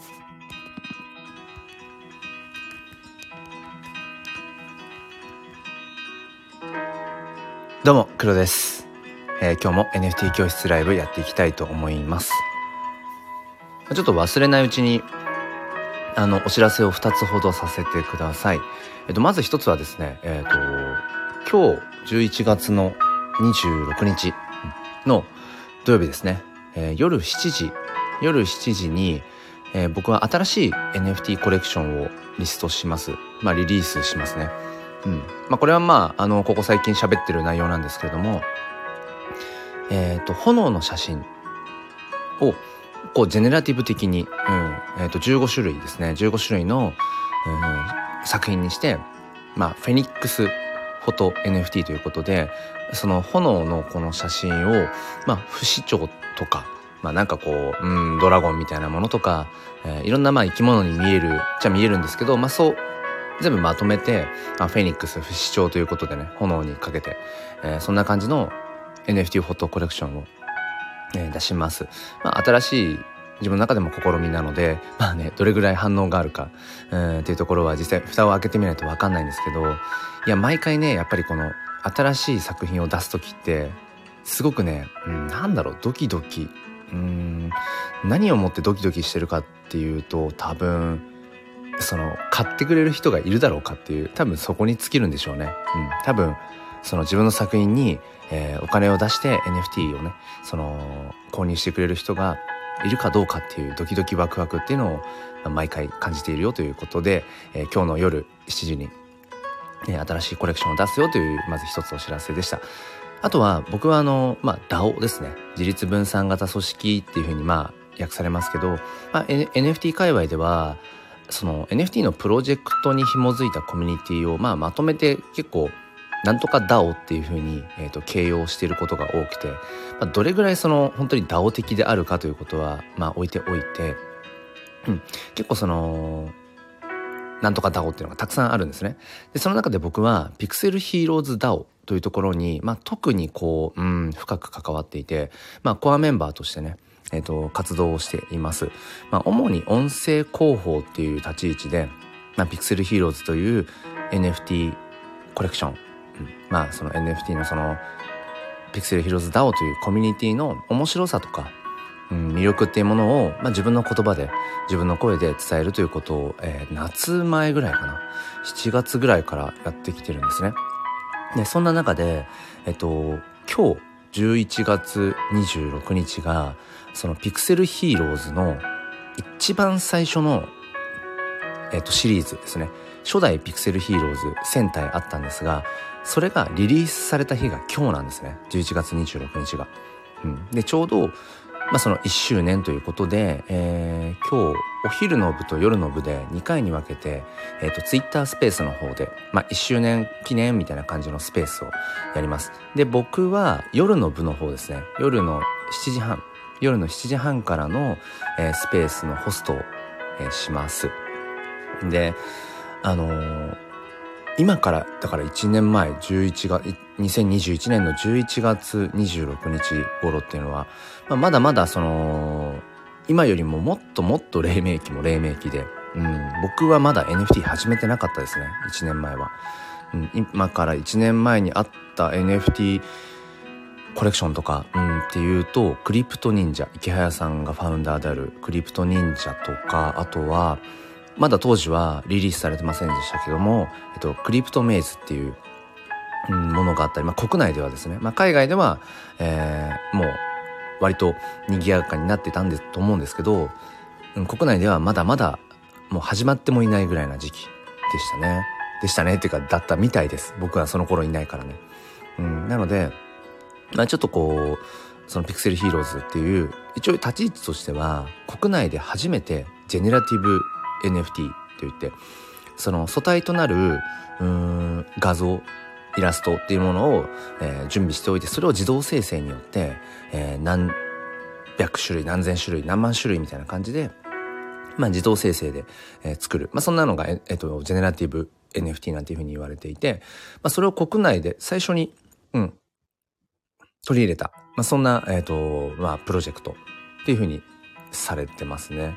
どうも黒です。今日も NFT 教室ライブやっていきたいと思います。ちょっと忘れないうちにお知らせを2つほどさせてください。まず1つはですね、今日11月の26日の土曜日ですね、夜7時に、僕は新しい NFT コレクションをリストします。リリースしますね。これはここ最近喋ってる内容なんですけれども、炎の写真をこうジェネラティブ的に、15種類ですね、15種類の、作品にして、フェニックスフォト NFT ということで、その炎のこの写真を、不死鳥とか、ドラゴンみたいなものとか、いろんな生き物に見えるじゃ見えるんですけど、そう全部まとめて、フェニックス不死鳥ということでね、炎にかけて、そんな感じの NFT フォトコレクションを、出します。新しい自分の中でも試みなので、どれぐらい反応があるか、っていうところは実際蓋を開けてみないと分かんないんですけど、いや毎回ね、やっぱりこの新しい作品を出す時ってすごくね、ドキドキ、何をもってドキドキしてるかっていうと、多分その買ってくれる人がいるだろうかっていう、多分そこに尽きるんでしょうね。多分その自分の作品に、お金を出して NFT をね、その購入してくれる人がいるかどうかっていうドキドキワクワクっていうのを毎回感じているよということで、今日の夜7時に、新しいコレクションを出すよというまず一つお知らせでした。あとは僕はDAO ですね、自立分散型組織っていうふうに訳されますけど、NFT 界隈ではその NFT のプロジェクトに紐づいたコミュニティをまとめて結構なんとか DAO っていう風に、形容していることが多くて、どれぐらいその本当に DAO 的であるかということは置いておいて、結構そのなんとか DAO っていうのがたくさんあるんですね。でその中で僕はピクセルヒーローズ DAO というところに、特にこう、深く関わっていて、コアメンバーとしてね、活動をしています。主に音声広報っていう立ち位置で、ピクセルヒーローズという NFT コレクション、その NFT のそのピクセルヒーローズ DAO というコミュニティの面白さとか、魅力っていうものを、自分の言葉で自分の声で伝えるということを、夏前ぐらいかな、7月ぐらいからやってきてるんですね。でそんな中で、今日11月26日がそのピクセルヒーローズの一番最初の、シリーズですね。初代ピクセルヒーローズ1000体あったんですが、それがリリースされた日が今日なんですね。11月26日が。でちょうど、その1周年ということで、今日お昼の部と夜の部で2回に分けて、Twitter スペースの方で、1周年記念みたいな感じのスペースをやります。で僕は夜の部の方ですね、夜の7時半からの、スペースのホストを、します。で今からだから1年前2021年の11月26日頃っていうのは、まだまだその今よりももっともっと黎明期も黎明期で、僕はまだ NFT 始めてなかったですね、1年前は。今から1年前にあった NFT コレクションとか、っていうとクリプト忍者、池早さんがファウンダーであるクリプト忍者とか、あとはまだ当時はリリースされてませんでしたけども、クリプトメイズっていう、ものがあったり、国内ではですね、海外では、もう割と賑やかになってたんでと思うんですけど、国内ではまだまだもう始まってもいないぐらいな時期でしたねっていうかだったみたいです。僕はその頃いないからね。なのでちょっとこうそのピクセルヒーローズっていう一応立ち位置としては国内で初めてジェネラティブ NFT といって、その素体となる画像イラストっていうものを、準備しておいて、それを自動生成によって、何百種類何千種類何万種類みたいな感じで、自動生成で、作る、そんなのが、ジェネラティブ NFT なんていうふうに言われていて、それを国内で最初に、取り入れた、そんな、プロジェクトっていうふうにされてますね。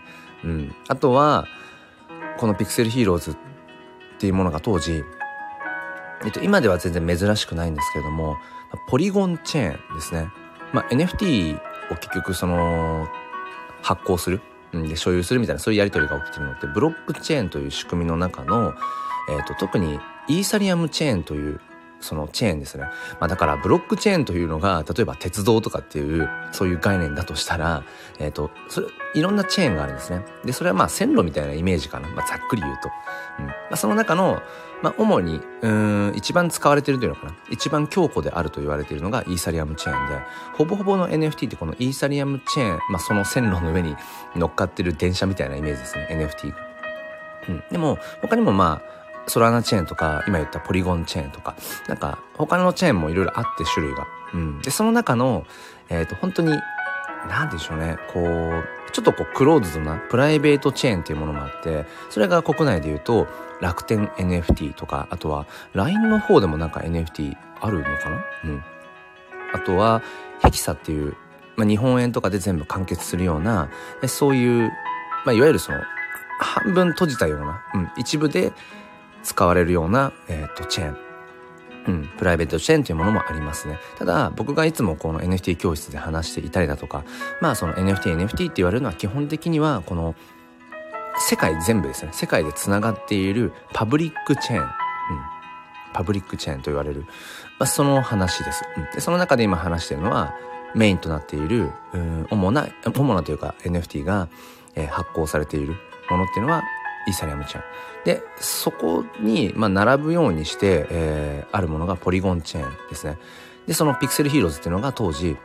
あとはこのピクセルヒーローズっていうものが当時、今では全然珍しくないんですけれども、ポリゴンチェーンですね。NFT を結局その発行する、で所有するみたいな、そういうやり取りが起きているのってブロックチェーンという仕組みの中の、特にイーサリアムチェーンというそのチェーンですね。だからブロックチェーンというのが例えば鉄道とかっていうそういう概念だとしたら、それいろんなチェーンがあるんですね。でそれは線路みたいなイメージかな、ざっくり言うと、その中の、主に一番使われているというのかな、一番強固であると言われているのがイーサリアムチェーンで、ほぼほぼの NFT ってこのイーサリアムチェーン、その線路の上に乗っかってる電車みたいなイメージですね、 NFT が。でも他にもソラナチェーンとか今言ったポリゴンチェーンとかなんか他のチェーンもいろいろあって種類が、でその中の本当になんでしょうね、ちょっとクローズドなプライベートチェーンっていうものもあって、それが国内で言うと楽天 NFT とか、あとは LINE の方でもなんか NFT あるのかな、あとはヘキサっていう、日本円とかで全部完結するようなそういう、いわゆるその半分閉じたような、一部で使われるような、チェーン、プライベートチェーンというものもありますね。ただ僕がいつもこの NFT 教室で話していたりだとか、その NFT って言われるのは基本的にはこの世界全部ですね、世界でつながっているパブリックチェーン、パブリックチェーンと言われる、その話です。でその中で今話しているのはメインとなっている主なというか NFT が、発行されているものっていうのはイーサリアムチェーンで、そこに並ぶようにして、あるものがポリゴンチェーンですね。でそのピクセルヒーローズっていうのが当時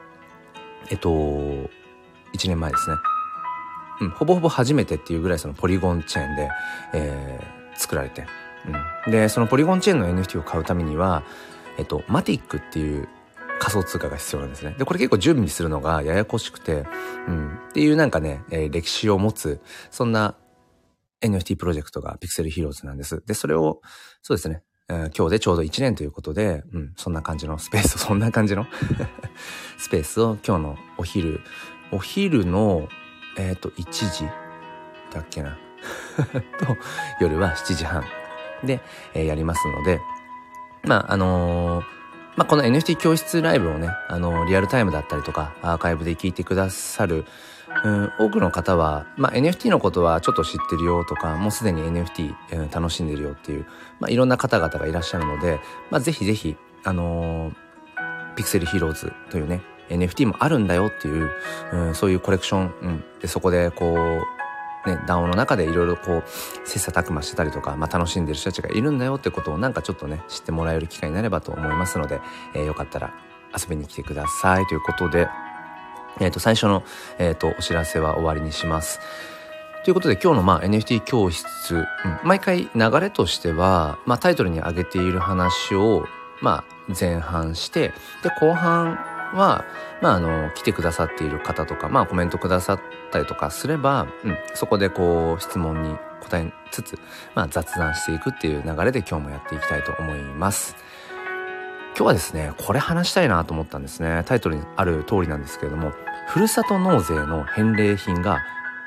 1年前ですね、ほぼほぼ初めてっていうぐらいそのポリゴンチェーンで、作られて、でそのポリゴンチェーンの NFT を買うためにはマティックっていう仮想通貨が必要なんですね。でこれ結構準備するのがややこしくて、っていうなんかね、歴史を持つそんなNFT プロジェクトがピクセルヒーローズなんです。でそれをそうですね、今日でちょうど1年ということで、そんな感じのスペースそんな感じのスペースを今日のお昼の1時だっけなと夜は7時半で、やりますので、この NFT 教室ライブをね、リアルタイムだったりとかアーカイブで聞いてくださる多くの方は、NFT のことはちょっと知ってるよとか、もうすでに NFT、楽しんでるよっていう、いろんな方々がいらっしゃるので、ぜひぜひ、ピクセルヒーローズというね NFT もあるんだよっていう、そういうコレクション、でそこでDAO の中でいろいろ切磋琢磨してたりとか、楽しんでる人たちがいるんだよってことをなんかちょっとね知ってもらえる機会になればと思いますので、よかったら遊びに来てくださいということで、最初の、お知らせは終わりにします。ということで今日のNFT 教室、毎回流れとしては、タイトルに挙げている話を前半して、で後半は来てくださっている方とかコメントくださったりとかすれば、そこで質問に答えつつ、雑談していくっていう流れで今日もやっていきたいと思います。今日はですね、これ話したいなと思ったんですね。タイトルにある通りなんですけれども、ふるさと納税の返礼品が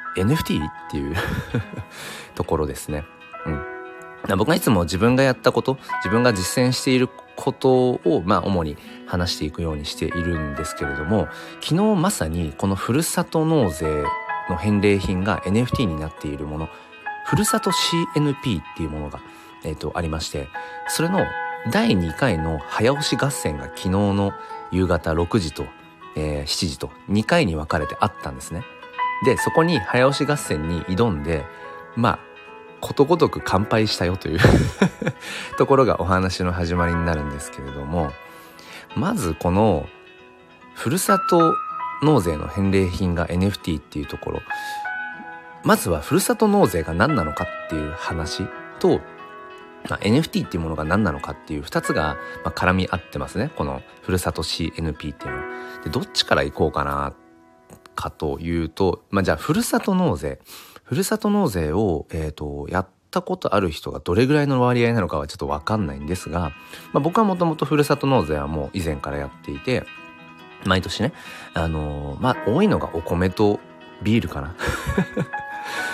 NFT っていうところですね。僕がいつも自分がやったこと、自分が実践していることを主に話していくようにしているんですけれども、昨日まさにこのふるさと納税の返礼品が NFT になっているもの、ふるさと CNP っていうものが、ありまして、それの第2回の早押し合戦が昨日の夕方6時と、7時と2回に分かれてあったんですね。でそこに早押し合戦に挑んでことごとく完敗したよというところがお話の始まりになるんですけれども、まずこのふるさと納税の返礼品が NFT っていうところ、まずはふるさと納税が何なのかっていう話と、NFT っていうものが何なのかっていう2つが絡み合ってますね。このふるさと CNP っていうのは。でどっちから行こうかなかというと、じゃあふるさと納税を、やったことある人がどれぐらいの割合なのかはちょっと分かんないんですが、僕はもともとふるさと納税はもう以前からやっていて、毎年ね、多いのがお米とビールかな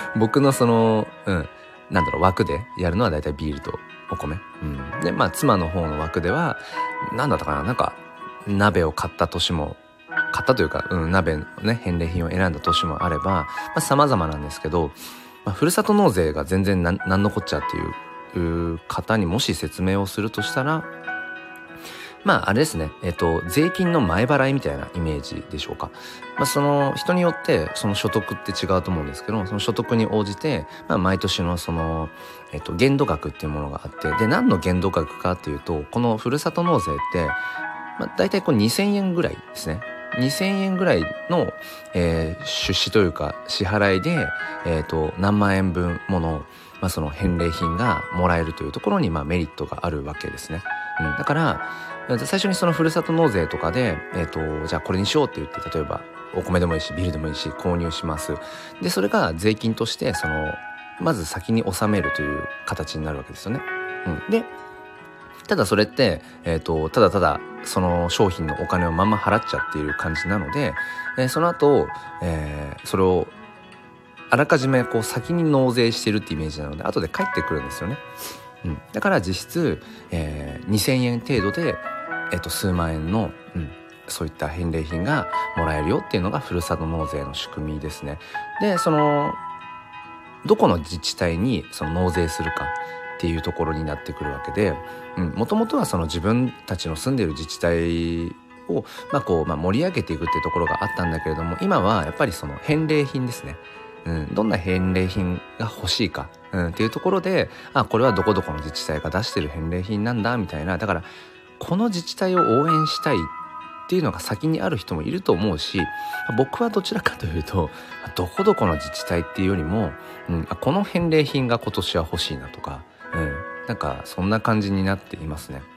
僕のその、枠でやるのはだいたいビールとお米。で、妻の方の枠では、なんだったかな、鍋を買ったというか、鍋のね、返礼品を選んだ年もあれば、様々なんですけど、ふるさと納税が全然なんのこっちゃっていう方にもし説明をするとしたら、あれですね、税金の前払いみたいなイメージでしょうか。その人によってその所得って違うと思うんですけど、その所得に応じて、毎年のその、限度額っていうものがあって、で、何の限度額かっていうと、このふるさと納税って、だいたい2000円ぐらいですね。2000円ぐらいの、出資というか支払いで、何万円分もの、その返礼品がもらえるというところに、メリットがあるわけですね。だから、最初にそのふるさと納税とかで、じゃあこれにしようって言って、例えばお米でもいいしビールでもいいし購入します。で、それが税金としてまず先に納めるという形になるわけですよね。で、ただそれって、ただただその商品のお金をまんま払っちゃっている感じなので、その後、それをあらかじめ先に納税してるってイメージなので、後で返ってくるんですよね。だから実質、2000円程度で、数万円の、そういった返礼品がもらえるよっていうのがふるさと納税の仕組みですね。で、どこの自治体にその納税するかっていうところになってくるわけで、もともとはその自分たちの住んでいる自治体を、盛り上げていくっていうところがあったんだけれども、今はやっぱりその返礼品ですね。どんな返礼品が欲しいか、っていうところで、これはどこどこの自治体が出してる返礼品なんだみたいな、だからこの自治体を応援したいっていうのが先にある人もいると思うし、僕はどちらかというとどこどこの自治体っていうよりも、この返礼品が今年は欲しいなとか、そんな感じになっていますね。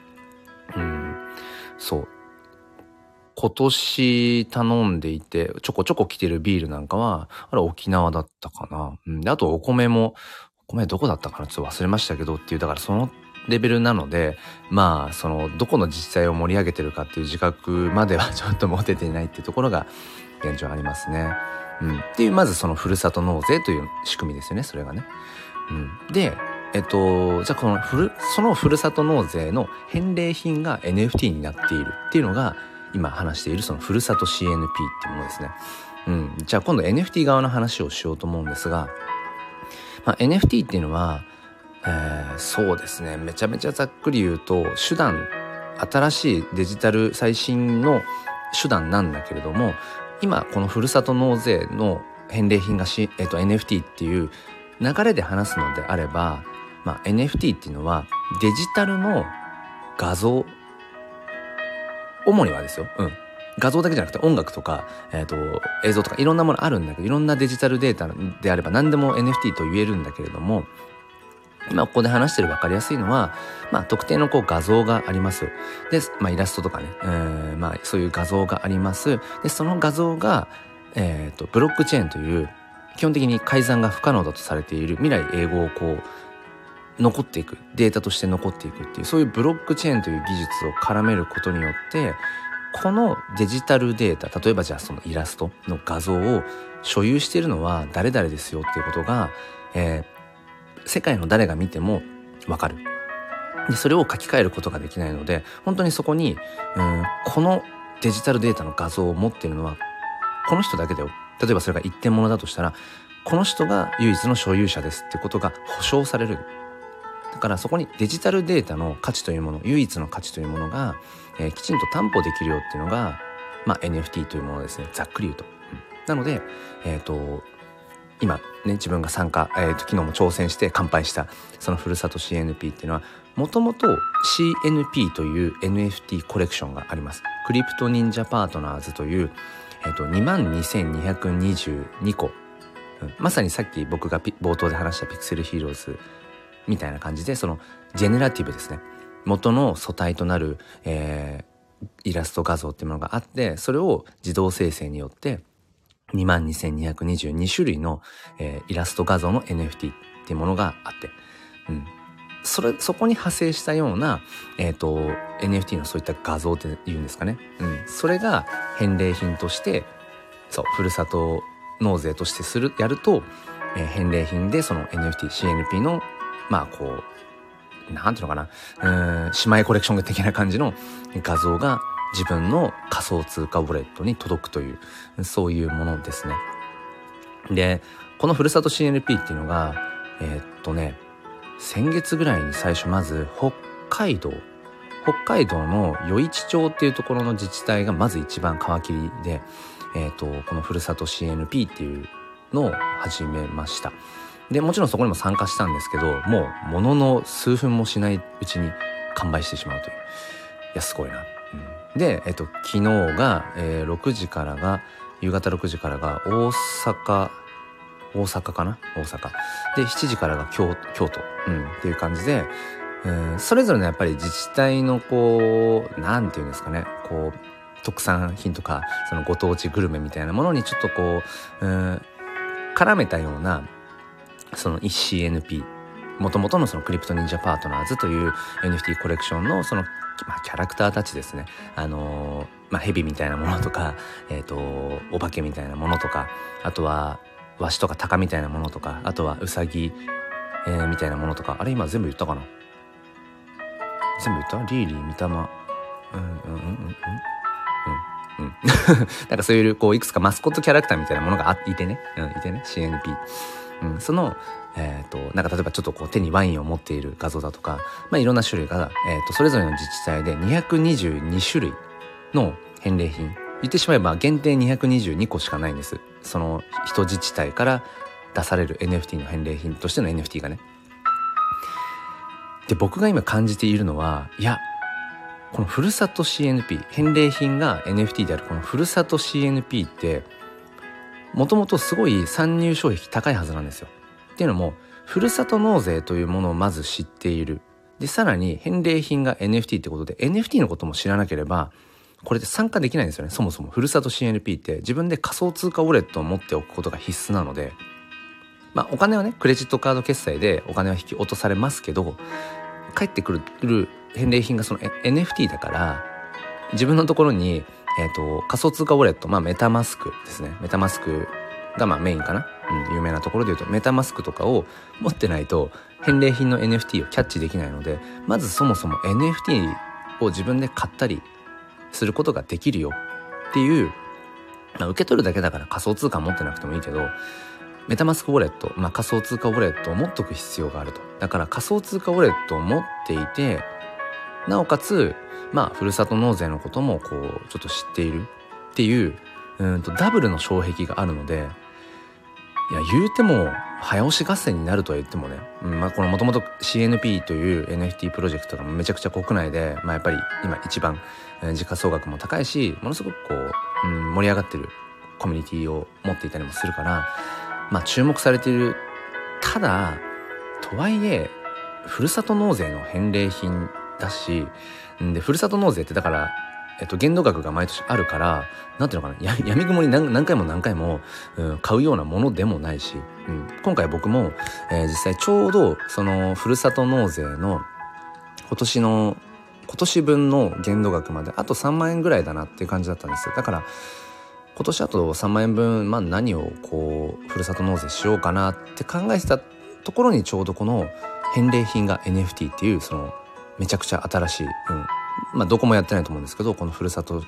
そう今年頼んでいてちょこちょこ来てるビールなんかはあれ沖縄だったかな。で、あとお米どこだったかな、ちょっと忘れましたけどっていう、だからそのレベルなので、そのどこの自治体を盛り上げてるかっていう自覚まではちょっと持てていないっていうところが現状ありますね。っていう、まずそのふるさと納税という仕組みですよね、それがね。で、じゃあそのふるさと納税の返礼品が NFT になっているっていうのが今話しているそのふるさと CNP っていうものですね。じゃあ今度 NFT 側の話をしようと思うんですが、NFT っていうのは、そうですね、めちゃめちゃざっくり言うと新しいデジタル最新の手段なんだけれども、今このふるさと納税の返礼品がNFT っていう流れで話すのであれば、NFT っていうのはデジタルの画像、主にはですよ、画像だけじゃなくて音楽とか、映像とかいろんなものあるんだけど、いろんなデジタルデータであれば何でも NFT と言えるんだけれども、今ここで話してる分かりやすいのは、特定の画像があります。で、イラストとかね、そういう画像があります。で、その画像が、ブロックチェーンという基本的に改ざんが不可能だとされている未来永劫を残っていく、データとして残っていくっていう、そういうブロックチェーンという技術を絡めることによって、このデジタルデータ、例えばじゃあそのイラストの画像を所有しているのは誰々ですよっていうことが、世界の誰が見てもわかる。で、それを書き換えることができないので、本当にそこに、このデジタルデータの画像を持っているのはこの人だけだよ。例えばそれが一点物だとしたら、この人が唯一の所有者ですってことが保証される。だからそこにデジタルデータの価値というもの、唯一の価値というものが、きちんと担保できるよっていうのが、NFT というものですね。ざっくり言うと。なので、今ね、自分が昨日も挑戦して乾杯したそのふるさと CNP っていうのは、もともと CNP という NFT コレクションがあります。クリプト忍者パートナーズという、22,222個、まさにさっき僕が冒頭で話したピクセルヒーローズみたいな感じで、そのジェネラティブですね、元の素体となる、イラスト画像っていうものがあって、それを自動生成によって22,222種類の、イラスト画像の NFT っていうものがあって、そこに派生したような、NFT のそういった画像っていうんですかね、それが返礼品として、ふるさと納税としてやると、 返礼品でその NFT、CNP の、こう、なんていうのかな、姉妹コレクション的な感じの画像が自分の仮想通貨ウォレットに届くという、そういうものですね。で、このふるさと CNP っていうのが、先月ぐらいに最初まず北海道の余市町っていうところの自治体がまず一番皮切りで、このふるさと CNP っていうのを始めました。で、もちろんそこにも参加したんですけど、もうものの数分もしないうちに完売してしまうという。いや、すごいな。で、昨日が、夕方6時からが大阪かな、大阪で7時からが京都、っていう感じで、それぞれのやっぱり自治体のこう、なんていうんですかね、こう特産品とかそのご当地グルメみたいなものにちょっとこう、絡めたようなその 1CNP、 元々のそのクリプト忍者パートナーズという NFT コレクションのそのキャラクターたちですね。蛇みたいなものとか、お化けみたいなものとか、あとはワシとかタカみたいなものとか、あとはウサギ、みたいなものとか、あれ今全部言ったかな？全部言った？リーリー、ミタマ、なんかそういうこういくつかマスコットキャラクターみたいなものがいてね、CNP、そのなんか例えばちょっとこう手にワインを持っている画像だとか、いろんな種類が、それぞれの自治体で222種類の返礼品、言ってしまえば限定222個しかないんです。その一自治体から出される NFT の返礼品としての NFT がね。で、僕が今感じているのは、いや、このふるさと CNP、 返礼品が NFT であるこのふるさと CNP ってもともとすごい参入障壁高いはずなんですよ。っていうのも、ふるさと納税というものをまず知っている。で、さらに返礼品が NFT ってことで NFT のことも知らなければこれで参加できないんですよね。そもそもふるさと CNP って自分で仮想通貨ウォレットを持っておくことが必須なので、お金はね、クレジットカード決済でお金は引き落とされますけど、返ってくる返礼品がその NFT だから、自分のところに、仮想通貨ウォレット、メタマスクですね。メタマスクがメインかな、有名なところで言うとメタマスクとかを持ってないと返礼品の NFT をキャッチできないので、まずそもそも NFT を自分で買ったりすることができるよっていう、受け取るだけだから仮想通貨持ってなくてもいいけど、メタマスクウォレット、仮想通貨ウォレットを持っとく必要があると。だから仮想通貨ウォレットを持っていて、なおかつふるさと納税のこともこうちょっと知っているっていう、ダブルの障壁があるので、いや、言うても早押し合戦になるとは言ってもね、このもともと CNP という NFT プロジェクトがめちゃくちゃ国内で、やっぱり今一番時価総額も高いし、ものすごくこう、盛り上がってるコミュニティを持っていたりもするから、注目されている。ただとはいえふるさと納税の返礼品だし、でふるさと納税ってだから限度額が毎年あるから、なんていうのかな、闇雲に何回も、買うようなものでもないし、今回僕も、実際ちょうどそのふるさと納税の今年分の限度額まであと3万円ぐらいだなっていう感じだったんですよ。だから今年あと3万円分、何をこうふるさと納税しようかなって考えてたところに、ちょうどこの返礼品が NFT っていうそのめちゃくちゃ新しい、どこもやってないと思うんですけど、このふるさと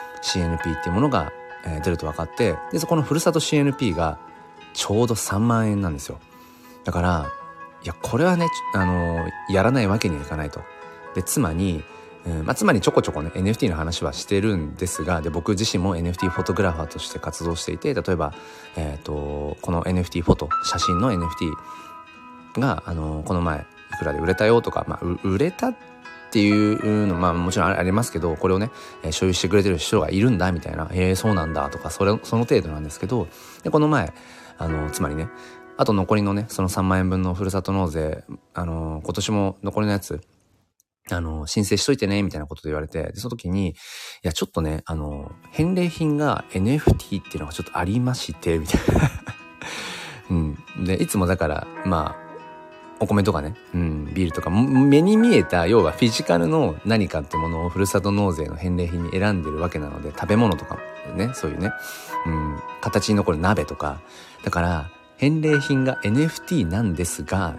CNP っていうものが、出ると分かって、でそこのふるさと CNP がちょうど3万円なんですよ。だからいや、これはね、やらないわけにはいかないと。で妻にちょこちょこね NFT の話はしてるんですが、で僕自身も NFT フォトグラファーとして活動していて、例えば、この NFT フォト、写真の NFT が、この前いくらで売れたよとか、売れたっていうのもちろんありますけど、これをね、所有してくれてる人がいるんだみたいな、そうなんだとか、その程度なんですけど、でこの前つまりね、あと残りのねその3万円分のふるさと納税、今年も残りのやつ申請しといてねみたいなことで言われて、でその時に、いやちょっとね返礼品が NFT っていうのがちょっとありましてみたいなでいつもだからお米とかね、ビールとか目に見えた、要はフィジカルの何かってものをふるさと納税の返礼品に選んでるわけなので、食べ物とかね、そういうね、形に残る鍋とか、だから返礼品が NFT なんですが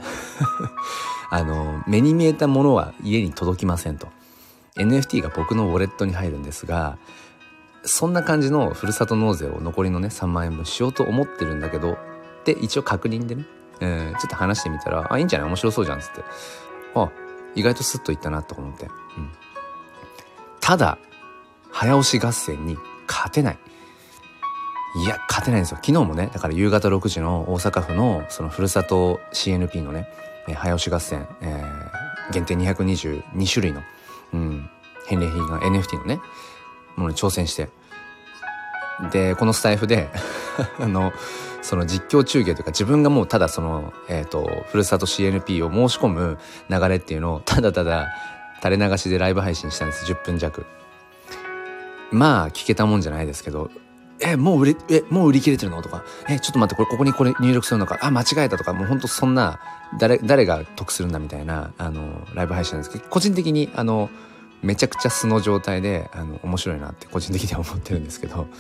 目に見えたものは家に届きませんと。 NFT が僕のウォレットに入るんですが、そんな感じのふるさと納税を残りのね3万円分しようと思ってるんだけどって一応確認でね、ちょっと話してみたら、いいんじゃない面白そうじゃんっつって、意外とスッといったなと思って、ただ早押し合戦に勝てない。いや勝てないんですよ。昨日もねだから夕方6時の大阪府のそのふるさと CNP のね早押し合戦、限定222種類の、返礼品が NFT のねものに挑戦して、でこのスタイフでその実況中継というか、自分がもうただそのふるさと CNP を申し込む流れっていうのをただただ垂れ流しでライブ配信したんです。10分弱。まあ聞けたもんじゃないですけど、もう売り切れてるのとか、ちょっと待って、ここにこれ入力するのか、間違えたとか、もうほんとそんな誰が得するんだみたいなライブ配信なんですけど、個人的にめちゃくちゃ素の状態で面白いなって個人的には思ってるんですけど、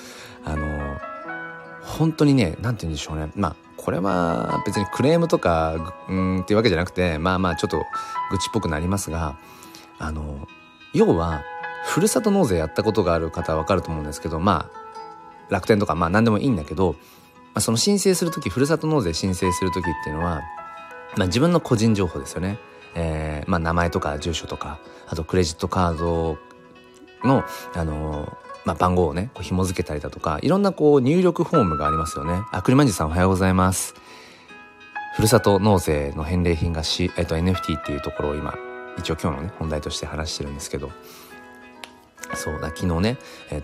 本当にね、なんて言うんでしょうね、これは別にクレームとかっていうわけじゃなくて、ちょっと愚痴っぽくなりますが、要はふるさと納税やったことがある方は分かると思うんですけど、楽天とか何でもいいんだけど、その申請するとき、ふるさと納税申請するときっていうのは、自分の個人情報ですよね。名前とか住所とか、あとクレジットカードの番号をね紐付けたりだとか、いろんな入力フォームがありますよね。栗まんじさんおはようございます。ふるさと納税の返礼品がNFT っていうところを今一応今日のね本題として話してるんですけど、そうだ、昨日ね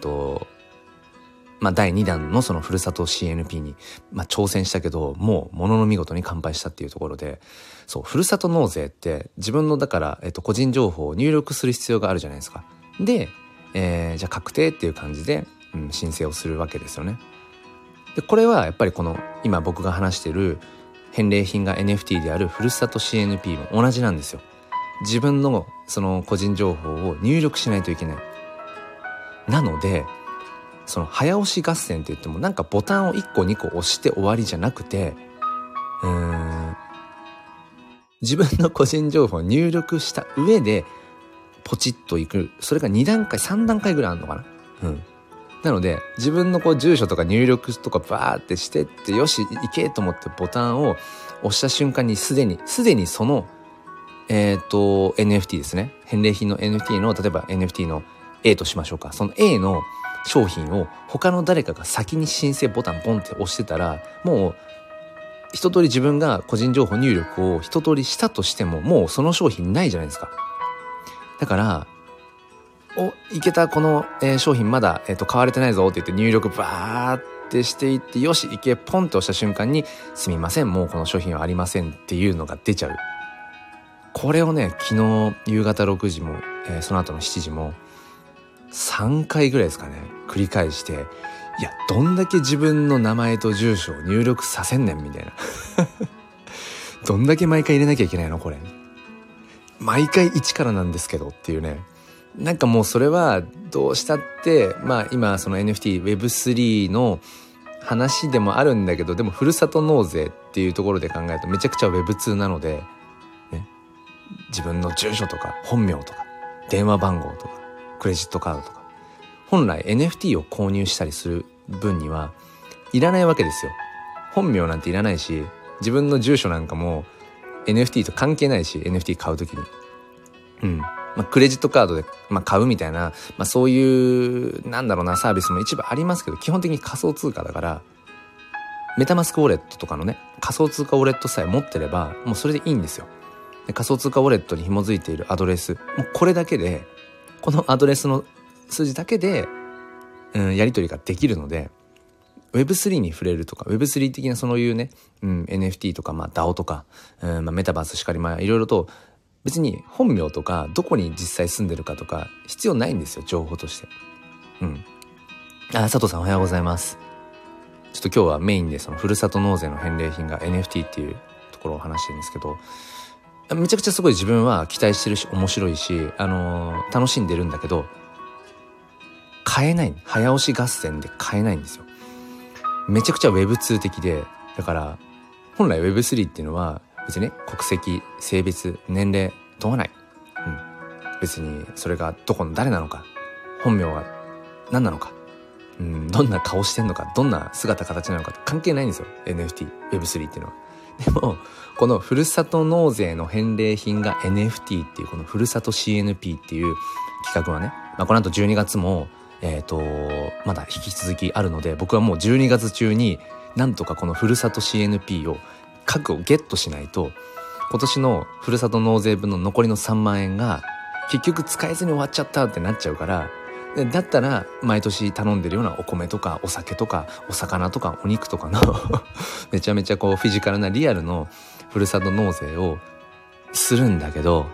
第2弾のそのふるさと CNP に、挑戦したけど、もうものの見事に完敗したっていうところで、そう、ふるさと納税って自分のだから、個人情報を入力する必要があるじゃないですか。で、じゃあ確定っていう感じで、申請をするわけですよね。で、これはやっぱりこの今僕が話している返礼品が NFT であるふるさと CNP も同じなんですよ。自分のその個人情報を入力しないといけない。なので、その早押し合戦って言ってもなんかボタンを1個2個押して終わりじゃなくて、自分の個人情報を入力した上でポチッといく。それが2段階3段階ぐらいあるのかな。なので自分の住所とか入力とかバーってしてって、よし行けと思ってボタンを押した瞬間にすでにそのNFT ですね。返礼品の NFT の、例えば NFT の A としましょうか。その A の商品を他の誰かが先に申請ボタンポンって押してたら、もう一通り自分が個人情報入力を一通りしたとしても、もうその商品ないじゃないですか。だからいけた、この、商品まだ、買われてないぞって言って入力バーってしていって、よしいけポンって押した瞬間に、すみませんもうこの商品はありませんっていうのが出ちゃう。これをね昨日夕方6時も、その後の7時も3回ぐらいですかね繰り返して、いやどんだけ自分の名前と住所を入力させんねんみたいなどんだけ毎回入れなきゃいけないのこれ、毎回一からなんですけどっていうね。なんかもうそれはどうしたって、今その NFT、Web3 の話でもあるんだけど、でもふるさと納税っていうところで考えるとめちゃくちゃ Web2 なので、ね、自分の住所とか本名とか電話番号とかクレジットカードとか、本来 NFT を購入したりする分にはいらないわけですよ。本名なんていらないし、自分の住所なんかも NFT と関係ないし、 NFT 買うときにクレジットカードで、買うみたいな、そういうサービスも一部ありますけど、基本的に仮想通貨だから、メタマスクウォレットとかのね仮想通貨ウォレットさえ持ってればもうそれでいいんですよ。で仮想通貨ウォレットに紐づいているアドレス、もうこれだけで、このアドレスの数字だけで、やり取りができるので、 Web3 に触れるとか Web3 的なそういうね、NFT とかDAO とか、メタバースしかりいろいろと別に本名とかどこに実際住んでるかとか必要ないんですよ、情報として。佐藤さんおはようございます。ちょっと今日はメインでそのふるさと納税の返礼品が NFT っていうところを話してるんですけど、めちゃくちゃすごい自分は期待してるし面白いし、楽しんでるんだけど、買えない。早押し合戦で買えないんですよ。めちゃくちゃ Web2 的で、だから本来 Web3 っていうのは別にね、国籍、性別、年齢問わない。別にそれがどこの誰なのか、本名が何なのか、どんな顔してんのか、どんな姿形なのかって関係ないんですよ。NFT、Web3 っていうのは。でも、このふるさと納税の返礼品が NFT っていうこのふるさと CNP っていう企画はね、この後12月も、まだ引き続きあるので、僕はもう12月中になんとかこのふるさと CNP を各をゲットしないと、今年のふるさと納税分の残りの3万円が結局使えずに終わっちゃったってなっちゃうから、だったら毎年頼んでるようなお米とかお酒とかお魚とかお肉とかのめちゃめちゃこうフィジカルなリアルのふるさと納税をするんだけど、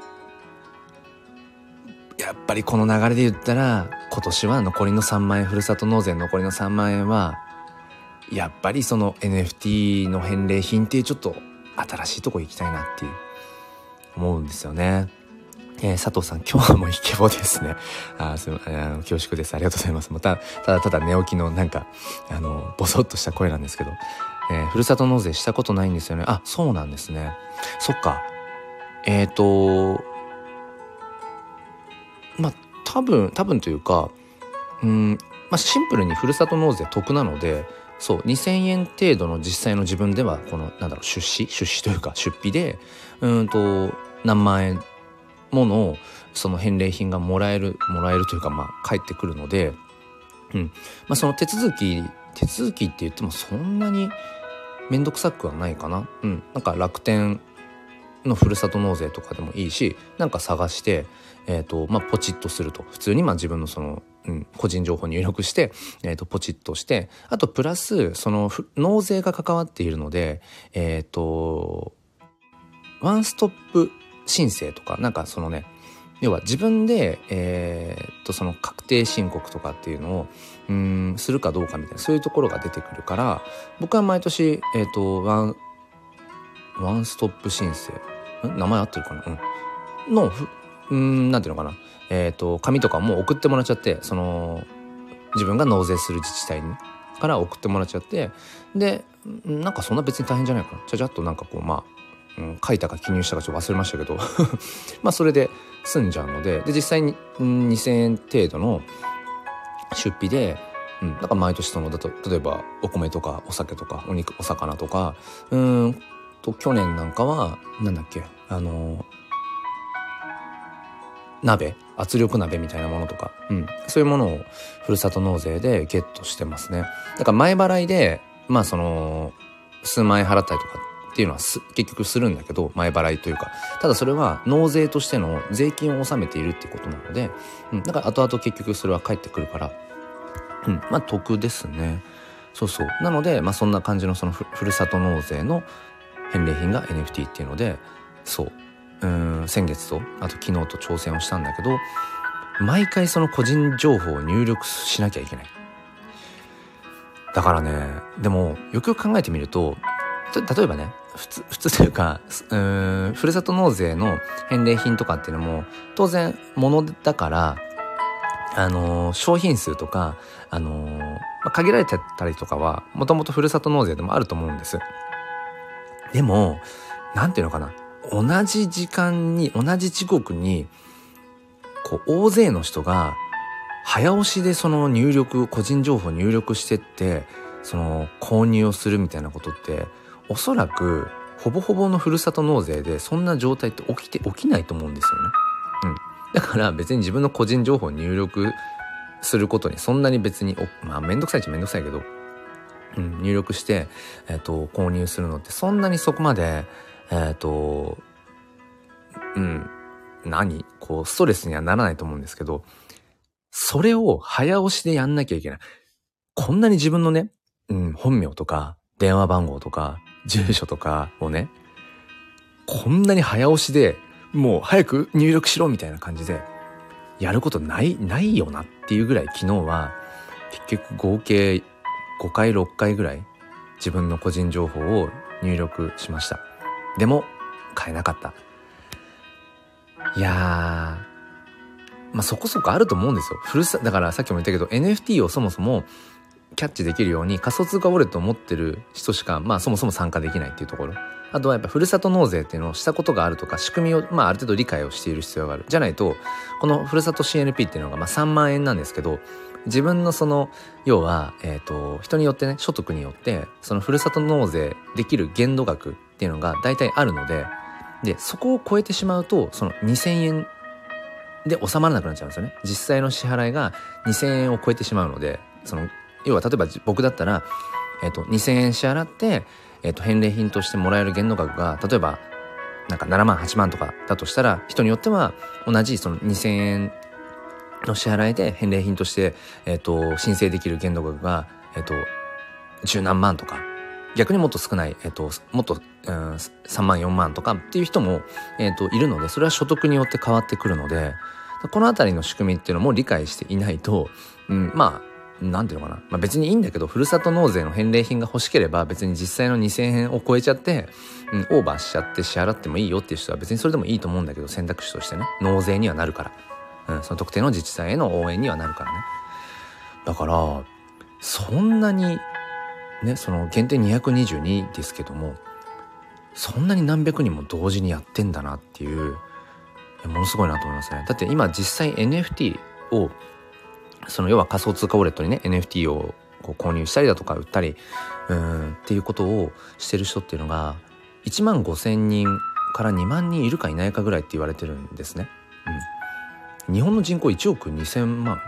やっぱりこの流れで言ったら今年は残りの3万円、ふるさと納税の残りの3万円はやっぱりその NFT の返礼品っていうちょっと新しいとこ行きたいなっていう思うんですよね。佐藤さん、今日はもうイケボですね。恐縮です。ありがとうございます。ただ寝起きのなんかボソッとした声なんですけど、ふるさと納税したことないんですよね。あ、そうなんですね。そっか。多分というか、シンプルにふるさと納税得なので、そう2000円程度の実際の自分ではこの出資というか出費で何万円ものその返礼品がもらえるというか返ってくるので、その手続きって言ってもそんなにめんどくさくはないかな。なんか楽天のふるさと納税とかでもいいし、なんか探してポチッとすると、普通に自分のその個人情報入力して、ポチッとして、あとプラスその納税が関わっているので、ワンストップ申請とか、なんかそのね、要は自分でその確定申告とかっていうのをするかどうかみたいな、そういうところが出てくるから、僕は毎年ワンストップ申請、名前合ってるかな、のなんていうのかな、紙とかも送ってもらっちゃって、その自分が納税する自治体にから送ってもらっちゃって、でなんかそんな別に大変じゃないかな、ちゃっとなんかこう書いたか記入したかちょっと忘れましたけどそれで済んじゃうので、実際に2000円程度の出費で、だから毎年例えばお米とかお酒とかお肉お魚とか去年なんかはなんだっけ、圧力鍋みたいなものとか、そういうものをふるさと納税でゲットしてますね。だから前払いでその数万円払ったりとかっていうのは結局するんだけど、前払いというか、ただそれは納税としての税金を納めているっていうことなので、だから後々結局それは返ってくるから、得ですね。そうなのでそんな感じのそのふるさと納税の返礼品が NFT っていうので、先月とあと昨日と挑戦をしたんだけど、毎回その個人情報を入力しなきゃいけない。だからね、でもよくよく考えてみると、例えばね、普通というかふるさと納税の返礼品とかっていうのも当然物だから、商品数とか限られてたりとかはもともとふるさと納税でもあると思うんです。でもなんていうのかな、同じ時間に同じ時刻にこう大勢の人が早押しでその個人情報入力してってその購入をするみたいなことって、おそらくほぼほぼのふるさと納税でそんな状態って起きないと思うんですよね。だから別に自分の個人情報を入力することにそんなに別にめんどくさいっちゃめんどくさいけど、入力して、購入するのってそんなにそこまでストレスにはならないと思うんですけど、それを早押しでやんなきゃいけない。こんなに自分のね、本名とか電話番号とか住所とかをね、こんなに早押しでもう早く入力しろみたいな感じでやることないよなっていうぐらい、昨日は結局合計5回6回ぐらい自分の個人情報を入力しました。でも買えなかった。いやー、そこそこあると思うんですよ。だからさっきも言ったけど NFT をそもそもキャッチできるように仮想通貨ウォレットを持ってる人しかそもそも参加できないっていうところ。あとはやっぱふるさと納税っていうのをしたことがあるとか仕組みをある程度理解をしている必要がある。じゃないとこのふるさと CNP っていうのが3万円なんですけど、自分の要は人によってね、所得によってそのふるさと納税できる限度額っていうのが大体あるので、そこを超えてしまうとその2000円で収まらなくなっちゃうんですよね。実際の支払いが2000円を超えてしまうので、要は例えば僕だったら、2000円支払って、返礼品としてもらえる限度額が例えば7万8万とかだとしたら、人によっては同じその2000円の支払いで返礼品として、申請できる限度額が、10何万とか、逆にもっと少ない、もっと、3万4万とかっていう人も、いるので、それは所得によって変わってくるので、このあたりの仕組みっていうのも理解していないと、なんていうのかな、別にいいんだけど、ふるさと納税の返礼品が欲しければ別に実際の2000円を超えちゃって、オーバーしちゃって支払ってもいいよっていう人は別にそれでもいいと思うんだけど、選択肢としてね、納税にはなるから、その特定の自治体への応援にはなるからね。だからそんなにね、その限定222ですけども、そんなに何百人も同時にやってんだなっていう、ものすごいなと思いますね。だって今実際 NFT を要は仮想通貨ウォレットにね NFT をこう購入したりだとか売ったりっていうことをしてる人っていうのが1万5,000人から2万人いるかいないかぐらいって言われてるんですね。日本の人口1億2000万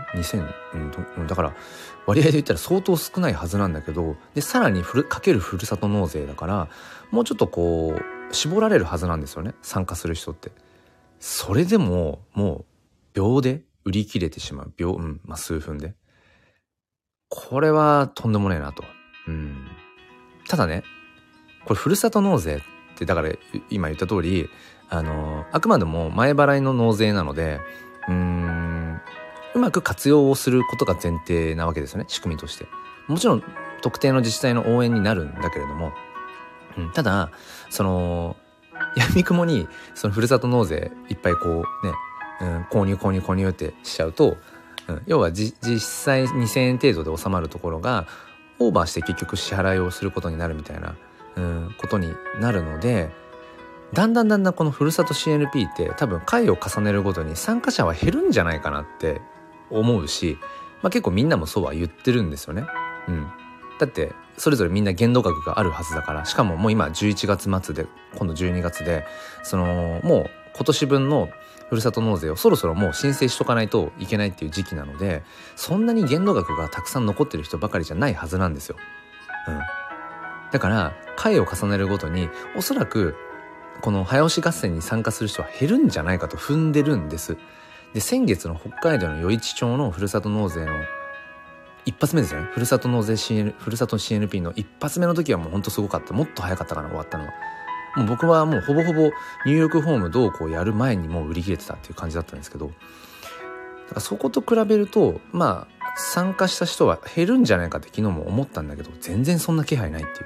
2000、だから割合で言ったら相当少ないはずなんだけど、でさらにかけるふるさと納税だからもうちょっとこう絞られるはずなんですよね、参加する人って。それでももう秒で売り切れてしまう。数分で。これはとんでもないなと。ただね、これふるさと納税ってだから今言った通りあくまでも前払いの納税なのでうまく活用をすることが前提なわけですよね、仕組みとして。もちろん特定の自治体の応援になるんだけれども、ただ闇雲にふるさと納税いっぱいこうね、購入ってしちゃうと、要は実際2000円程度で収まるところがオーバーして結局支払いをすることになるみたいな、ことになるので、だんだんこのふるさと CNP って多分回を重ねるごとに参加者は減るんじゃないかなって思うし、結構みんなもそうは言ってるんですよね。だってそれぞれみんな限度額があるはずだから。しかももう今11月末で今度12月でもう今年分のふるさと納税をそろそろもう申請しとかないといけないっていう時期なので、そんなに限度額がたくさん残ってる人ばかりじゃないはずなんですよ。だから回を重ねるごとにおそらくこの早押し合戦に参加する人は減るんじゃないかと踏んでるんです。で、先月の北海道の余市町のふるさと納税の一発目ですよね。ふるさと納税 ふるさと CNP の一発目の時はもうほんとすごかった。もっと早かったかな、終わったのは。もう僕はもうほぼほぼ入力フォームどうこうやる前にもう売り切れてたっていう感じだったんですけど、だからそこと比べると参加した人は減るんじゃないかって昨日も思ったんだけど、全然そんな気配ないっていう。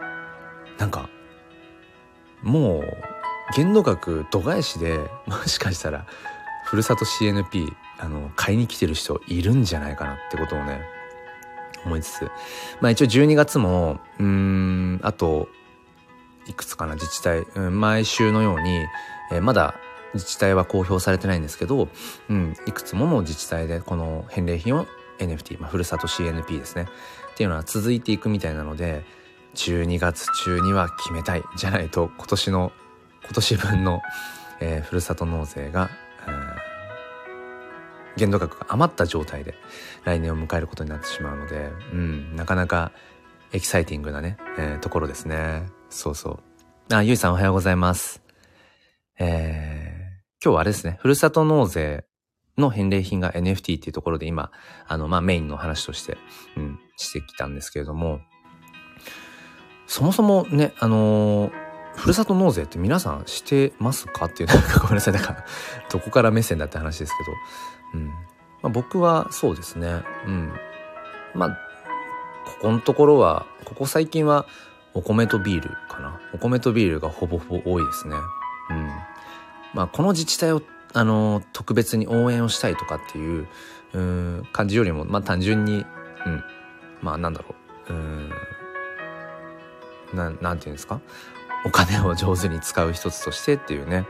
もう限度額度外視でもしかしたらふるさと CNP 買いに来てる人いるんじゃないかなってことをね思いつつ、一応12月もあといくつかな自治体、毎週のように、まだ自治体は公表されてないんですけど、いくつもの自治体でこの返礼品を NFT、ふるさと CNP ですねっていうのは続いていくみたいなので、12月中には決めたい。じゃないと今年分の、ふるさと納税が、限度額が余った状態で来年を迎えることになってしまうので、なかなかエキサイティングなね、ところですね。そうそう。ゆいさんおはようございます。今日はあれですね、ふるさと納税の返礼品が NFT っていうところで今メインの話として、してきたんですけれども、そもそもねふるさと納税って皆さんしてますかっていうごめんなさい、どこから目線だって話ですけど、僕はそうですね。ここのところはここ最近はお米とビールかな。お米とビールがほぼほぼ多いですね。この自治体を特別に応援をしたいとかっていう感じよりも単純にまあなんだろう、なんていうんですか、お金を上手に使う一つとしてっていうね、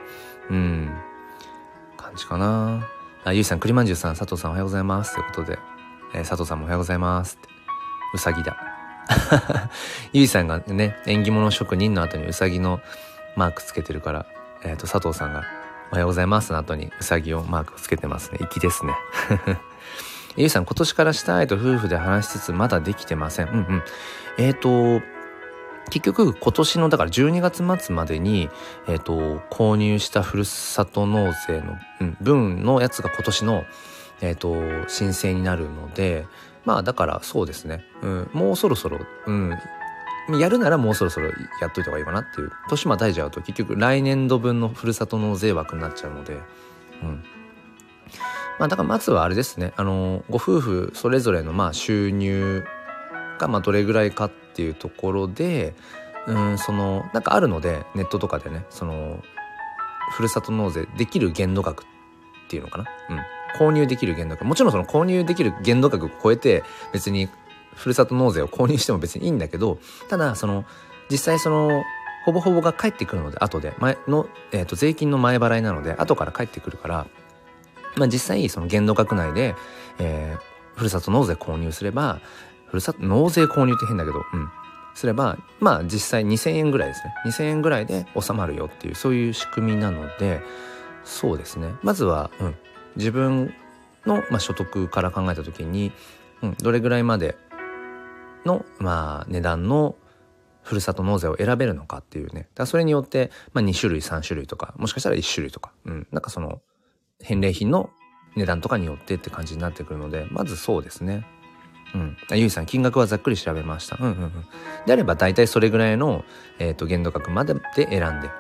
感じかな。ゆいさん、栗まんじゅうさん、佐藤さんおはようございますということで、佐藤さんもおはようございますって。うさぎだ。ゆいさんがね、縁起物職人の後にうさぎのマークつけてるから、佐藤さんがおはようございますの後にうさぎをマークつけてますね。粋ですね。ゆいさん、今年からしたいと夫婦で話しつつまだできてません。結局今年のだから12月末までに、購入したふるさと納税の、分のやつが今年の、申請になるので、まあだからそうですね、もうそろそろ、やるならもうそろそろやっといた方がいいかなっていう。年またいじゃうと結局来年度分のふるさと納税枠になっちゃうので、まあだからまずはあれですね、ご夫婦それぞれのまあ収入がまあどれぐらいかっていうところで、なんかあるので、ネットとかでね、ふるさと納税できる限度額っていうのかな、購入できる限度額、もちろんその購入できる限度額を超えて別にふるさと納税を購入しても別にいいんだけど、ただ実際ほぼほぼが返ってくるので、後で前の、税金の前払いなので後から返ってくるから、まあ実際その限度額内で、ふるさと納税購入すれば、ふるさと納税購入って変だけど、すればまあ実際2000円ぐらいですね、2000円ぐらいで収まるよっていう、そういう仕組みなので、そうですね、まずは、自分の、所得から考えた時に、どれぐらいまでの、値段のふるさと納税を選べるのかっていうね。だからそれによって、2種類3種類とか、もしかしたら1種類とか、なんか返礼品の値段とかによってって感じになってくるので、まずそうですね。ゆいさん、金額はざっくり調べました。であれば大体それぐらいの、限度額までで選んで、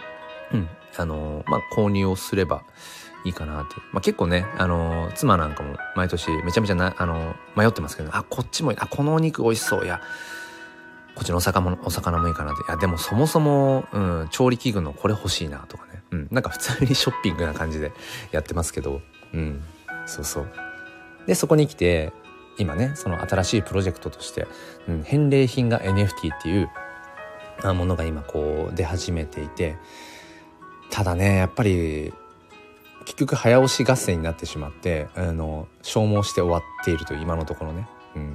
購入をすればいいかなって。結構ね、妻なんかも毎年めちゃめちゃ迷ってますけど、こっちも、このお肉美味しそう、いや、こっちのお魚もいいかなって。いや、でもそもそも、調理器具のこれ欲しいなとかね。なんか普通にショッピングな感じでやってますけど、そう。で、そこに来て、今ね、その新しいプロジェクトとして、返礼品が NFT っていうものが今こう出始めていて、ただね、やっぱり結局早押し合戦になってしまって、消耗して終わっているという今のところね。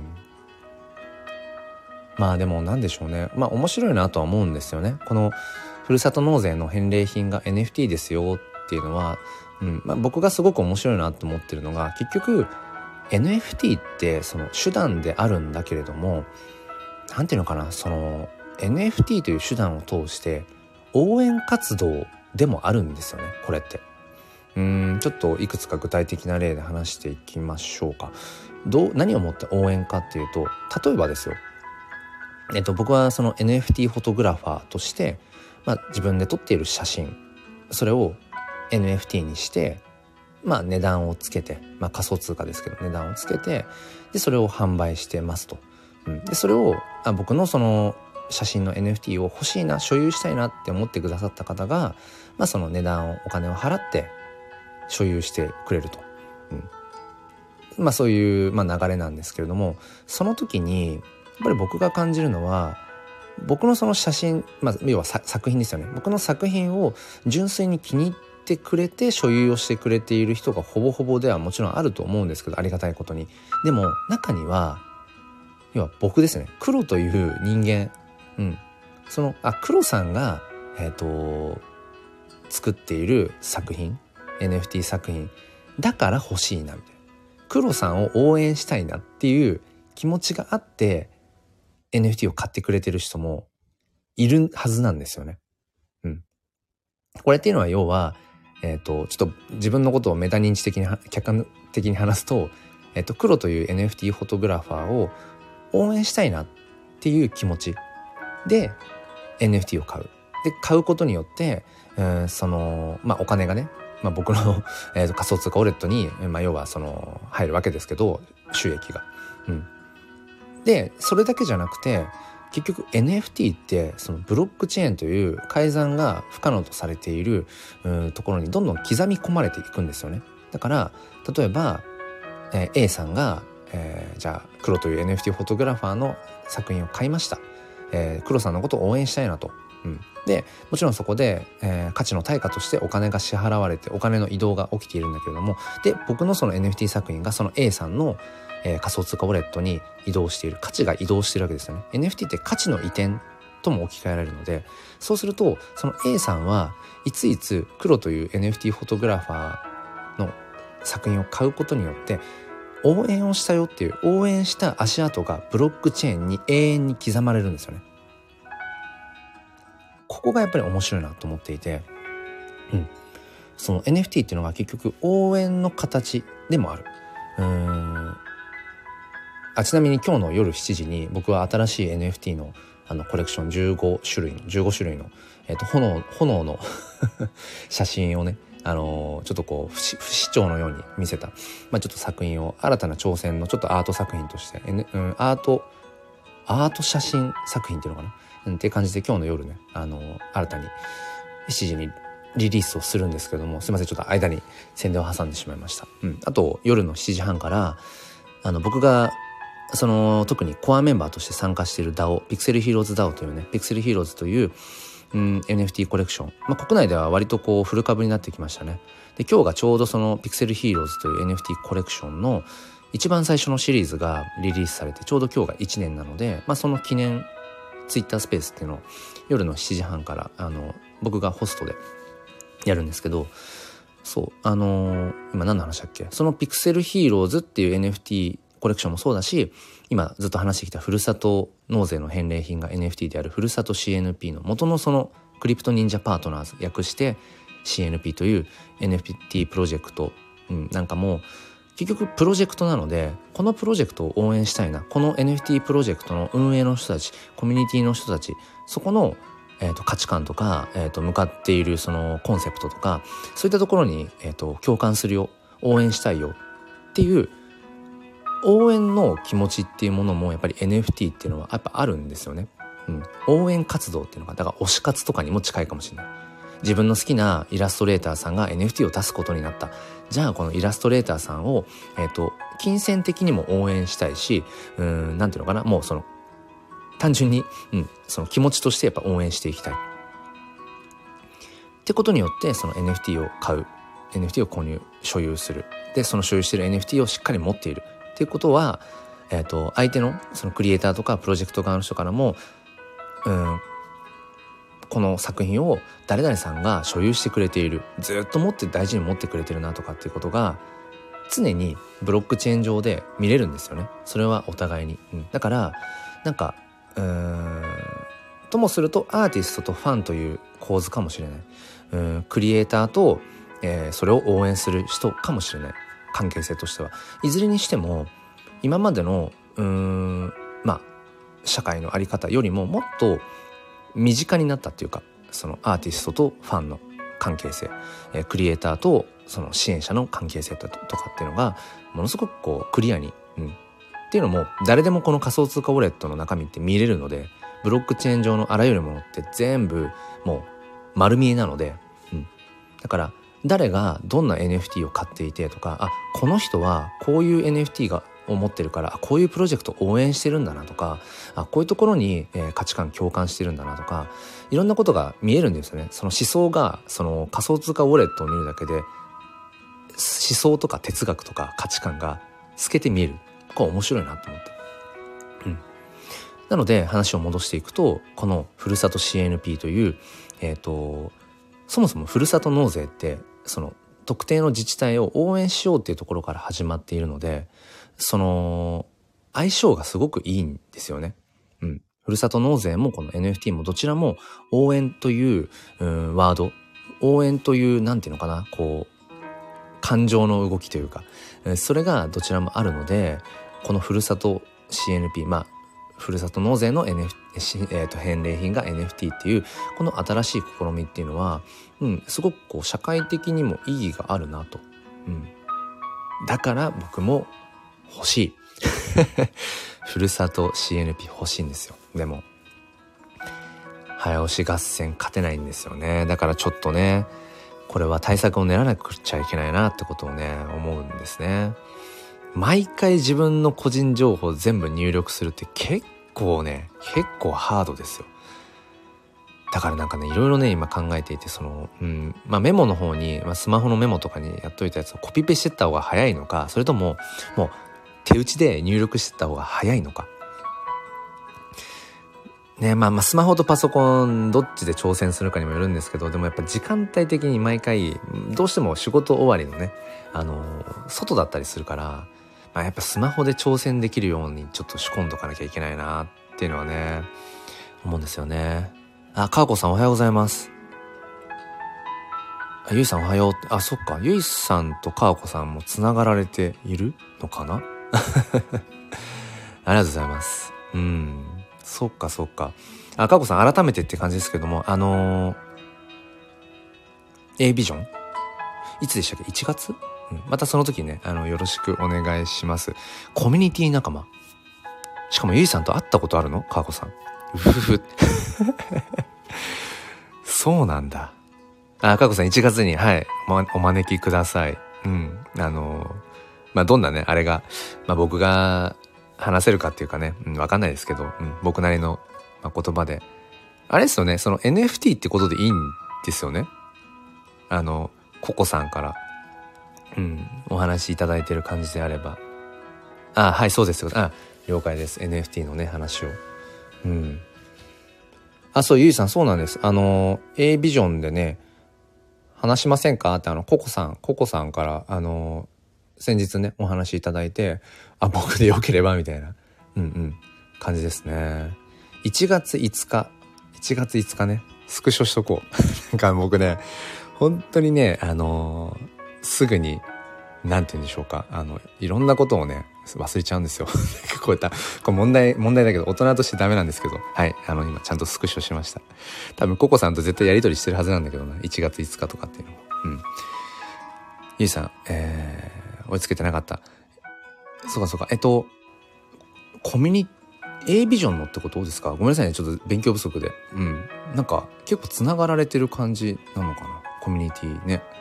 まあでもなんでしょうね、面白いなとは思うんですよね。このふるさと納税の返礼品が NFT ですよっていうのは、僕がすごく面白いなと思ってるのが、結局NFT ってその手段であるんだけれども、なんていうのかな、NFT という手段を通して応援活動でもあるんですよね、これって。ちょっといくつか具体的な例で話していきましょうか。何をもって応援かっていうと、例えばですよ、僕はその NFT フォトグラファーとして、自分で撮っている写真、それを NFT にして値段をつけて、仮想通貨ですけど値段をつけて、でそれを販売してますと。でそれを僕のその写真の NFT を欲しいな、所有したいなって思ってくださった方が、その値段を、お金を払って所有してくれると。そういう流れなんですけれども、その時にやっぱり僕が感じるのは、僕のその写真、要は作品ですよね。僕の作品を純粋に気に入ってくれて所有をしてくれている人がほぼほぼではもちろんあると思うんですけど、ありがたいことに。でも中には、要は僕ですね、黒という人間、黒さんが作っている作品、 NFT 作品だから欲しいなみたいな、黒さんを応援したいなっていう気持ちがあって NFT を買ってくれてる人もいるはずなんですよね。これっていうのは要は、ちょっと自分のことをメタ認知的に客観的に話すと、黒という NFT フォトグラファーを応援したいなっていう気持ちで NFT を買う。で買うことによって、お金がね、僕の、仮想通貨ウォレットに、要は入るわけですけど、収益が。でそれだけじゃなくて、結局 NFT ってそのブロックチェーンという改ざんが不可能とされているところにどんどん刻み込まれていくんですよね。だから例えば、A さんが、 じゃあ黒という NFT フォトグラファーの作品を買いました。黒さんのことを応援したいなと。でもちろんそこで、価値の対価としてお金が支払われてお金の移動が起きているんだけれども、で僕のその NFT 作品がその A さんの、仮想通貨ウォレットに移動している、価値が移動しているわけですよね。 NFT って価値の移転とも置き換えられるので、そうするとその A さんはいついつ黒という NFT フォトグラファーの作品を買うことによって応援をしたよっていう応援した足跡がブロックチェーンに永遠に刻まれるんですよね。ここがやっぱり面白いなと思っていて、その NFT っていうのが結局応援の形でもある。ちなみに今日の夜7時に僕は新しい NFT のコレクション15種類の、炎の写真をね、ちょっとこう不死鳥のように見せた、ちょっと作品を新たな挑戦のちょっとアート作品として、アート写真作品っていうのかな、っていう感じで今日の夜ね、新たに7時にリリースをするんですけども、すいません、ちょっと間に宣伝を挟んでしまいました。あと夜の7時半から僕が特にコアメンバーとして参加している DAO ピクセルヒーローズ DAO というね、ピクセルヒーローズという、NFT コレクション、国内では割とこうフル株になってきましたね。で今日がちょうどそのピクセルヒーローズという NFT コレクションの一番最初のシリーズがリリースされて、ちょうど今日が1年なので、その記念ツイッタースペースっていうのを夜の7時半から僕がホストでやるんですけど、そう今何の話だっけ、そのピクセルヒーローズっていう NFT コレクションもそうだし、今ずっと話してきたふるさと納税の返礼品が NFT であるふるさと CNP の元のそのクリプト忍者パートナーズ、略して CNP という NFT プロジェクト、なんかもう結局プロジェクトなので、このプロジェクトを応援したいな、この NFT プロジェクトの運営の人たち、コミュニティの人たち、そこの価値観とか、向かっているそのコンセプトとか、そういったところに、共感するよ、応援したいよっていう応援の気持ちっていうものもやっぱり NFT っていうのはやっぱあるんですよね。応援活動っていうのが、だから推し活とかにも近いかもしれない。自分の好きなイラストレーターさんが NFT を出すことになった。じゃあこのイラストレーターさんを金銭的にも応援したいし、なんていうのかな、もうその単純に、その気持ちとしてやっぱ応援していきたいってことによって、その NFT を買う、 NFT を購入所有する、でその所有している NFT をしっかり持っているっていうことは、相手のそのクリエイターとかプロジェクト側の人からも、この作品を誰々さんが所有してくれている、ずっと持って大事に持ってくれてるなとかっていうことが常にブロックチェーン上で見れるんですよね。それはお互いに、だからなんかともするとアーティストとファンという構図かもしれない、クリエイターと、それを応援する人かもしれない、関係性としては。いずれにしても今までの社会のあり方よりももっと身近になったっていうか、そのアーティストとファンの関係性、クリエイターとその支援者の関係性とかっていうのがものすごくこうクリアに、っていうのも誰でもこの仮想通貨ウォレットの中身って見れるので、ブロックチェーン上のあらゆるものって全部もう丸見えなので、だから誰がどんな NFT を買っていてとか、この人はこういう NFT を持ってるからこういうプロジェクトを応援してるんだなとか、こういうところに、価値観共感してるんだなとか、いろんなことが見えるんですよね。その思想がその仮想通貨ウォレットを見るだけで思想とか哲学とか価値観が透けて見える。これ面白いなと思って、なので話を戻していくと、このふるさと CNP という、そもそもふるさと納税ってその特定の自治体を応援しようっていうところから始まっているので、その相性がすごくいいんですよね。ふるさと納税もこの NFT もどちらも応援という、ワード、応援というなんていうのかな、こう感情の動きというか、それがどちらもあるので、このふるさと CNP、ふるさと納税の、返礼品が NFT っていうこの新しい試みっていうのは、すごくこう社会的にも意義があるなと、だから僕も欲しいふるさと CNP 欲しいんですよ。でも早押し合戦勝てないんですよね。だからちょっとね、これは対策を練らなくちゃいけないなってことをね思うんですね。 毎回自分の個人情報全部入力するって結構ハードですよ。だからなんかね、いろいろね今考えていて、メモの方に、スマホのメモとかにやっといたやつをコピペしてった方が早いのか、それとももう手打ちで入力してった方が早いのかね。スマホとパソコンどっちで挑戦するかにもよるんですけど、でもやっぱ時間帯的に毎回どうしても仕事終わりのね外だったりするから、やっぱスマホで挑戦できるようにちょっと仕込んどかなきゃいけないなっていうのはね思うんですよね。かーこさんおはようございます。ゆいさんおはよう。そっか、ゆいさんとかーこさんもつながられているのかなありがとうございます。そっかかーこさん改めてって感じですけども、A ビジョンいつでしたっけ、1月、またその時ねよろしくお願いします。コミュニティ仲間、しかもゆいさんと会ったことあるの、かーこさん。うふふそうなんだ。かーこさん1月にお招きください。どんなねあれが、僕が話せるかっていうかね、わかんないですけど、僕なりの、言葉であれですよね、その NFT ってことでいいんですよね。ココさんからお話いただいてる感じであれば、はいそうですよ。了解です。 NFT のね話を。そう、ゆいさんそうなんです。A ビジョンでね話しませんかってココさんから先日ねお話いただいて、僕でよければみたいな感じですね。1月5日ね、スクショしとこうなんか僕ね本当にねすぐになんて言うんでしょうか、いろんなことをね忘れちゃうんですよこれ問題だけど大人としてダメなんですけど、今ちゃんとスクショしました。多分ココさんと絶対やり取りしてるはずなんだけどな、1月5日とかっていうのも。ゆいさん、追いつけてなかった。そうかコミュニ A ビジョンのってことですか。ごめんなさいね、ちょっと勉強不足で。なんか結構つながられてる感じなのかな、コミュニティね。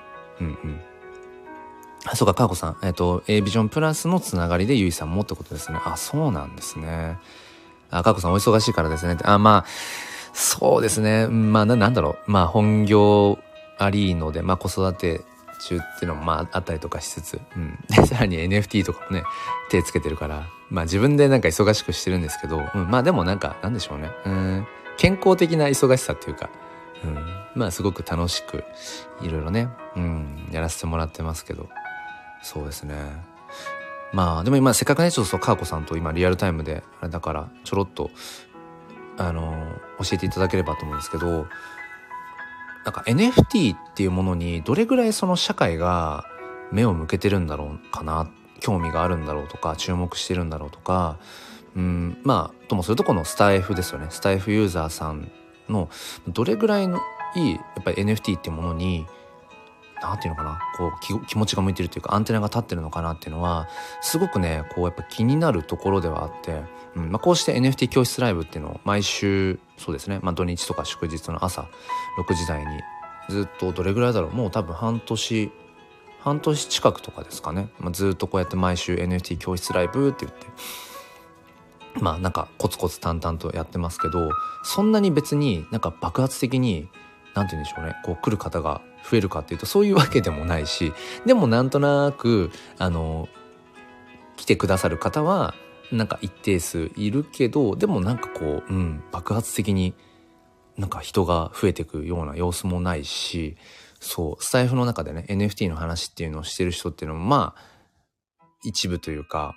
そうか、かーこさん、A ビジョンプラスのつながりでゆいさんもってことですね。そうなんですね。かーこさんお忙しいからですね。そうですね。なんだろう。本業ありので、子育て中っていうのもあったりとかしつつ、でさらに NFT とかもね手つけてるから、自分でなんか忙しくしてるんですけど、でもなんでしょうね。健康的な忙しさっていうか、すごく楽しくいろいろね、やらせてもらってますけど、そうですね。でも今せっかくねちょっとかーこさんと今リアルタイムであれだからちょろっと教えていただければと思うんですけど、なんか NFT っていうものにどれぐらいその社会が目を向けてるんだろうかな、興味があるんだろうとか注目してるんだろうとか、ともするとこのスタイフですよね。スタイフユーザーさんのどれぐらいのいいやっぱり NFT っていうものになんていうのかな、こう気持ちが向いてるというかアンテナが立ってるのかなっていうのはすごくねこうやっぱ気になるところではあって、こうして NFT 教室ライブっていうのを毎週そうですね、土日とか祝日の朝6時台にずっとどれぐらいだろう、もう多分半年近くとかですかね、ずっとこうやって毎週 NFT 教室ライブって言ってなんかコツコツ淡々とやってますけど、そんなに別になんか爆発的になんて言うんでしょうね、こう来る方が増えるかっていうとそういうわけでもないし、でもなんとなく来てくださる方はなんか一定数いるけど、でもなんかこう、爆発的になんか人が増えていくような様子もないし、そうスタイフの中でね NFT の話っていうのをしてる人っていうのも一部というか、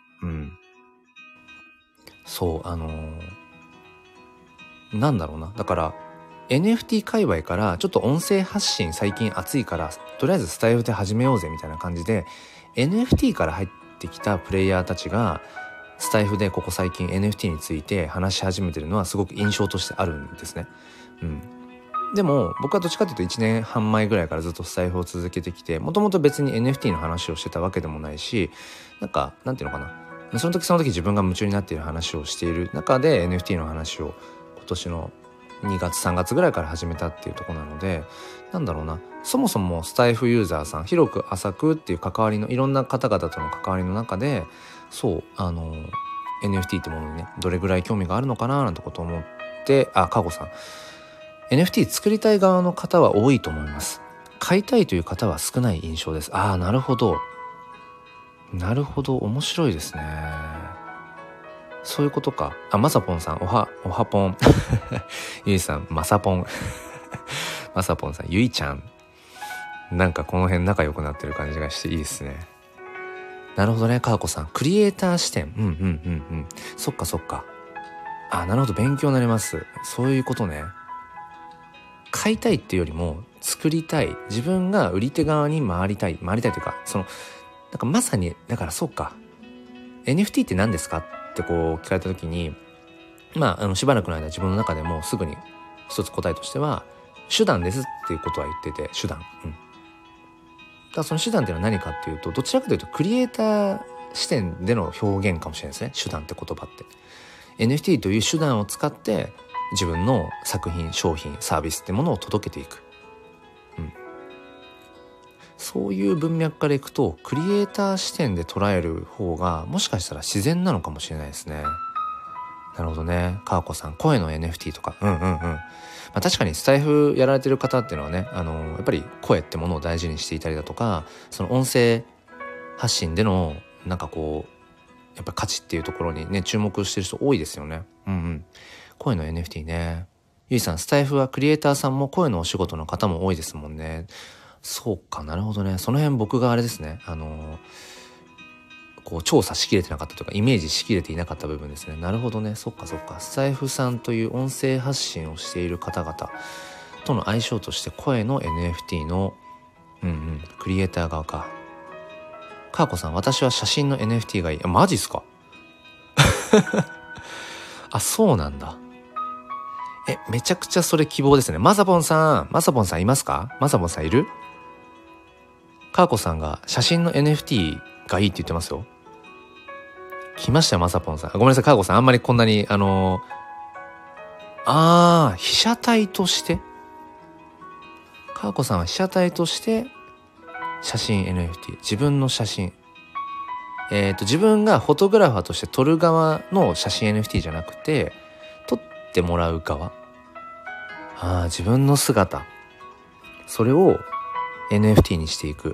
そうなんだろうな、だからNFT 界隈からちょっと音声発信最近熱いからとりあえずスタイフで始めようぜみたいな感じで NFT から入ってきたプレイヤーたちがスタイフでここ最近 NFT について話し始めてるのはすごく印象としてあるんですね。でも僕はどっちかというと1年半前ぐらいからずっとスタイフを続けてきて、もともと別に NFT の話をしてたわけでもないし、なんていうのかな、その時自分が夢中になっている話をしている中で NFT の話を今年の 2月3月ぐらいから始めたっていうところなので、なんだろうな、そもそもスタイフユーザーさん、広く浅くっていう関わりのいろんな方々との関わりの中で、そうNFT ってものにねどれぐらい興味があるのかななんてことを思って、カーゴさん NFT 作りたい側の方は多いと思います。買いたいという方は少ない印象です。なるほどなるほど、面白いですね。そういうことか。まさぽんさん、おはぽんゆいさん、まさぽんまさぽんさん、ゆいちゃん、なんかこの辺仲良くなってる感じがしていいですね。なるほどね、かーこさん、クリエイター視点、そっかそっか。なるほど、勉強になります。そういうことね。買いたいっていうよりも作りたい、自分が売り手側に回りたいというか、なんかまさにだからそうか、 NFT って何ですかってこう聞かれた時に、しばらくの間自分の中でもすぐに一つ答えとしては手段ですっていうことは言ってて、手段、だからその手段っていうのは何かっていうと、どちらかというとクリエイター視点での表現かもしれないですね。手段って言葉って NFT という手段を使って自分の作品、商品、サービスってものを届けていく、そういう文脈からいくとクリエイター視点で捉える方がもしかしたら自然なのかもしれないですね。なるほどね、かーこさん、声の NFT とか、確かにスタイフやられてる方っていうのはね、やっぱり声ってものを大事にしていたりだとか、その音声発信でのなんかこうやっぱ価値っていうところにね注目してる人多いですよね。声の NFT ね。ゆいさん、スタイフはクリエイターさんも声のお仕事の方も多いですもんね。そうか、なるほどね。その辺僕があれですね、こう調査しきれてなかったというかイメージしきれていなかった部分ですね。なるほどね、そっかそっか。スタイフさんという音声発信をしている方々との相性として声の NFT のクリエイター側か。かーこさん、私は写真の NFT がいい。マジっすかそうなんだ。めちゃくちゃそれ希望ですね。まさぽんさんいますか？まさぽんさんいる？かーこさんが写真の NFT がいいって言ってますよ。来ましたよ、まさぽんさん。ごめんなさい、かーこさん、あんまりこんなに被写体としてかーこさんは被写体として写真 NFT、 自分の写真、自分がフォトグラファーとして撮る側の写真 NFT じゃなくて、撮ってもらう側、自分の姿、それを NFT にしていく。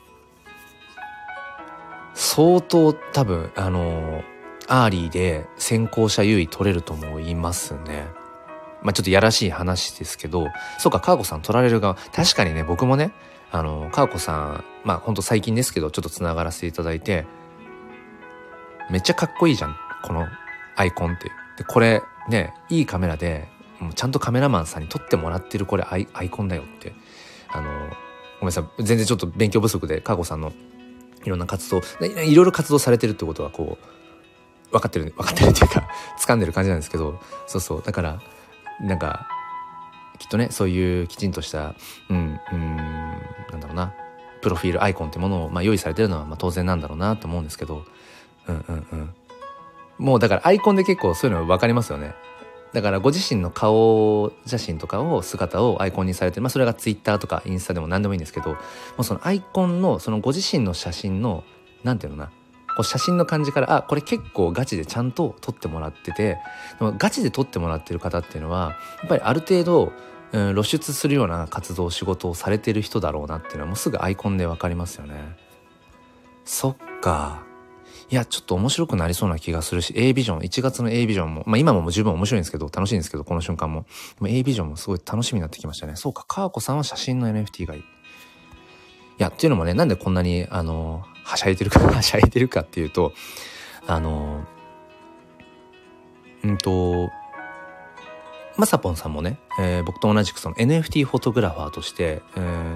相当多分アーリーで先行者優位取れると思いますね。ちょっとやらしい話ですけど、そうか、かーこさん撮られる側、確かにね、僕もね、かーこさん、ほんと最近ですけどちょっとつながらせていただいて、めっちゃかっこいいじゃんこのアイコンって。でこれね、いいカメラでもうちゃんとカメラマンさんに撮ってもらってるこれアイコンだよって。ごめんなさい、全然ちょっと勉強不足でかーこさんのいろんな活動、いろいろ活動されてるってことはこう分かってるっていうか掴んでる感じなんですけど、そうだからなんかきっとね、そういうきちんとしたなんだろうな、プロフィールアイコンってものを用意されてるのは当然なんだろうなと思うんですけど、もうだからアイコンで結構そういうの分かりますよね。だからご自身の顔写真とかを姿をアイコンにされてる、それがツイッターとかインスタでも何でもいいんですけど、もうそのアイコンのそのご自身の写真のなんていうのな、こう写真の感じからこれ結構ガチでちゃんと撮ってもらってて、でもガチで撮ってもらってる方っていうのはやっぱりある程度、露出するような活動仕事をされてる人だろうなっていうのはもうすぐアイコンで分かりますよね。そっか。いや、ちょっと面白くなりそうな気がするし、A ビジョン、1月の A ビジョンも、今も十分面白いんですけど、楽しいんですけど、この瞬間も。A ビジョンもすごい楽しみになってきましたね。そうか、かーこさんは写真の NFT がいい。いや、っていうのもね、なんでこんなに、はしゃいでるかっていうと、まさぽんさんもね、僕と同じくその NFT フォトグラファーとして、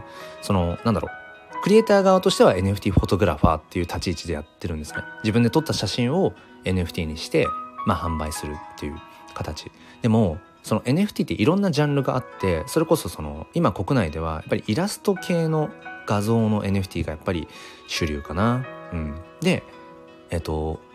クリエイター側としては NFT フォトグラファーっていう立ち位置でやってるんですね。自分で撮った写真を NFT にして、販売するっていう形。でもその NFT っていろんなジャンルがあって、それこそその今国内ではやっぱりイラスト系の画像の NFT がやっぱり主流かな。で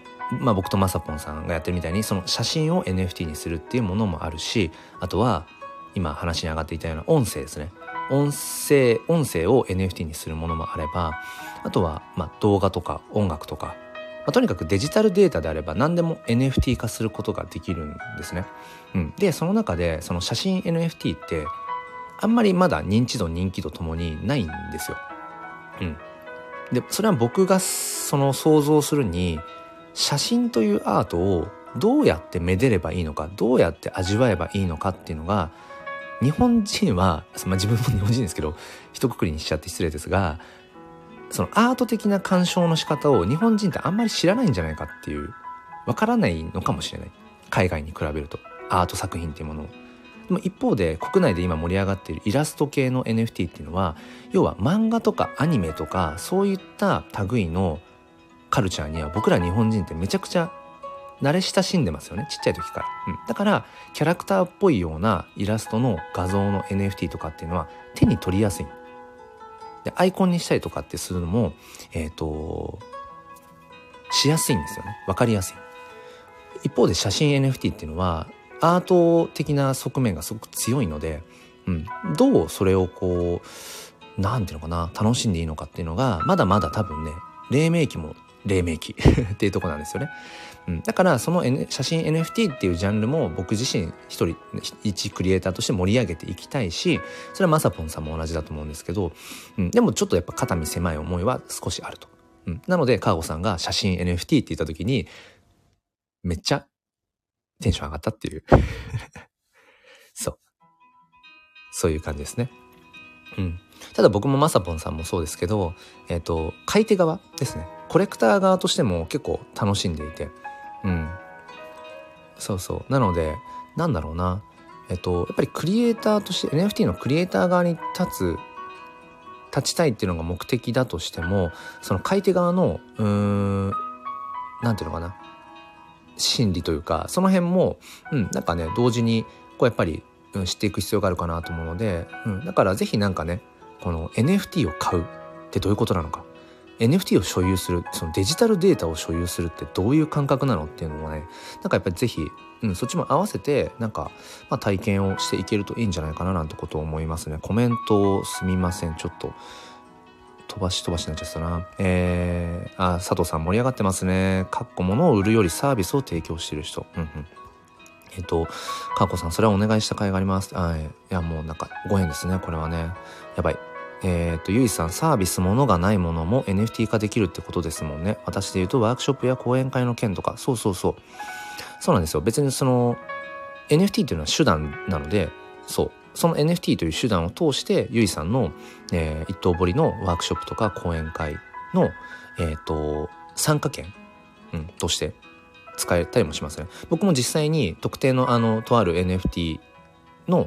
僕とまさぽんさんがやってるみたいにその写真を NFT にするっていうものもあるし、あとは今話に上がっていたような音声ですね。音声を NFT にするものもあれば、あとは動画とか音楽とか、とにかくデジタルデータであれば何でも NFT 化することができるんですね。でその中でその写真 NFT ってあんまりまだ認知度人気度ともにないんですよ。でそれは僕がその想像するに、写真というアートをどうやってめでればいいのか、どうやって味わえばいいのかっていうのが、日本人は、自分も日本人ですけど一括りにしちゃって失礼ですが、そのアート的な鑑賞の仕方を日本人ってあんまり知らないんじゃないかっていう、わからないのかもしれない、海外に比べるとアート作品っていうものを。でも一方で国内で今盛り上がっているイラスト系の NFT っていうのは、要は漫画とかアニメとかそういった類のカルチャーには僕ら日本人ってめちゃくちゃ慣れ親しんでますよね、ちっちゃい時から。だからキャラクターっぽいようなイラストの画像の NFT とかっていうのは手に取りやすい。でアイコンにしたりとかってするのもしやすいんですよね。わかりやすい。一方で写真 NFT っていうのはアート的な側面がすごく強いので、どうそれをなんていうのかな、楽しんでいいのかっていうのがまだまだ多分ね、黎明期も黎明期っていうとこなんですよね。だからその、写真 NFT っていうジャンルも僕自身一クリエイターとして盛り上げていきたいし、それはまさぽんさんも同じだと思うんですけど、でもちょっとやっぱ肩身狭い思いは少しあると。なのでカーゴさんが写真 NFT って言った時にめっちゃテンション上がったっていうそういう感じですね。ただ僕もまさぽんさんもそうですけど、買い手側ですね、コレクター側としても結構楽しんでいて、なのでなんだろうな、やっぱりクリエイターとして NFT のクリエイター側に立ちたいっていうのが目的だとしても、その買い手側のなんていうのかな、心理というか、その辺もなんかね、同時にやっぱり知っていく必要があるかなと思うので、だからぜひなんかね、この NFT を買うってどういうことなのか、 NFT を所有する、そのデジタルデータを所有するってどういう感覚なのっていうのをね、なんかやっぱりぜひ、そっちも合わせてなんか、体験をしていけるといいんじゃないかななんてことを思いますね。コメントをすみません、ちょっと飛ばしになっちゃったな。佐藤さん盛り上がってますね。物を売るよりサービスを提供している人。かーこさん、それはお願いした甲斐があります。いや、もうなんかご縁ですね、これはね。やばい。ゆいさん、サービスものがないものも NFT 化できるってことですもんね。私で言うとワークショップや講演会の件とか。そうなんですよ。別にその NFT っていうのは手段なので、その NFT という手段を通してゆいさんの、一刀彫りのワークショップとか講演会の、参加券、として使えたりもしますね。僕も実際に特定のとある NFT の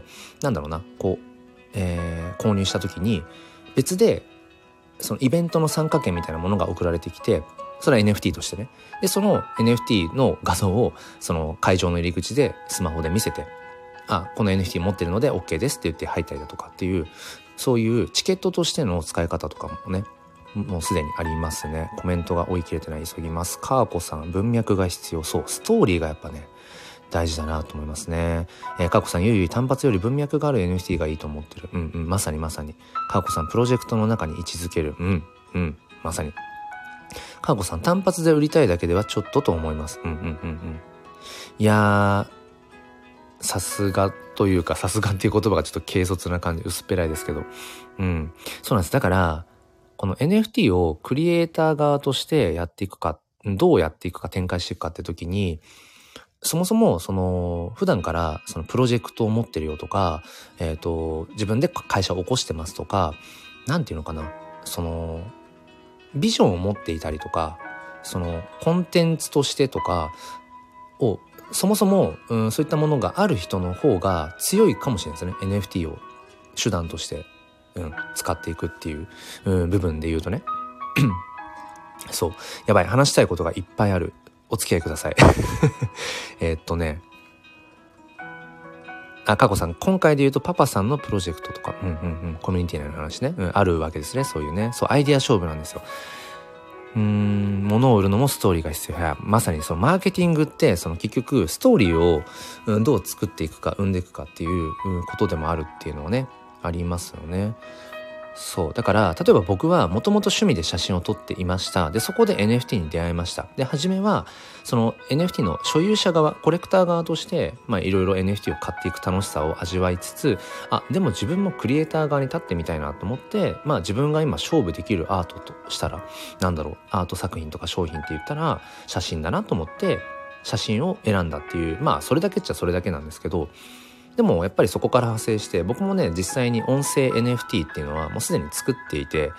購入した時に別でそのイベントの参加券みたいなものが送られてきて、それは NFT としてね。でその NFT の画像をその会場の入り口でスマホで見せて、この NFT 持ってるので OK ですって言って入ったりだとかっていう、そういうチケットとしての使い方とかもね、もうすでにありますね。コメントが追い切れてない、急ぎます。カーコさん、文脈が必要。ストーリーがやっぱね大事だなと思いますね。カーコさん、ゆい単発より文脈がある NFT がいいと思ってる。まさにカーコさん、プロジェクトの中に位置づける。まさに。カーコさん、単発で売りたいだけではちょっとと思います。いやー、さすがというか、さすがっていう言葉がちょっと軽率な感じ、薄っぺらいですけど、そうなんです。だからこの NFT をクリエイター側としてやっていくか、どうやっていくか、展開していくかって時に、そもそもその普段からそのプロジェクトを持ってるよとか、自分で会社を起こしてますとか、なんていうのかな、そのビジョンを持っていたりとか、そのコンテンツとしてとかをそもそも、そういったものがある人の方が強いかもしれないですね。 NFT を手段として使っていくっていう、部分で言うとねやばい、話したいことがいっぱいある。お付き合いくださいカコさん、今回で言うとパパさんのプロジェクトとか、コミュニティ内の話ね、あるわけですね。そういうね、アイディア勝負なんですよ。 物を売るのもストーリーが必要や、まさにそのマーケティングってその結局ストーリーをどう作っていくか生んでいくかっていうことでもあるっていうのはねありますよね。そうだから例えば僕はもともと趣味で写真を撮っていました。でそこで NFT に出会いました。で初めはその NFT の所有者側コレクター側としていろいろ NFT を買っていく楽しさを味わいつつ、でも自分もクリエイター側に立ってみたいなと思って、自分が今勝負できるアートとしたらアート作品とか商品って言ったら写真だなと思って写真を選んだっていう、それだけっちゃそれだけなんですけど、でもやっぱりそこから派生して僕もね実際に音声 NFT っていうのはもうすでに作っていて、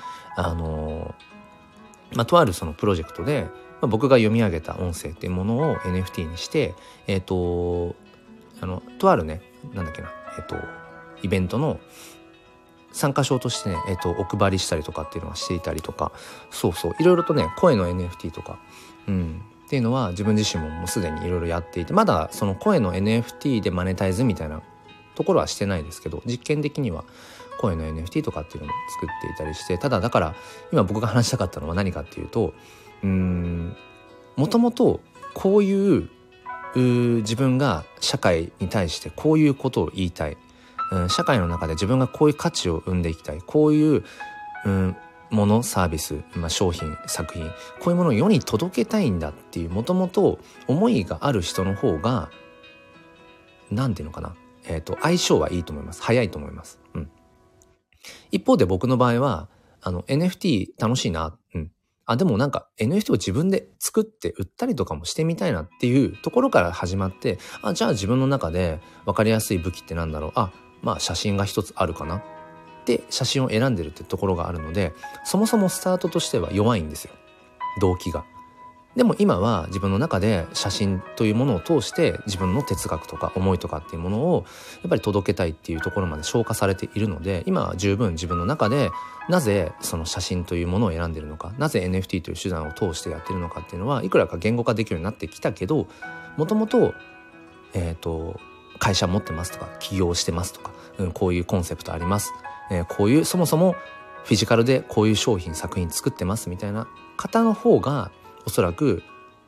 とあるそのプロジェクトで、僕が読み上げた音声っていうものを NFT にしてとあるねイベントの参加賞としてね、お配りしたりとかっていうのはしていたりとか、いろいろとね声の NFT とかっていうのは自分自身ももうすでにいろいろやっていて、まだその声の NFT でマネタイズみたいなところはしてないですけど、実験的には声の NFT とかっていうのも作っていたりして、ただだから今僕が話したかったのは何かっていうと、もともとこういう自分が社会に対してこういうことを言いたい、社会の中で自分がこういう価値を生んでいきたい、こういう、ものサービス、商品作品こういうものを世に届けたいんだっていうもともと思いがある人の方がなんていうのかな、相性はいいと思います。早いと思います。一方で僕の場合はNFT 楽しいな、でもなんか NFT を自分で作って売ったりとかもしてみたいなっていうところから始まって、じゃあ自分の中で分かりやすい武器ってなんだろう、写真が一つあるかなって写真を選んでるってところがあるので、そもそもスタートとしては弱いんですよ、動機が。でも今は自分の中で写真というものを通して自分の哲学とか思いとかっていうものをやっぱり届けたいっていうところまで消化されているので、今は十分自分の中でなぜその写真というものを選んでるのか、なぜ NFT という手段を通してやってるのかっていうのはいくらか言語化できるようになってきたけど、もともと会社持ってますとか起業してますとか、こういうコンセプトあります、こういうそもそもフィジカルでこういう商品作品作ってますみたいな方の方がおそらく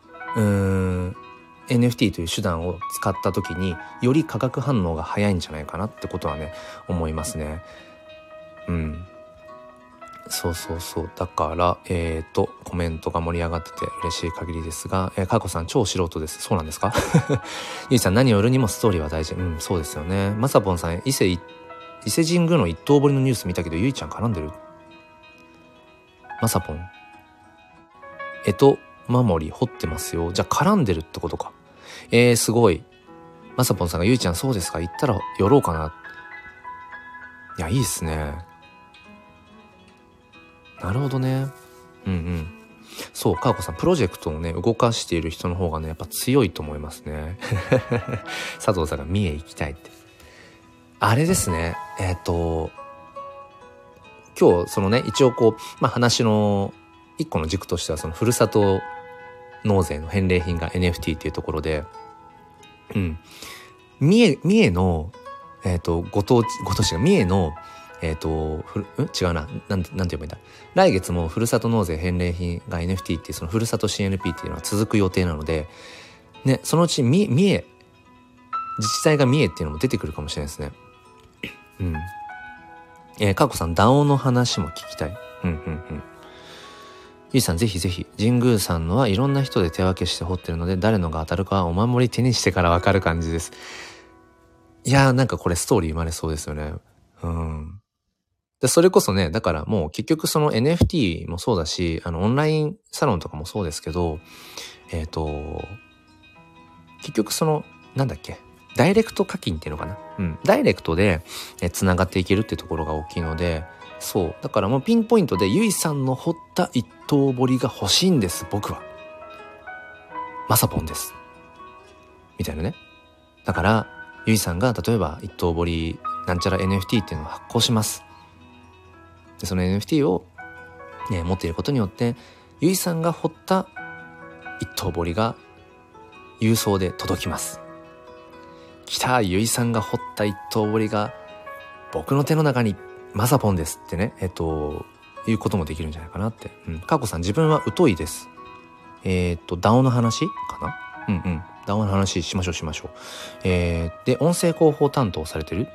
NFT という手段を使った時により化学反応が早いんじゃないかなってことはね思いますね。そうだからコメントが盛り上がってて嬉しい限りですが、かこさん超素人です。そうなんですかゆいさん、何を売るにもストーリーは大事。そうですよね。まさぽんさん、伊勢神宮の一刀彫りのニュース見たけどゆいちゃん絡んでる？まさぽん守り掘ってますよ。じゃあ絡んでるってことか。すごい。まさぽんさんがゆいちゃんそうですか、行ったら寄ろうかな。いやいいっすね。なるほどね。そう、かわこさんプロジェクトをね動かしている人の方がねやっぱ強いと思いますね。佐藤さんが三重行きたいって。あれですね。今日そのね一応話の一個の軸としてはそのふるさと納税の返礼品が NFT っていうところで、三重のご当地が三重の違うな、なんて言えばいいんだ。来月もふるさと納税返礼品が NFT っていうそのふるさと CNP っていうのは続く予定なのでね、そのうち三重自治体が三重っていうのも出てくるかもしれないですね。かこさん DAO の話も聞きたい。ゆいさんぜひぜひ、神宮さんのはいろんな人で手分けして掘ってるので誰のが当たるかはお守り手にしてから分かる感じです。いやーなんかこれストーリー生まれそうですよね。でそれこそね、だからもう結局その NFT もそうだし、オンラインサロンとかもそうですけど、結局そのなんだっけ、ダイレクト課金っていうのかな、ダイレクトでつながっていけるっていうところが大きいので、そうだからもうピンポイントでゆいさんの掘った一刀彫りが欲しいんです、僕はまさぽんですみたいなね。だからゆいさんが例えば一刀彫りなんちゃら NFT っていうのを発行します。でその NFT を、持っていることによってゆいさんが彫った一刀彫りが郵送で届きます。来た、ゆいさんが彫った一刀彫りが僕の手の中にまさぽんですってね、 いうこともできるんじゃないかなって。かこさん、自分は疎いです。DAO の話かな。DAO の話しましょう。で、音声広報担当されてる？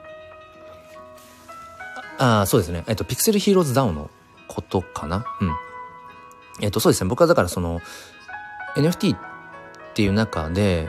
そうですね。ピクセルヒーローズ DAO のことかな。そうですね。僕はだからその NFT っていう中で、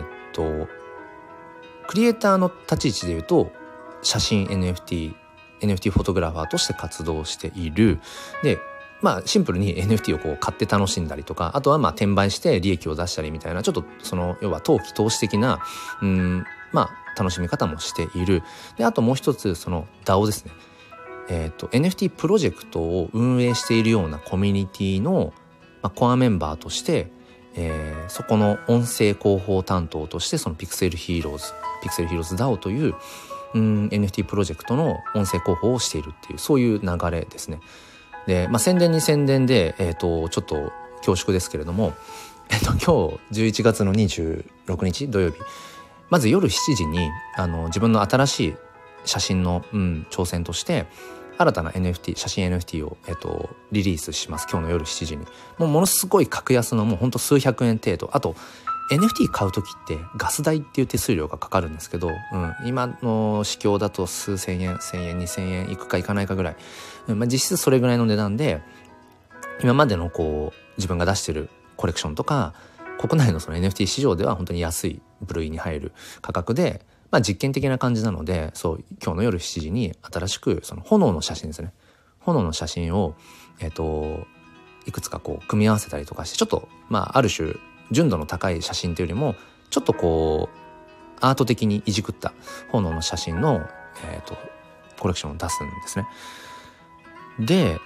クリエイターの立ち位置で言うと、写真 NFT フォトグラファーとして活動している。で、シンプルに NFT をこう買って楽しんだりとか、あとは転売して利益を出したりみたいな、ちょっとその、要は投資的な、楽しみ方もしている。で、あともう一つ、その DAO ですね。NFT プロジェクトを運営しているようなコミュニティの、コアメンバーとして、そこの音声広報担当として、そのピクセルヒーローズ DAO という、NFT プロジェクトの音声広報をしているっていう、そういう流れですね。で、宣伝に宣伝で、ちょっと恐縮ですけれども、今日11月の26日土曜日、まず夜7時に自分の新しい写真の、挑戦として新たな 写真 NFT を、リリースします。今日の夜7時に。ものすごい格安のもうほんと数百円程度。あと NFT 買うときってガス代っていう手数料がかかるんですけど、今の市況だと数千円、1000円、2000円いくかいかないかぐらい。実質それぐらいの値段で、今までの自分が出してるコレクションとか、国内のその NFT 市場では本当に安い部類に入る価格で、実験的な感じなので、今日の夜7時に新しくその炎の写真ですね。炎の写真を、いくつか組み合わせたりとかして、ちょっと、ある種、純度の高い写真というよりも、ちょっとアート的にいじくった炎の写真の、コレクションを出すんですね。で、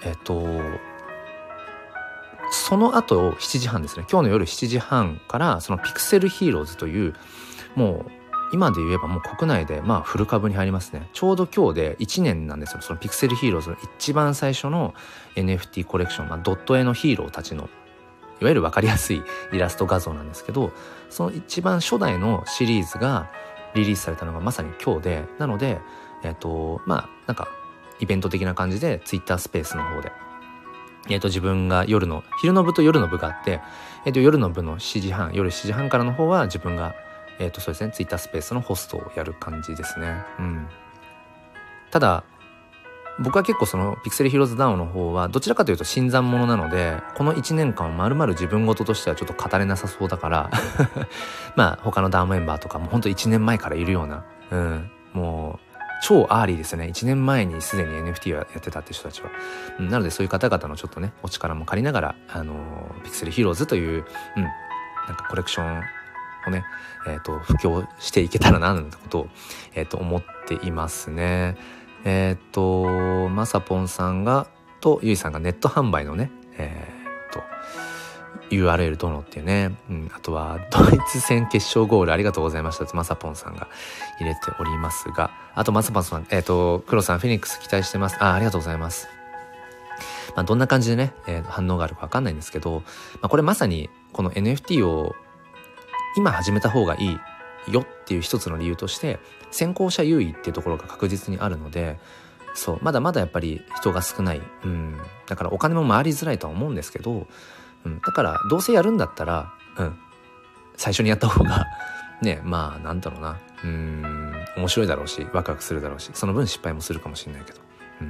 その後7時半ですね。今日の夜7時半から、そのピクセルヒーローズという、もう、今で言えばもう国内でフル株に入りますね。ちょうど今日で1年なんですよ。そのピクセルヒーローズの一番最初の NFT コレクション、ドット絵のヒーローたちのいわゆる分かりやすいイラスト画像なんですけど、その一番初代のシリーズがリリースされたのがまさに今日で、なのでなんかイベント的な感じでツイッタースペースの方で自分が昼の部と夜の部があって、夜の部の夜7時半からの方は自分がそうですね、ツイッタースペースのホストをやる感じですね。ただ僕は結構そのピクセルヒーローズ DAO の方はどちらかというと新参者なので、この1年間まるまる自分事としてはちょっと語れなさそうだから他の DAO メンバーとかも本当1年前からいるような、もう超アーリーですね。1年前にすでに NFT をやってたって人たちは、なのでそういう方々のちょっとねお力も借りながらピクセルヒーローズという、なんかコレクションをね、布教していけたらななんてことを、思っていますね。まさぽんさんがとゆいさんがネット販売のね、URL どのっていうね、あとはドイツ戦決勝ゴールありがとうございましたってまさぽんさんが入れておりますが、あとまさぽんさん、黒さんフェニックス期待してます。ありがとうございます。どんな感じでね、反応があるかわかんないんですけど、これまさにこの NFT を今始めた方がいいよっていう一つの理由として先行者優位っていうところが確実にあるので、まだまだやっぱり人が少ない、だからお金も回りづらいとは思うんですけど、だからどうせやるんだったら、最初にやった方がね、なんだろうな、面白いだろうしワクワクするだろうし、その分失敗もするかもしれないけど、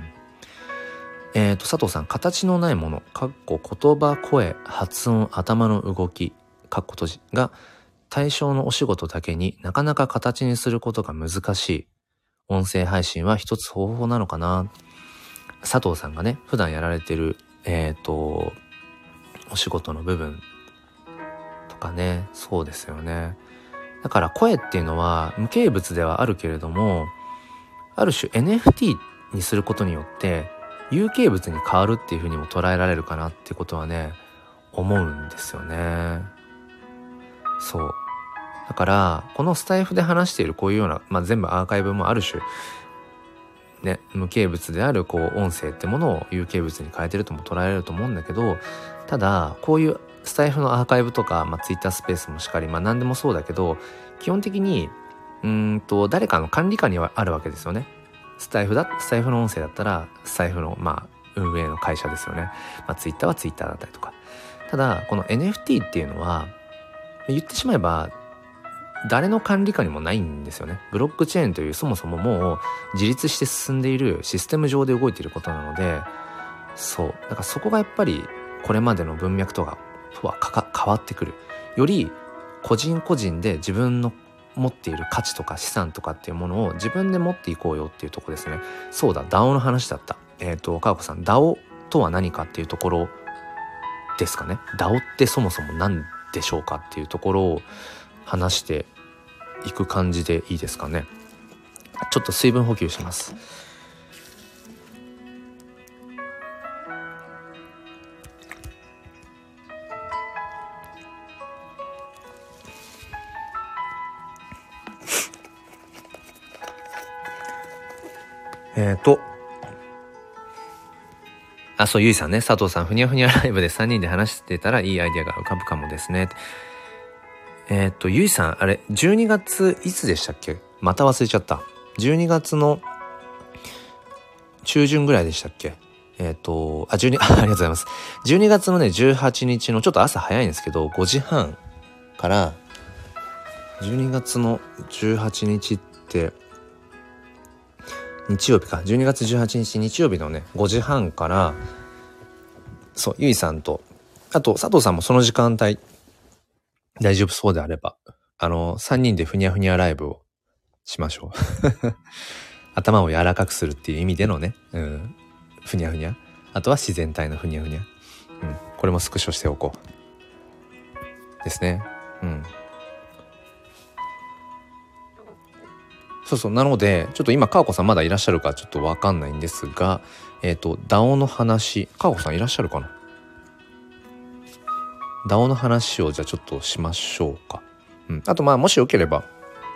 佐藤さん、形のないもの言葉、声、発音、頭の動き閉じが対象のお仕事だけになかなか形にすることが難しい。音声配信は一つ方法なのかな。佐藤さんがね、普段やられてる、お仕事の部分とかね、そうですよね。だから声っていうのは無形物ではあるけれども、ある種 NFT にすることによって有形物に変わるっていう風にも捉えられるかなってことはね、思うんですよね。だからこのスタイフで話しているこういうような、全部アーカイブもある種ね、無形物である音声ってものを有形物に変えてるとも捉えられると思うんだけど、ただこういうスタイフのアーカイブとか、ツイッタースペースもしっかり、何でもそうだけど、基本的に誰かの管理下にはあるわけですよね。スタイフの音声だったらスタイフの運営の会社ですよね。ツイッターはツイッターだったりとか。ただこの NFT っていうのは言ってしまえば誰の管理下にもないんですよね。ブロックチェーンというそもそももう自立して進んでいるシステム上で動いていることなので、そうだからそこがやっぱりこれまでの文脈とは変わってくる。より個人個人で自分の持っている価値とか資産とかっていうものを自分で持っていこうよっていうところですね。そうだ、 DAO の話だった。かわこさん、 DAO とは何かっていうところですかね。 DAO ってそもそも何でしょうかっていうところを話していく感じでいいですかね。ちょっと水分補給します。そう、ゆいさんね、佐藤さん、ふにゃふにゃライブで3人で話してたらいいアイデアが浮かぶかもですね。ゆいさん、あれ、12月いつでしたっけ？また忘れちゃった。12月の中旬ぐらいでしたっけ？ありがとうございます。12月のね、18日のちょっと朝早いんですけど、5時半から、12月の18日って、日曜日か。12月18日日曜日のね、5時半から、そう、ゆいさんと、あと、佐藤さんもその時間帯、大丈夫そうであれば、3人でふにゃふにゃライブをしましょう。頭を柔らかくするっていう意味でのね、ふにゃふにゃ。あとは自然体のふにゃふにゃ。これもスクショしておこう。ですね。そう、なので、ちょっと今、かわこさんまだいらっしゃるかちょっとわかんないんですが、DAO の話、かわこさんいらっしゃるかな？ DAO の話をじゃあちょっとしましょうか。あともしよければ、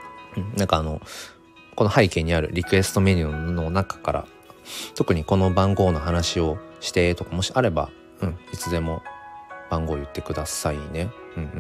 この背景にあるリクエストメニューの中から、特にこの番号の話をしてとかもしあれば、いつでも番号言ってくださいね。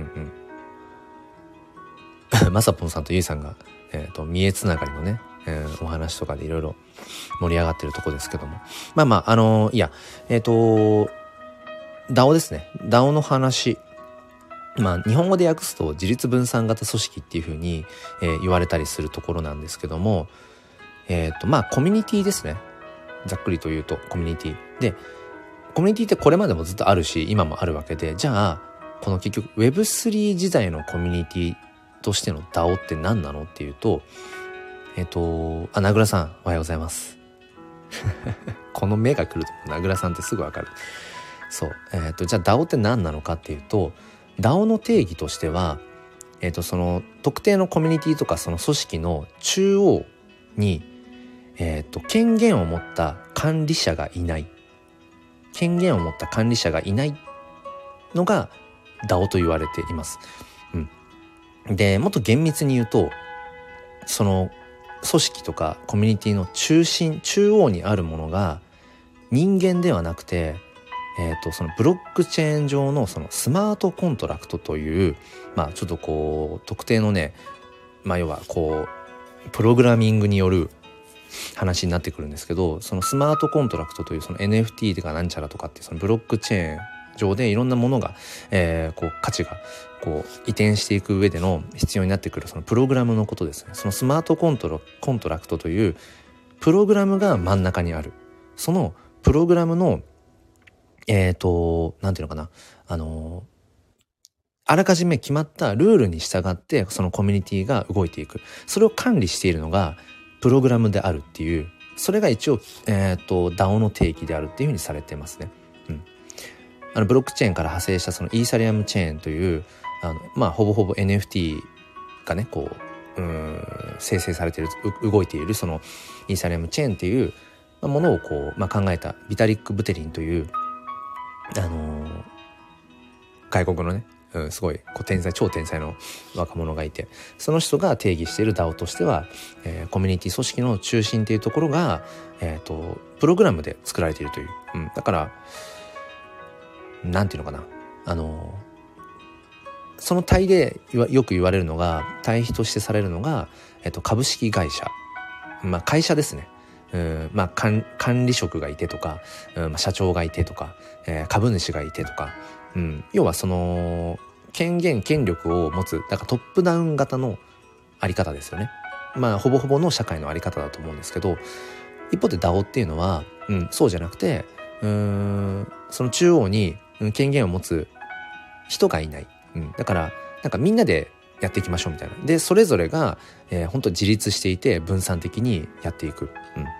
まさぽんさんとゆいさんが、三重つながりのね、お話とかでいろいろ盛り上がってるとこですけども。DAO ですね。DAO の話。日本語で訳すと自立分散型組織っていう風に、言われたりするところなんですけども、コミュニティですね。ざっくりと言うとコミュニティ。で、コミュニティってこれまでもずっとあるし、今もあるわけで、じゃあ、この結局 Web3 時代のコミュニティとしての DAO って何なのっていうと、名倉さん、おはようございます。この目が来ると、名倉さんってすぐわかる。そう。じゃあ DAO って何なのかっていうと、DAO の定義としては、その特定のコミュニティとかその組織の中央に、権限を持った管理者がいない。権限を持った管理者がいないのが DAO と言われています。で、もっと厳密に言うと、その組織とかコミュニティの中央にあるものが人間ではなくて、そのブロックチェーン上のそのスマートコントラクトという、ちょっとこう特定のね、要はこうプログラミングによる話になってくるんですけど、そのスマートコントラクトというその NFT とかなんちゃらとかっていうそのブロックチェーン上でいろんなものが、こう価値がこう移転していく上での必要になってくるそのプログラムのことですね。そのスマートコントラクトというプログラムが真ん中にある。そのプログラムのなんていうのかな、あらかじめ決まったルールに従ってそのコミュニティが動いていく。それを管理しているのがプログラムであるっていう、それが一応DAO の定義であるっていうふうにされてますね。ブロックチェーンから派生したそのイーサリアムチェーンというほぼほぼ NFT がねこう生成されている動いているそのイーサリアムチェーンっていうものをこう、考えたビタリック・ブテリンという外国のね、すごい超天才の若者がいて、その人が定義している DAO としては、コミュニティ組織の中心っていうところが、プログラムで作られているという、だからなんていうのかな、その対でよく言われるのが、対比としてされるのが、株式会社、会社ですね。 まあ、管理職がいてとか、社長がいてとか、株主がいてとか、要はその権力を持つ、だからトップダウン型のあり方ですよね。まあほぼほぼの社会のあり方だと思うんですけど、一方で DAO っていうのは、そうじゃなくて、その中央に権限を持つ人がいない、だからなんかみんなでやっていきましょうみたいな。でそれぞれが、本当自立していて分散的にやっていく、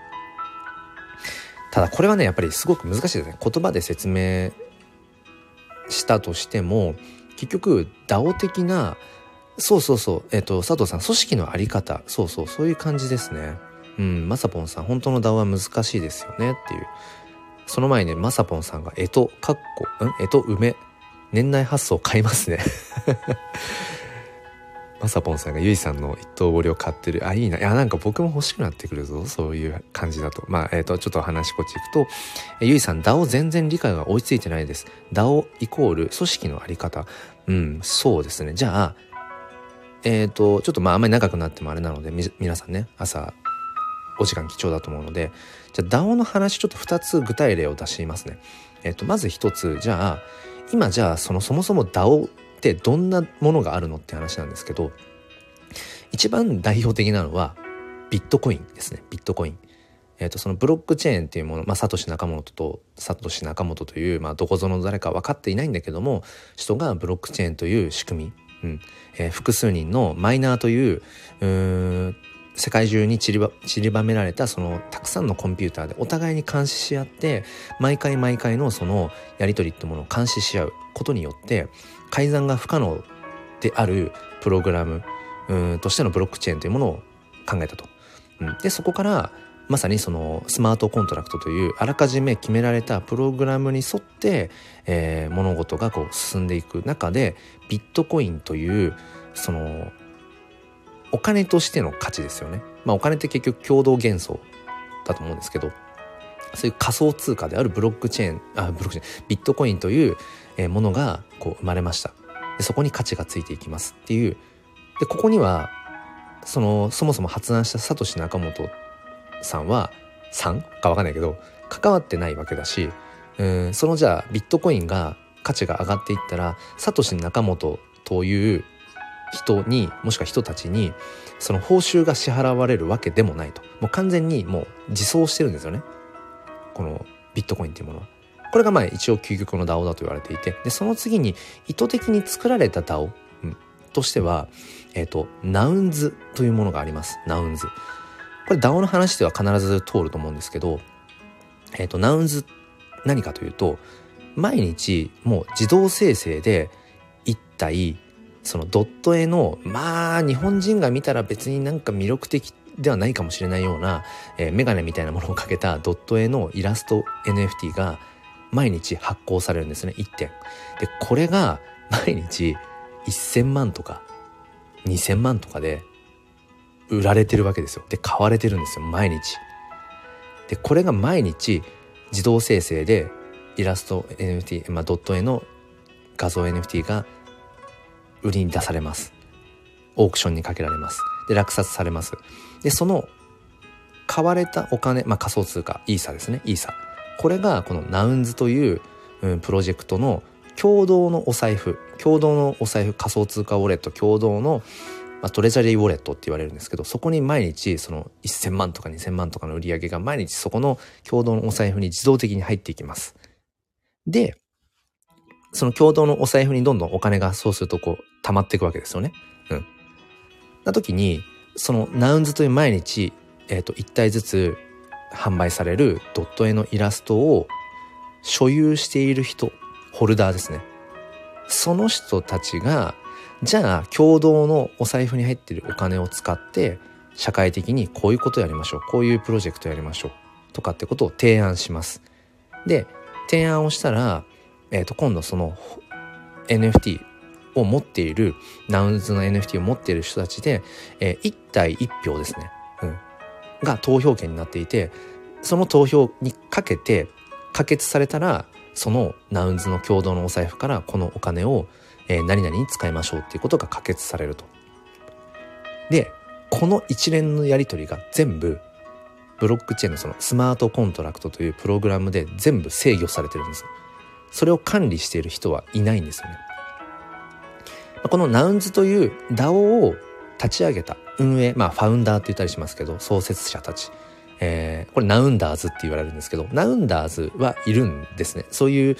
ただこれはねやっぱりすごく難しいですね。言葉で説明したとしても結局 DAO 的な、佐藤さん、組織のあり方、そういう感じですね。まさぽんさん、本当の DAO は難しいですよねっていう。その前にまさぽんさんが梅年内発送買いますねまさぽんさんがゆいさんの一等盛りを買ってる。いいな。いや、なんか僕も欲しくなってくるぞ、そういう感じだと。まあちょっと話こっち行くと、ゆいさん DAO 全然理解が追いついてないです。 DAO イコール組織のあり方。そうですね。じゃあちょっとあんまり長くなってもあれなので、皆さんね朝お時間貴重だと思うので、じゃあ DAO の話ちょっと2つ具体例を出しますね。まず1つ、じゃあ今そもそも DAO ってどんなものがあるのって話なんですけど、一番代表的なのはビットコインですね。ビットコイン。そのブロックチェーンっていうもの、サトシ・ナカモトという、どこぞの誰か分かっていないんだけども、人がブロックチェーンという仕組み、複数人のマイナーという世界中に散りばめられたそのたくさんのコンピューターでお互いに監視し合って、毎回のそのやり取りってものを監視し合うことによって改ざんが不可能であるプログラムとしてのブロックチェーンというものを考えたと。でそこからまさにそのスマートコントラクトというあらかじめ決められたプログラムに沿って、物事がこう進んでいく中で、ビットコインというそのお金としての価値ですよね。お金って結局共同幻想だと思うんですけど、そういう仮想通貨であるビットコインというものがこう生まれました。でそこに価値がついていきますっていう。でここにはそもそも発案したサトシ・ナカモトさんか分かんないけど関わってないわけだし、そのじゃあビットコインが価値が上がっていったらサトシ・ナカモトという人にもしくは人たちにその報酬が支払われるわけでもないと。もう完全にもう自走してるんですよね、このビットコインっていうものは。これが一応究極の DAO だと言われていて、でその次に意図的に作られた DAO、としてはナウンズというものがあります。ナウンズ、これ DAO の話では必ず通ると思うんですけど、ナウンズ何かというと、毎日もう自動生成で一体そのドット絵の日本人が見たら別になんか魅力的ではないかもしれないような、メガネみたいなものをかけたドット絵のイラスト NFT が毎日発行されるんですね、1点で。これが毎日1000万とか2000万とかで売られてるわけですよ。で買われてるんですよ、毎日。でこれが毎日自動生成でイラスト NFT、ドット絵の画像 NFT が売りに出されます。オークションにかけられます。で落札されます。でその買われたお金、仮想通貨イーサですね、イーサ、これがこのナウンズという、プロジェクトの共同のお財布、仮想通貨ウォレット共同の、トレジャリーウォレットって言われるんですけど、そこに毎日その1000万とか2000万とかの売り上げが毎日そこの共同のお財布に自動的に入っていきます。でその共同のお財布にどんどんお金がそうするとこう溜まっていくわけですよね。な時にそのナウンズという毎日、1体ずつ販売されるドット絵のイラストを所有している人、ホルダーですね。その人たちがじゃあ共同のお財布に入っているお金を使って社会的にこういうことやりましょう、こういうプロジェクトやりましょうとかってことを提案します。で提案をしたら、今度その NFT を持っている、ナウンズの NFT を持っている人たちで、1対1票ですね、が投票権になっていて、その投票にかけて可決されたら、そのナウンズの共同のお財布からこのお金を、何々に使いましょうっていうことが可決されると。でこの一連のやり取りが全部ブロックチェーンのそのスマートコントラクトというプログラムで全部制御されてるんです。それを管理している人はいないんですよね。このナウンズという DAO を立ち上げた運営、ファウンダーって言ったりしますけど、創設者たち、これナウンダーズって言われるんですけど、ナウンダーズはいるんですね。そういう、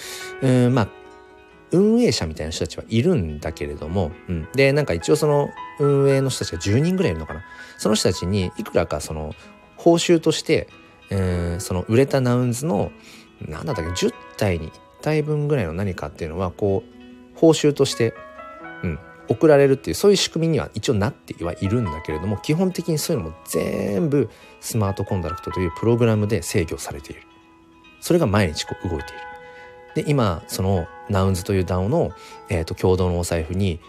運営者みたいな人たちはいるんだけれども、でなんか一応その運営の人たちが10人ぐらいいるのかな。その人たちにいくらかその報酬として、その売れたナウンズのなんだったっけ10体に1体分ぐらいの何かっていうのはこう報酬として、送られるっていう、そういう仕組みには一応なってはいるんだけれども、基本的にそういうのも全部スマートコントラクトというプログラムで制御されている。それが毎日こう動いている。で今そのナウンズという DAO の、共同のお財布に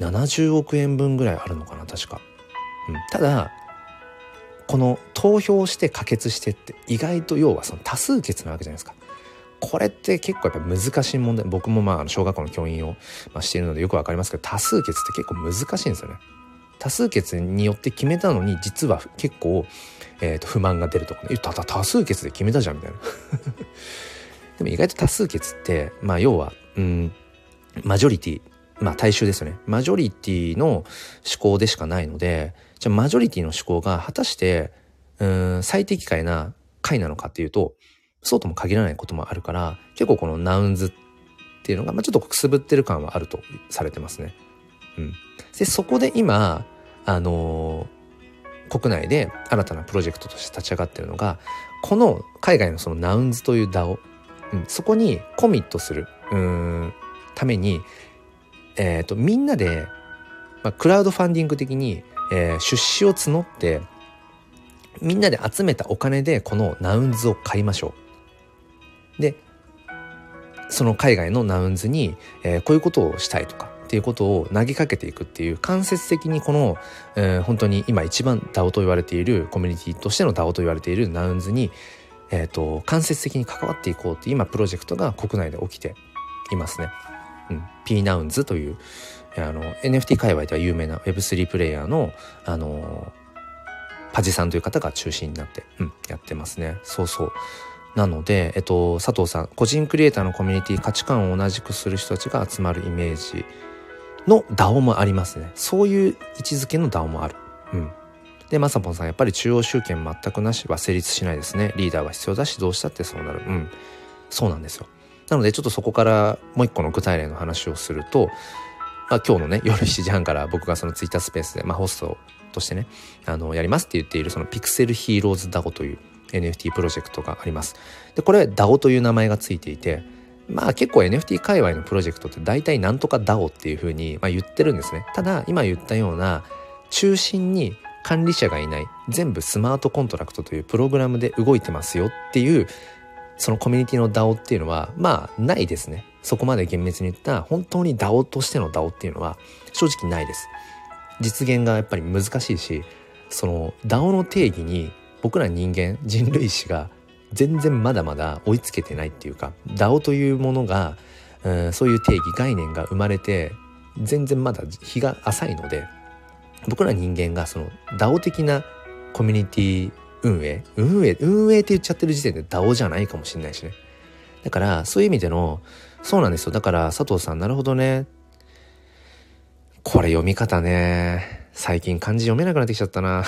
70億円分ぐらいあるのかな確か、ただこの投票して可決してって意外と要はその多数決なわけじゃないですか。これって結構やっぱ難しい問題。僕も小学校の教員をしているのでよくわかりますけど、多数決って結構難しいんですよね。多数決によって決めたのに実は結構、不満が出るとかね、多数決で決めたじゃんみたいなでも意外と多数決って要はマジョリティ、大衆ですよね。マジョリティの思考でしかないので、じゃあマジョリティの思考が果たして最適解な解なのかっていうと、そうとも限らないこともあるから、結構このナウンズっていうのがちょっとくすぶってる感はあるとされてますね。でそこで今国内で新たなプロジェクトとして立ち上がってるのが、この海外のそのナウンズという DAO、そこにコミットするために、みんなで、クラウドファンディング的に、出資を募ってみんなで集めたお金でこのナウンズを買いましょう。でその海外のナウンズに、こういうことをしたいとかっていうことを投げかけていくっていう、間接的にこの、本当に今一番 DAO と言われているコミュニティとしての DAO と言われているナウンズに、間接的に関わっていこうっていう今プロジェクトが国内で起きていますね。P ナウンズというNFT 界隈では有名な Web3 プレイヤーのパジさんという方が中心になって、やってますね。そうなので、佐藤さん、個人クリエイターのコミュニティ、価値観を同じくする人たちが集まるイメージの DAO もありますね。そういう位置づけの DAO もある。で、まさぽんさん、やっぱり中央集権全くなしは成立しないですね。リーダーは必要だし、どうしたってそうなる。そうなんですよ。なので、ちょっとそこからもう一個の具体例の話をすると、今日のね、夜7時半から僕がそのツイッタースペースで、ホストとしてね、やりますって言っているそのピクセルヒーローズ DAO というNFT プロジェクトがあります。で、これ DAO という名前がついていて、結構 NFT 界隈のプロジェクトって大体なんとか DAO っていう風に言ってるんですね。ただ今言ったような中心に管理者がいない、全部スマートコントラクトというプログラムで動いてますよっていうそのコミュニティの DAO っていうのはないですね。そこまで厳密に言った本当に DAO としての DAO っていうのは正直ないです。実現がやっぱり難しいし、その DAO の定義に僕ら人間人類史が全然まだまだ追いつけてないっていうか、 DAO というものが、そういう定義概念が生まれて全然まだ日が浅いので、僕ら人間がその DAO 的なコミュニティ運営って言っちゃってる時点で DAO じゃないかもしれないしね。だからそういう意味での、そうなんですよ。だから佐藤さん、なるほどね、これ読み方ね、最近漢字読めなくなってきちゃったな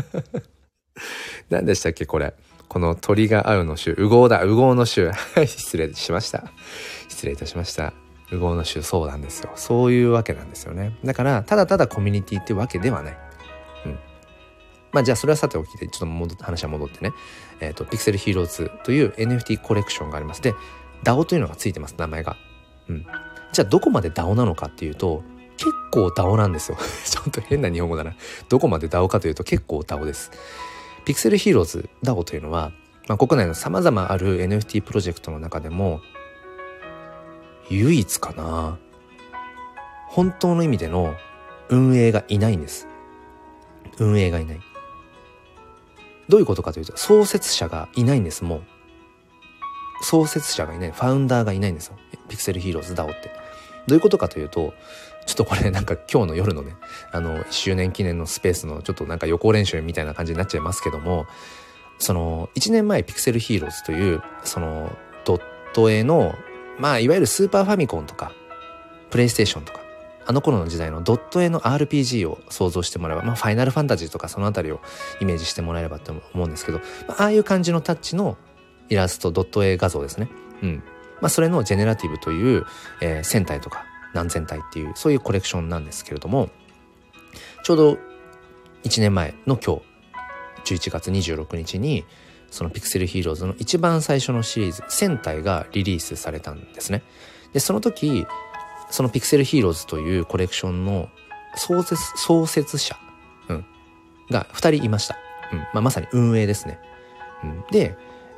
何でしたっけこれ、この鳥が合うの種、右合の種失礼いたしました。右合の種、そうなんですよ。そういうわけなんですよね。だからただただコミュニティってわけではない。じゃあそれはさておきで、ちょっと話は戻ってね、ピクセルヒーローズという NFT コレクションがあります。で DAO というのがついてます、名前が。じゃあどこまで DAO なのかっていうと、結構 DAO なんですよちょっと変な日本語だな。どこまで DAO かというと結構 DAO です。ピクセルヒーローズ DAO というのは、国内の様々ある NFT プロジェクトの中でも唯一かな、本当の意味での運営がいないんです。運営がいない。どういうことかというと、創設者がいないんです。もう創設者がいない、ファウンダーがいないんですよ、ピクセルヒーローズ DAO って。どういうことかというと、ちょっとこれなんか今日の夜のね、1周年記念のスペースのちょっとなんか予行練習みたいな感じになっちゃいますけども、 その1年前ピクセルヒーローズというそのドット絵のまあいわゆるスーパーファミコンとかプレイステーションとかあの頃の時代のドット絵の RPG を想像してもらえば、まあファイナルファンタジーとかそのあたりをイメージしてもらえればと思うんですけど、まああいう感じのタッチのイラストドット絵画像ですね。まあそれのジェネラティブという、1000体とか何千体っていうそういうコレクションなんですけれども、ちょうど1年前の今日11月26日にそのピクセルヒーローズの一番最初のシリーズ1000体がリリースされたんですね。でその時そのピクセルヒーローズというコレクションの創設者、が2人いました。まあ、まさに運営ですね。で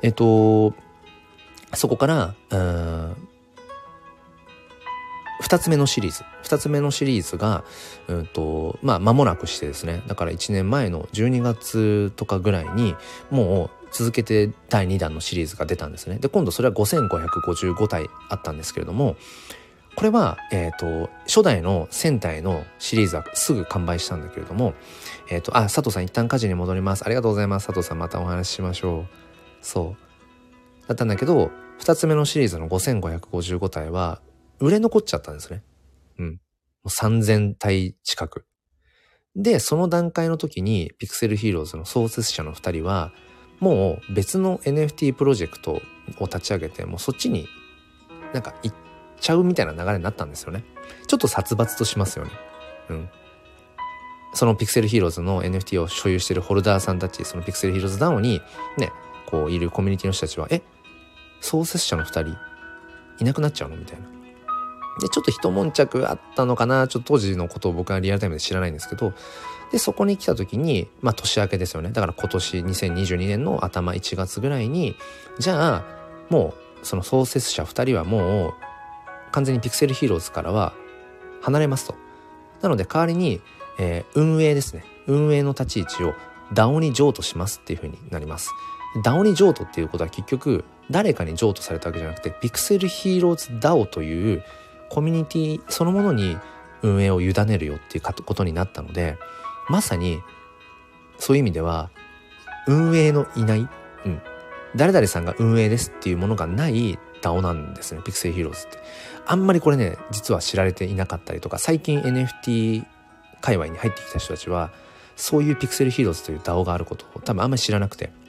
そこから2つ目のシリーズがまあ間もなくしてですね、だから1年前の12月とかぐらいにもう続けて第2弾のシリーズが出たんですね。で今度それは5555体あったんですけれども、これは初代の1000体のシリーズはすぐ完売したんだけれども、佐藤さん一旦家事に戻ります。ありがとうございます。佐藤さんまたお話ししましょう。そうだったんだけど、2つ目のシリーズの5555体は売れ残っちゃったんですね。もう3000体近くで、その段階の時にピクセルヒーローズの創設者の2人はもう別の NFT プロジェクトを立ち上げて、もうそっちになんか行っちゃうみたいな流れになったんですよね。ちょっと殺伐としますよね。そのピクセルヒーローズの NFT を所有しているホルダーさんたち、そのピクセルヒーローズダウンにね、こういるコミュニティの人たちは、創設者の2人いなくなっちゃうのみたいな。で、ちょっと一悶着あったのかな、ちょっと当時のことを僕はリアルタイムで知らないんですけど、で、そこに来た時に、まあ年明けですよね。だから今年2022年の頭1月ぐらいに、じゃあ、もうその創設者2人はもう完全にピクセルヒーローズからは離れますと。なので代わりに、運営ですね。運営の立ち位置を DAO に譲渡しますっていう風になります。DAO に譲渡っていうことは結局誰かに譲渡されたわけじゃなくて、ピクセルヒーローズ DAO というコミュニティそのものに運営を委ねるよっていうことになったので、まさにそういう意味では運営のいない、誰々さんが運営ですっていうものがない DAO なんですね、ピクセルヒーローズって。あんまりこれね、実は知られていなかったりとか、最近 NFT 界隈に入ってきた人たちはそういうピクセルヒーローズという DAO があることを多分あんまり知らなくて、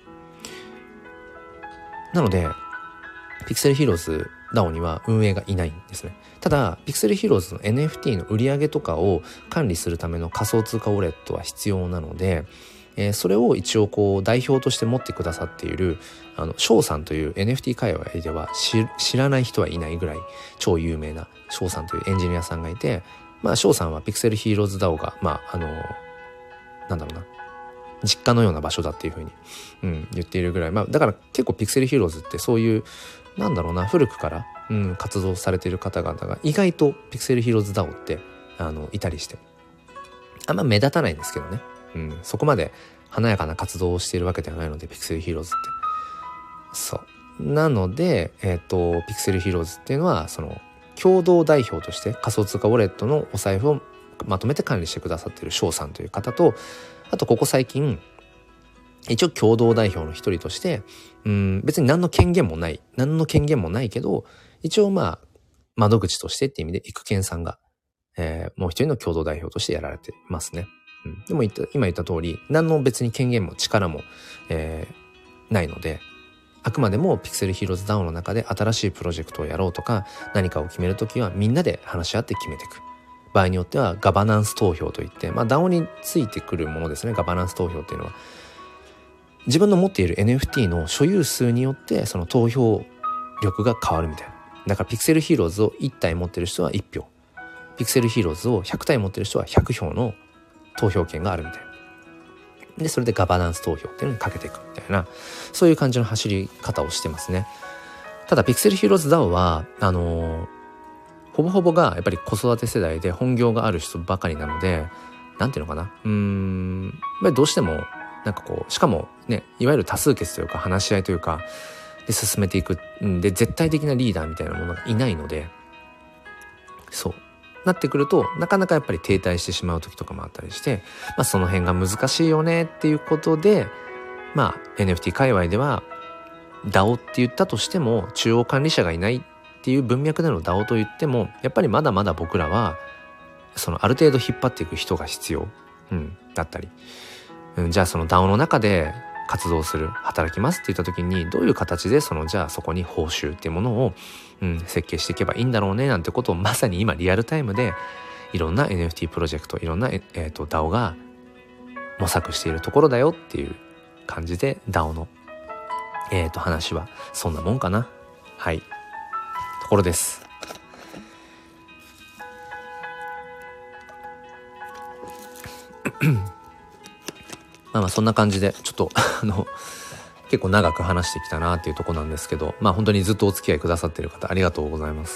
なのでピクセルヒーローズ DAO には運営がいないんですね。ただピクセルヒーローズの NFT の売り上げとかを管理するための仮想通貨ウォレットは必要なので、それを一応こう代表として持ってくださっている翔さんという NFT 界隈では知らない人はいないぐらい超有名な翔さんというエンジニアさんがいて、まあ翔さんはピクセルヒーローズ DAO がなんだろうな、実家のような場所だっていうふうに、言っているぐらい、だから結構ピクセルヒーローズってそういうなんだろうな、古くから、活動されている方々が意外とピクセルヒーローズ DAO っていたりして、あんま目立たないんですけどね、そこまで華やかな活動をしているわけではないので、ピクセルヒーローズってそうなので、ピクセルヒーローズっていうのはその共同代表として仮想通貨ウォレットのお財布をまとめて管理してくださっている翔さんという方と、あとここ最近一応共同代表の一人として別に何の権限もないけど、一応窓口としてっていう意味で育賢さんが、もう一人の共同代表としてやられてますね。でも今言った通り何の別に権限も力も、ないので、あくまでもピクセルヒーローズ DAO の中で新しいプロジェクトをやろうとか何かを決めるときはみんなで話し合って決めていく。場合によってはガバナンス投票といって、DAO についてくるものですね。ガバナンス投票っていうのは自分の持っている NFT の所有数によってその投票力が変わるみたいな。だからピクセルヒーローズを1体持ってる人は1票、ピクセルヒーローズを100体持ってる人は100票の投票権があるみたいな。でそれでガバナンス投票っていうのにかけていくみたいな、そういう感じの走り方をしてますね。ただピクセルヒーローズ DAO はほぼほぼがやっぱり子育て世代で本業がある人ばかりなので、なんていうのかな、やっぱりどうしてもなんかこう、しかもね、いわゆる多数決というか話し合いというかで進めていくんで、絶対的なリーダーみたいなものがいないので、そうなってくるとなかなかやっぱり停滞してしまう時とかもあったりして、その辺が難しいよねっていうことで、 まあ NFT 界隈では DAO って言ったとしても中央管理者がいないっていう文脈での DAO と言ってもやっぱりまだまだ僕らはそのある程度引っ張っていく人が必要、だったり、じゃあその DAO の中で活動する働きますって言った時にどういう形でじゃあそこに報酬っていうものを、設計していけばいいんだろうねなんてことをまさに今リアルタイムでいろんな NFT プロジェクトいろんな、DAO が模索しているところだよっていう感じで DAO の、話はそんなもんかな。はいところですまあそんな感じでちょっと結構長く話してきたなっていうところなんですけど、本当にずっとお付き合いくださっている方ありがとうございます。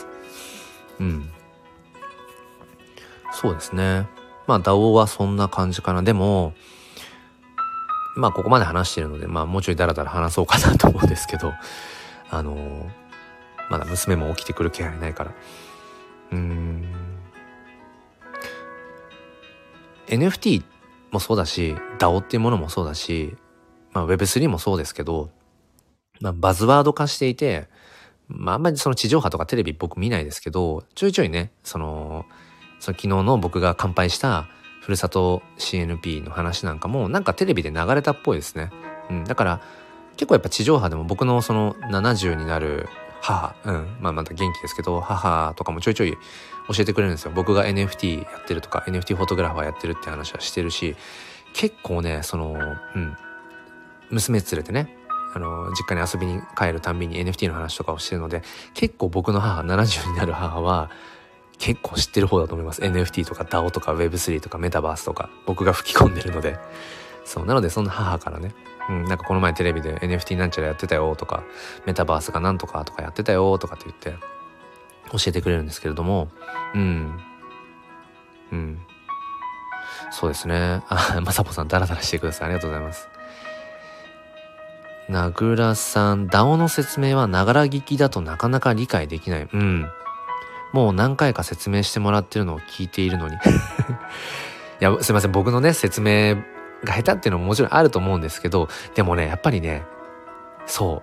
そうですね。DAO はそんな感じかな。でもここまで話しているのでもうちょいダラダラ話そうかなと思うんですけどまだ娘も起きてくる気配ないからNFT もそうだし DAO っていうものもそうだし、Web3 もそうですけど、バズワード化していて、あんまりその地上波とかテレビ僕見ないですけど、ちょいちょいね、その昨日の僕が乾杯したふるさと CNP の話なんかもなんかテレビで流れたっぽいですね。だから結構やっぱ地上波でも僕のその70になる母、また元気ですけど母とかもちょいちょい教えてくれるんですよ。僕が NFT やってるとか NFT フォトグラファーやってるって話はしてるし、結構ね娘連れてね実家に遊びに帰るたんびに NFT の話とかをしてるので、結構僕の母70になる母は結構知ってる方だと思います。 NFT とか DAO とか Web3 とかメタバースとか僕が吹き込んでるので。そうなのでそんな母からね、なんかこの前テレビで NFT なんちゃらやってたよとかメタバースがなんとかとかやってたよとかって言って教えてくれるんですけれども、そうですね。まさぽさんダラダラしてください。ありがとうございます。なぐらさん、DAO の説明はながら聞きだとなかなか理解できない。もう何回か説明してもらってるのを聞いているのに。いや、すいません。僕のね、説明が下手っていうのももちろんあると思うんですけど、でもね、やっぱりね、そう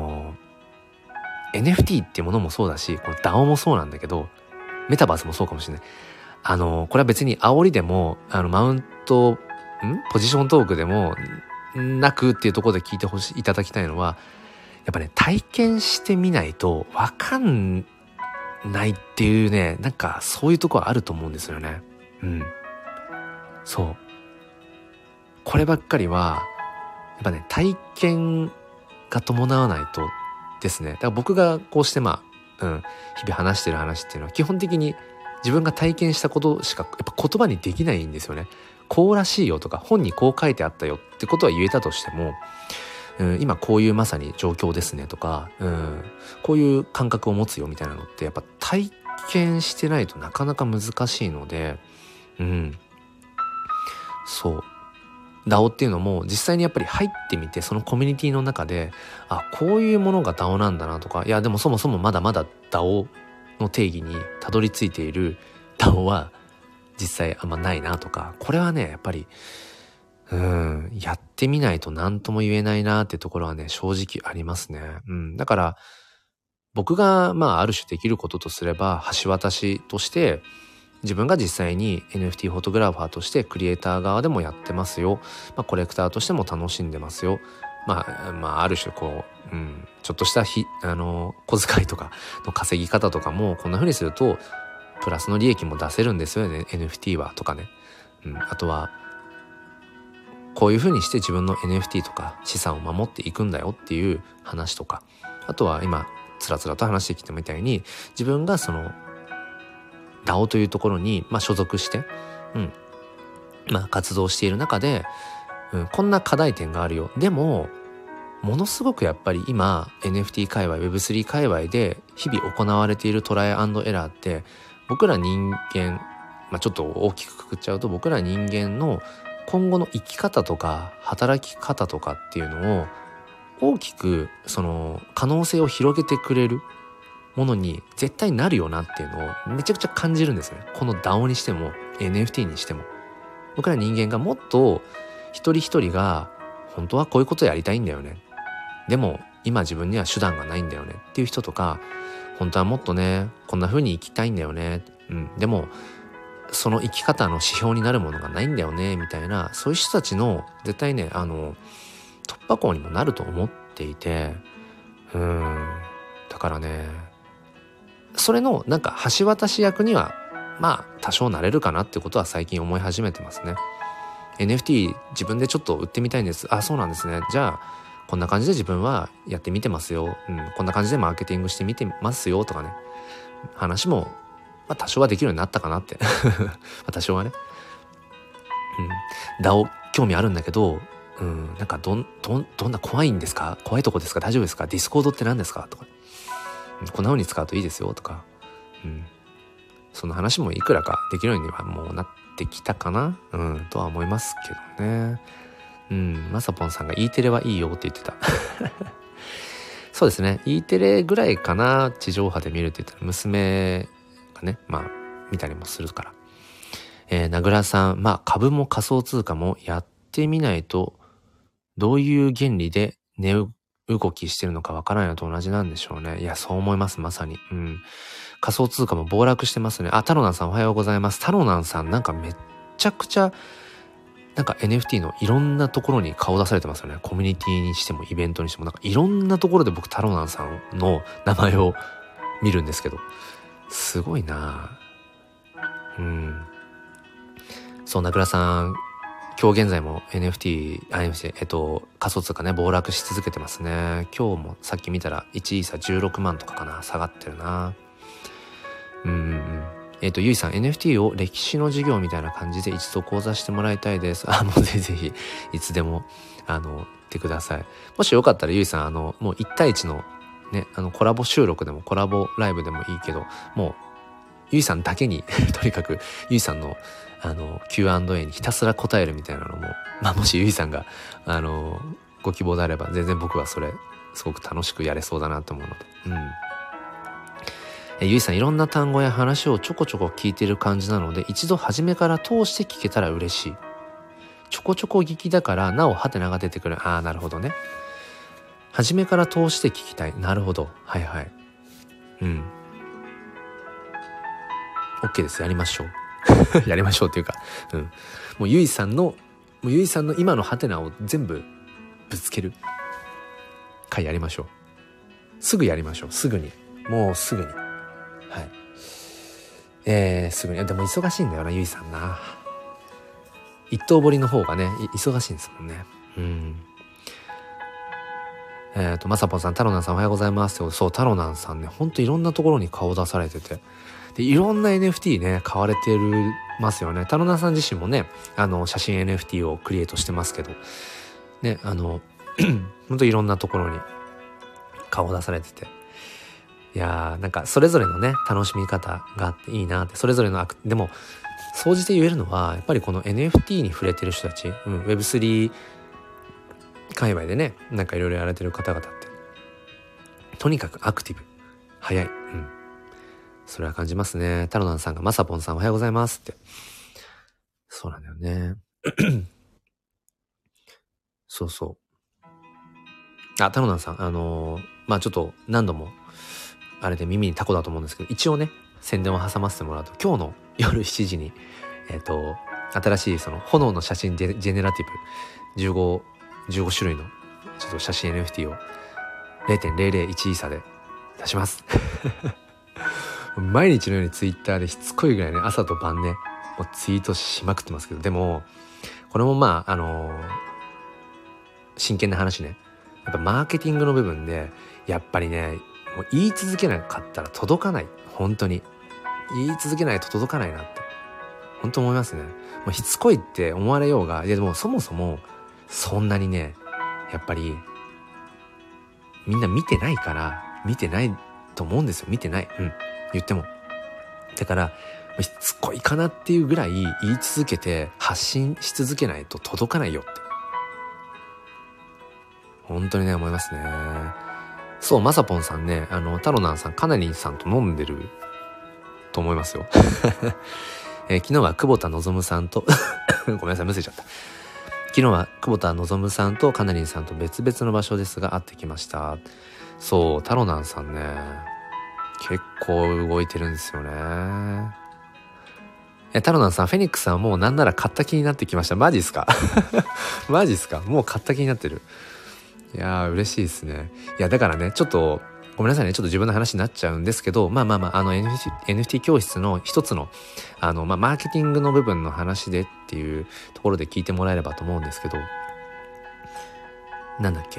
、NFT っていうものもそうだし、この DAO もそうなんだけど、メタバースもそうかもしれない。これは別に煽りでも、マウント、ポジショントークでもなくっていうところで聞いていただきたいのは、やっぱね、体験してみないとわかんないっていうね、なんかそういうところあると思うんですよね。そう。こればっかりは、やっぱね、体験が伴わないとですね。だから僕がこうして日々話してる話っていうのは基本的に自分が体験したことしかやっぱ言葉にできないんですよね。こうらしいよとか本にこう書いてあったよってことは言えたとしても、今こういうまさに状況ですねとか、こういう感覚を持つよみたいなのってやっぱ体験してないとなかなか難しいので、そう。DAO っていうのも実際にやっぱり入ってみてそのコミュニティの中でこういうものが DAO なんだなとか、いやでもそもそもまだまだ DAO の定義にたどり着いている DAO は実際あんまないなとか、これはねやっぱりやってみないと何とも言えないなってところはね正直ありますね。だから僕がある種できることとすれば橋渡しとして自分が実際に NFT フォトグラファーとしてクリエイター側でもやってますよ、コレクターとしても楽しんでますよ、ある種こう、ちょっとした小遣いとかの稼ぎ方とかもこんな風にするとプラスの利益も出せるんですよね NFT はとかね、あとはこういう風にして自分の NFT とか資産を守っていくんだよっていう話とか、あとは今つらつらと話してきたみたいに自分がそのDAO というところに、所属して、活動している中で、こんな課題点があるよ。でも、ものすごくやっぱり今 NFT 界隈 Web3 界隈で日々行われているトライアンドエラーって僕ら人間、ちょっと大きくくくっちゃうと僕ら人間の今後の生き方とか働き方とかっていうのを大きくその可能性を広げてくれるものに絶対なるよなっていうのをめちゃくちゃ感じるんですね。この DAO にしても NFT にしても僕ら人間がもっと一人一人が本当はこういうことやりたいんだよね。でも今自分には手段がないんだよねっていう人とか、本当はもっとね、こんな風に生きたいんだよね。でもその生き方の指標になるものがないんだよね、みたいな、そういう人たちの絶対ね、突破口にもなると思っていて、だからね、それのなんか橋渡し役にはまあ多少なれるかなってことは最近思い始めてますね。NFT 自分でちょっと売ってみたいんです。あ、そうなんですね。じゃあこんな感じで自分はやってみてますよ。こんな感じでマーケティングしてみてますよとかね、話もまあ多少はできるようになったかなって多少はね。DAO 興味あるんだけど、なんかどんな怖いんですか？怖いとこですか？大丈夫ですか？ディスコードって何ですか？とか、こんな風に使うといいですよとか、その話もいくらかできるようにはもうなってきたかな、とは思いますけどね。まさぽんさんが E テレはいいよって言ってた。そうですね。E テレぐらいかな、地上波で見るって言ったら娘がね、まあ見たりもするから。名倉さん、まあ株も仮想通貨もやってみないとどういう原理で値動きしてるのかわからないのと同じなんでしょうね。いや、そう思います、まさに。仮想通貨も暴落してますね。あ、タロナンさんおはようございます。タロナンさんなんかめっちゃくちゃなんか NFT のいろんなところに顔出されてますよね。コミュニティにしてもイベントにしても、なんかいろんなところで僕タロナンさんの名前を見るんですけど、すごいなぁ。そう、名倉さん、今日現在も NFT、仮想通貨ね、暴落し続けてますね。今日もさっき見たら1イーサ16万とかかな、下がってるな。ゆいさん、NFT を歴史の授業みたいな感じで一度講座してもらいたいです。もうぜひ、いつでも、言ってください。もしよかったらゆいさん、もう1対1のね、コラボ収録でもコラボライブでもいいけど、もう、ゆいさんだけに、とにかく、ゆいさんの、Q&A にひたすら答えるみたいなのも、まあ、もしゆいさんが、ご希望であれば、全然僕はそれ、すごく楽しくやれそうだなと思うので、ゆいさん、いろんな単語や話をちょこちょこ聞いてる感じなので、一度初めから通して聞けたら嬉しい。ちょこちょこ聞きだからなおハテナが出てくる。なるほどね。初めから通して聞きたい。なるほど。はいはい。OK です。やりましょう。やりましょうっていうか、もうゆいさんの今のハテナを全部ぶつける回やりましょう。すぐやりましょう。すぐに。もうすぐに。はい。すぐに。でも忙しいんだよな、ゆいさんな。一刀彫りの方がね、忙しいんですもんね。まさぽんさん、タロナンさんおはようございます。そう、タロナンさんね、ほんといろんなところに顔出されてて。で、いろんな NFT ね、買われてますよね。タロナンさん自身もね、写真 NFT をクリエイトしてますけど、ね、ほんといろんなところに顔出されてて。いやー、なんかそれぞれのね、楽しみ方があっていいなって、それぞれのでも、総じて言えるのは、やっぱりこの NFT に触れてる人たち、Web3 界隈でね、なんかいろいろやられてる方々って、とにかくアクティブ、早い。それは感じますね。タロナンさんが、まさぽんさんおはようございますって。そうなんだよね。そうそう。タロナンさん、まあちょっと何度も、あれで耳にタコだと思うんですけど、一応ね、宣伝を挟ませてもらうと、今日の夜7時に、新しいその炎の写真ジェネラティブ15種類のちょっと写真 NFT を 0.001 イーサで出します。毎日のようにツイッターでしつこいぐらいね、朝と晩ね、もうツイートしまくってますけど、でも、これもまあ、真剣な話ね。やっぱマーケティングの部分で、やっぱりね、もう言い続けなかったら届かない。本当に。言い続けないと届かないなって。本当思いますね。もうしつこいって思われようが、いやでもそもそも、そんなにね、やっぱり、みんな見てないから、見てないと思うんですよ。見てない。言っても。だから、しつこいかなっていうぐらい言い続けて発信し続けないと届かないよって。本当にね、思いますね。そう、まさぽんさんね、タロナンさん、カナリンさんと飲んでると思いますよ。昨日は久保田望さんと、ごめんなさい、むせちゃった。 昨日は久保田望さんとかなりんさんと別々の場所ですが会ってきました。そう、タロナンさんね、結構動いてるんですよね。タロナンさん、フェニックスはもうなんなら買った気になってきました。マジっすかマジっすか、もう買った気になってる。いやー嬉しいですね。いやだからね、ちょっとごめんなさいね、ちょっと自分の話になっちゃうんですけど、NFT 教室の一つのマーケティングの部分の話でっていうところで聞いてもらえればと思うんですけど、なんだっけ、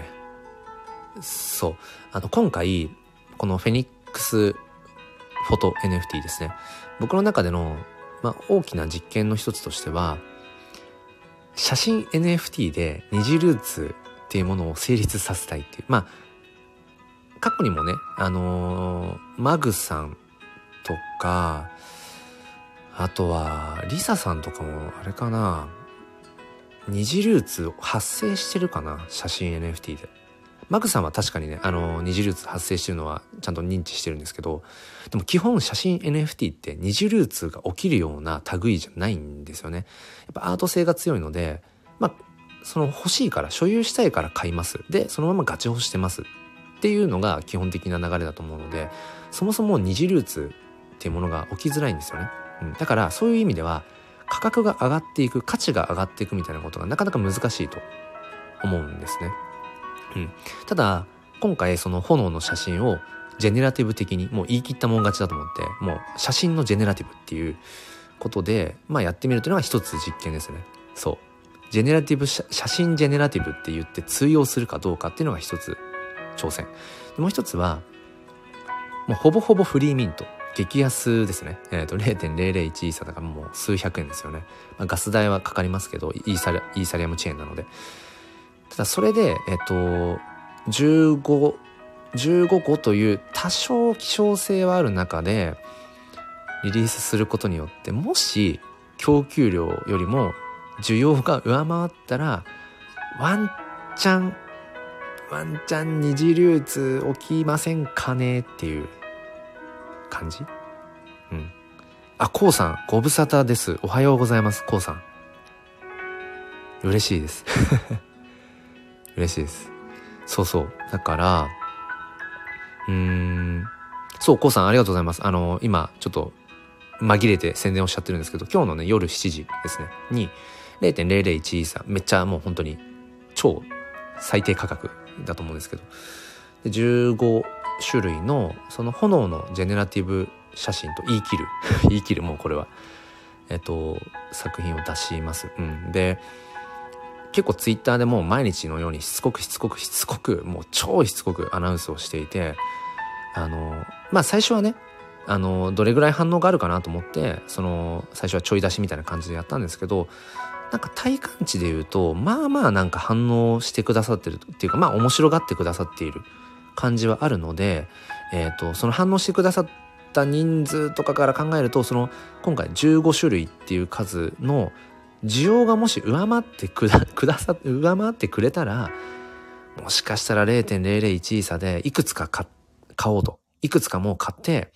そう今回このフェニックスフォト NFT ですね、僕の中での大きな実験の一つとしては、写真 NFT で二次流通っていうものを成立させたいっていう、過去にもね、マグさんとか、あとはリサさんとかもあれかな、二次流通発生してるかな、写真 NFT で。マグさんは確かにね、二次流通発生してるのはちゃんと認知してるんですけど、でも基本写真 NFT って二次流通が起きるような類じゃないんですよね。やっぱアート性が強いので、その欲しいから所有したいから買います。で、そのままガチホしてます。っていうのが基本的な流れだと思うので、そもそも二次流通っていうものが起きづらいんですよね。だからそういう意味では価格が上がっていく、価値が上がっていくみたいなことがなかなか難しいと思うんですね。ただ今回その炎の写真をジェネラティブ的にもう言い切ったもん勝ちだと思って、もう写真のジェネラティブっていうことでやってみるというのが一つ実験ですね。そうジェネラティブ写真ジェネラティブって言って通用するかどうかっていうのが一つ挑戦。もう一つはもうほぼほぼフリーミント、激安ですね。0.001 イーサだからもう数百円ですよね。ガス代はかかりますけど、イーサリアムチェーンなので。ただそれで15個という多少希少性はある中でリリースすることによって、もし供給量よりも需要が上回ったらワンチャン二次流通起きませんかねっていう感じ。コウさんご無沙汰です。おはようございます。コウさん嬉しいです嬉しいです。そうだからそうコウさんありがとうございます。今ちょっと紛れて宣伝をしちゃってるんですけど、今日のね夜7時ですねに 0.001 イーサ、めっちゃもう本当に超最低価格だと思うんですけど、で15種類のその炎のジェネラティブ写真と言い切るもうこれは作品を出します。で結構ツイッターでもう毎日のようにしつこくもう超しつこくアナウンスをしていて、最初はねどれぐらい反応があるかなと思って最初はちょい出しみたいな感じでやったんですけど、なんか体感値で言うとなんか反応してくださってるっていうか、面白がってくださっている感じはあるので、その反応してくださった人数とかから考えると、今回15種類っていう数の需要がもし上回ってくれたら、もしかしたら 0.001 イーサでいくつか買おうと、いくつかもう買って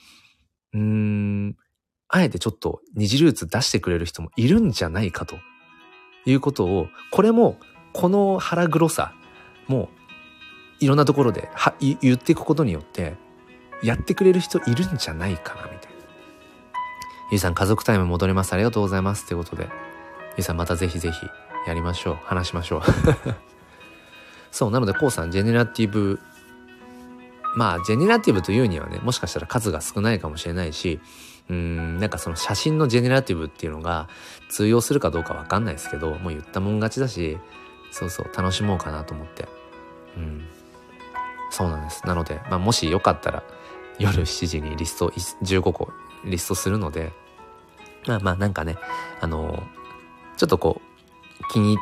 あえてちょっと二次流通出してくれる人もいるんじゃないかということを、これもこの腹黒さもいろんなところで言っていくことによってやってくれる人いるんじゃないかなみたいな。ゆうさん家族タイム戻れます、ありがとうございますということで、ゆうさんまたぜひぜひやりましょう、話しましょうそうなのでコウさんジェネラティブジェネラティブというにはね、もしかしたら数が少ないかもしれないし、なんかその写真のジェネラティブっていうのが通用するかどうかわかんないですけど、もう言ったもん勝ちだし、楽しもうかなと思って。そうなんです。なので、もしよかったら夜7時にリスト15個リストするので、なんかね、ちょっとこう気に入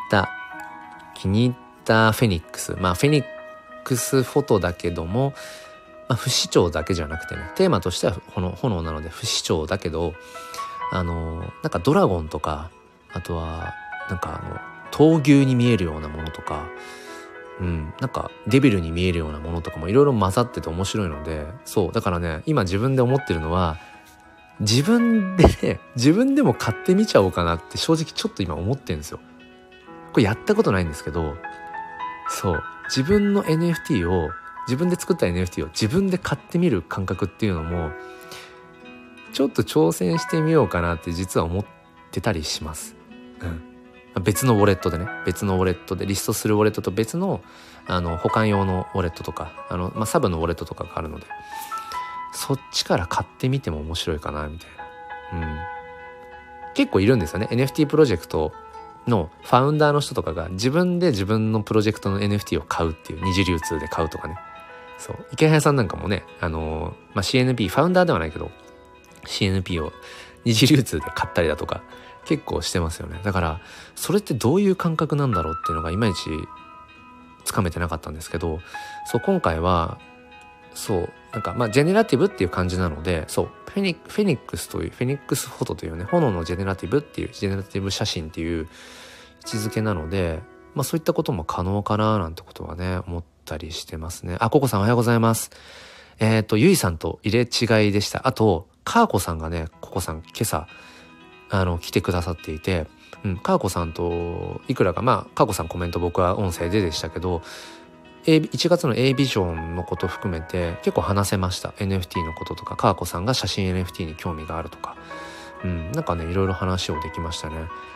ったフェニックス、フェニックスフォトだけども、不死鳥だけじゃなくてね、テーマとしては炎なので不死鳥だけど、なんかドラゴンとか、あとはなんか闘牛に見えるようなものとか、なんかデビルに見えるようなものとかもいろいろ混ざってて面白いので、だからね、今自分で思ってるのは、自分でも買ってみちゃおうかなって正直ちょっと今思ってるんですよ。 これやったことないんですけど、そう、自分の NFT を、自分で作った NFT を自分で買ってみる感覚っていうのも、ちょっと挑戦してみようかなって実は思ってたりします。別のウォレットでね、別のウォレットで、リストするウォレットと別の、保管用のウォレットとか、サブのウォレットとかがあるので、そっちから買ってみても面白いかな、みたいな。結構いるんですよね。NFT プロジェクトのファウンダーの人とかが自分で自分のプロジェクトの NFT を買うっていう、二次流通で買うとかね。そう。池早さんなんかもね、CNP、ファウンダーではないけど、CNP を二次流通で買ったりだとか、結構してますよね。だから、それってどういう感覚なんだろうっていうのがいまいちつかめてなかったんですけど、そう、今回は、そう、なんか、ジェネラティブっていう感じなので、そう、フェニックスという、フェニックスフォトというね、炎のジェネラティブっていう、ジェネラティブ写真っていう位置づけなので、そういったことも可能かななんてことはね、思ったりしてますね。ココさんおはようございます。ゆいさんと入れ違いでした。あと、カーコさんがね、ココさん今朝、来てくださっていて、カーコさんと、いくらか、カーコさんコメント僕は音声でしたけど、1月の A ビジョンのこと含めて結構話せました。 NFT のこととか、カーコさんが写真 NFT に興味があるとか、なんかね、いろいろ話をできましたね。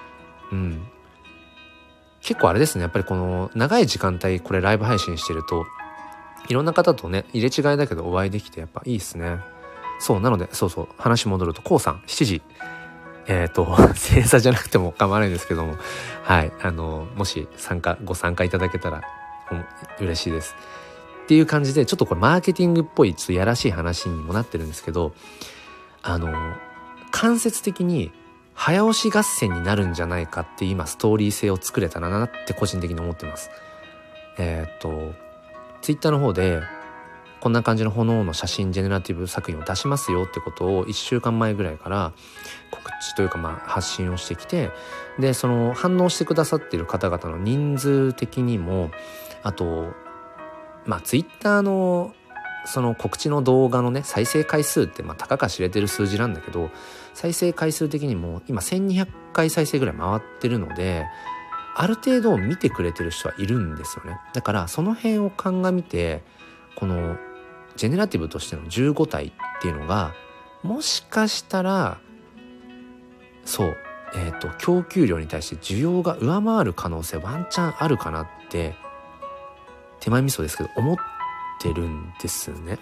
結構あれですね、やっぱりこの長い時間帯これライブ配信してると、いろんな方とね、入れ違いだけどお会いできてやっぱいいですね。そう、なので、そう、話戻ると、コウさん、7時、正座じゃなくても構わないんですけども、はい、もしご参加いただけたら嬉しいです。っていう感じで、ちょっとこれマーケティングっぽい、ちょっとやらしい話にもなってるんですけど、間接的に早押し合戦になるんじゃないかって今ストーリー性を作れたらなって個人的に思ってます。ツイッターの方で、こんな感じの炎の写真ジェネラティブ作品を出しますよってことを1週間前ぐらいから告知というか発信をしてきて、でその反応してくださっている方々の人数的にも、あとツイッターのその告知の動画のね、再生回数ってたかが知れてる数字なんだけど、再生回数的にも今1200回再生ぐらい回ってるので、ある程度見てくれてる人はいるんですよね。だからその辺を鑑みて、このジェネラティブとしての15体っていうのが、もしかしたらそう供給量に対して需要が上回る可能性ワンチャンあるかなって手前味噌ですけど思ってるんですね。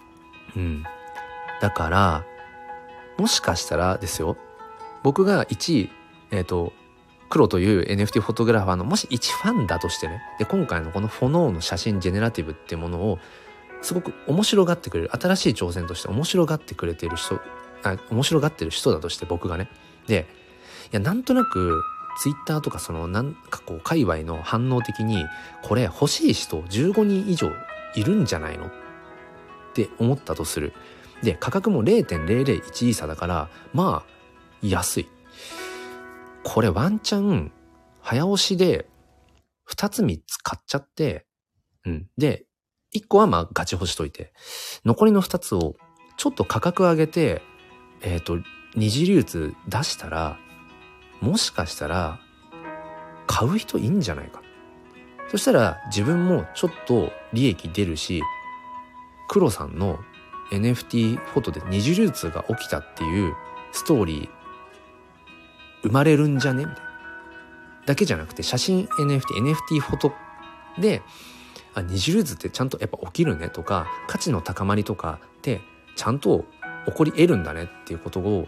だからもしかしたらですよ、僕が1位黒という NFT フォトグラファーのもし一ファンだとしてね、で今回のこの炎の写真ジェネラティブっていうものをすごく面白がってくれる、新しい挑戦として面白がってくれている人、面白がってる人だとして、僕がね、で、いやなんとなくツイッターとかなんかこう界隈の反応的に、これ欲しい人15人以上いるんじゃないのって思ったとする。で価格も 0.001 イーサだから、安い。これワンチャン早押しで2つ3つ買っちゃって、で1個はガチ干しといて、残りの2つをちょっと価格上げて二次流通出したら、もしかしたら買う人いいんじゃないか。そしたら自分もちょっと利益出るし、黒さんの NFT フォトで二次流通が起きたっていうストーリー生まれるんじゃねみたいな。だけじゃなくて、写真 NFT フォトで二次流通ってちゃんとやっぱ起きるねとか、価値の高まりとかってちゃんと起こり得るんだねっていうことを、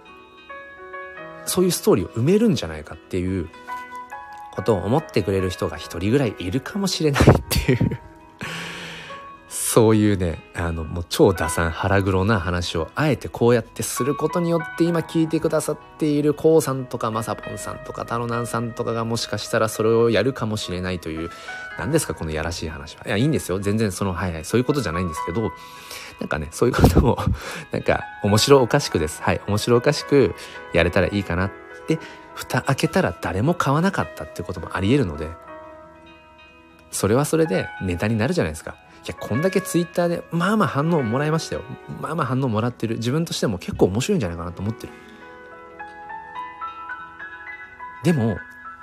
そういうストーリーを埋めるんじゃないかっていうことを思ってくれる人が一人ぐらいいるかもしれないっていうそういうね、もう超打算腹黒な話をあえてこうやってすることによって、今聞いてくださっているコウさんとかマサポンさんとかタロナンさんとかがもしかしたらそれをやるかもしれないという、何ですかこのやらしい話は。いや、いいんですよ、全然そういうことじゃないんですけど、なんかね、そういうこともなんか面白おかしくです。面白おかしくやれたらいいかなって。蓋開けたら誰も買わなかったってこともあり得るので、それはそれでネタになるじゃないですか。いや、こんだけツイッターで反応もらいましたよ。反応もらってる。自分としても結構面白いんじゃないかなと思ってる。でも結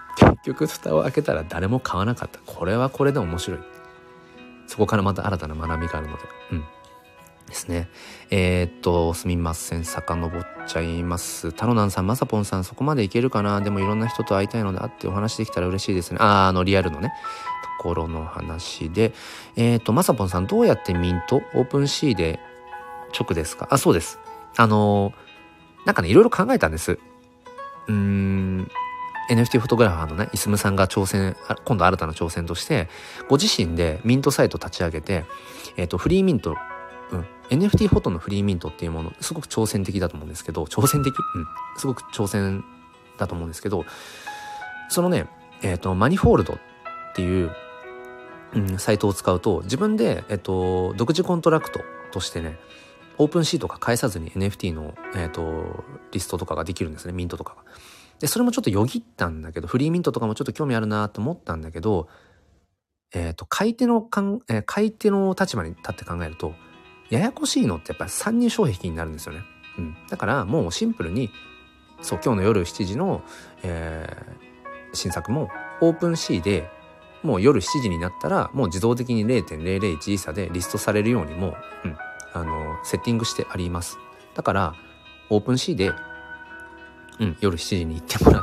局蓋を開けたら誰も買わなかった。これはこれで面白い。そこからまた新たな学びがあるので、ですね。すみません、遡っちゃいます。タロナンさん、マサポンさん、そこまでいけるかな。でもいろんな人と会いたいので会ってお話できたら嬉しいですね。リアルのねところの話で、マサポンさん、どうやってミントオープンシーで直ですか？そうです。なんかね、いろいろ考えたんです。NFT フォトグラファーのね、イスムさんが今度新たな挑戦として、ご自身でミントサイト立ち上げて、フリーミント、NFT フォトのフリーミントっていうもの、すごく挑戦的だと思うんですけど、すごく挑戦だと思うんですけど、そのね、マニフォールドっていう、サイトを使うと、自分で、独自コントラクトとしてね、オープンシートが返さずに NFT の、リストとかができるんですね、ミントとかが。で、それもちょっとよぎったんだけど、フリーミントとかもちょっと興味あるなと思ったんだけど、買い手の立場に立って考えると、ややこしいのってやっぱり参入障壁になるんですよね。だからもうシンプルに、今日の夜7時の、新作もオープンシーで、もう夜7時になったら、もう自動的に 0.001 イーサでリストされるようにも、セッティングしてあります。だから、オープンシーで、夜7時に行ってもらって、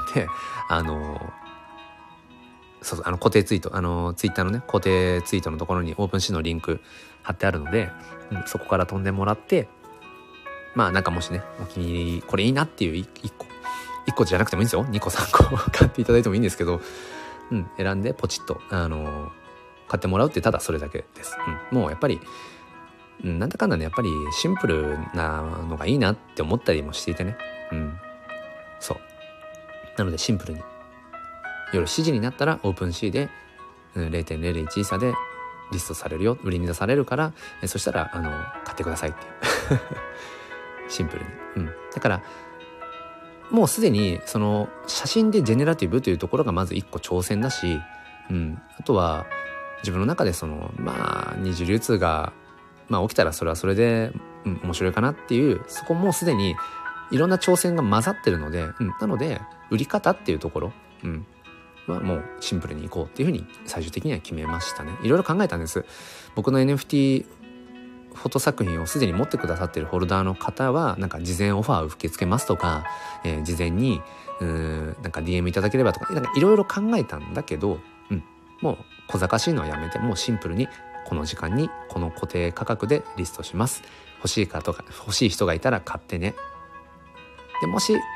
固定ツイート、ツイッターのね、固定ツイートのところにオープンシーのリンク貼ってあるので、そこから飛んでもらって、なんかもしね、お気に入り、これいいなっていう1個じゃなくてもいいんですよ。2個3個買っていただいてもいいんですけど、選んでポチッと、買ってもらうってただそれだけです。もうやっぱり、なんだかんだね、やっぱりシンプルなのがいいなって思ったりもしていてね。そう。なのでシンプルに。夜7時になったらオープンシーで、0.001 イーサでリストされるよ。売りに出されるから、そしたら、買ってくださいっていう。シンプルに。だから、もうすでに、その、写真でジェネラティブというところがまず一個挑戦だし、あとは、自分の中でその、二次流通が、起きたらそれはそれで、面白いかなっていう、そこもすでにいろんな挑戦が混ざってるので、なので、売り方っていうところ、はもうシンプルにいこうっていうふうに最終的には決めましたね。いろいろ考えたんです。僕の NFT フォト作品をすでに持ってくださっているホルダーの方は、なんか事前オファーを受け付けますとか、事前に、なんか DM いただければとか、なんかいろいろ考えたんだけど、もう小賢しいのはやめて、もうシンプルにこの時間にこの固定価格でリストします。欲しい人がいたら買ってね。で、もし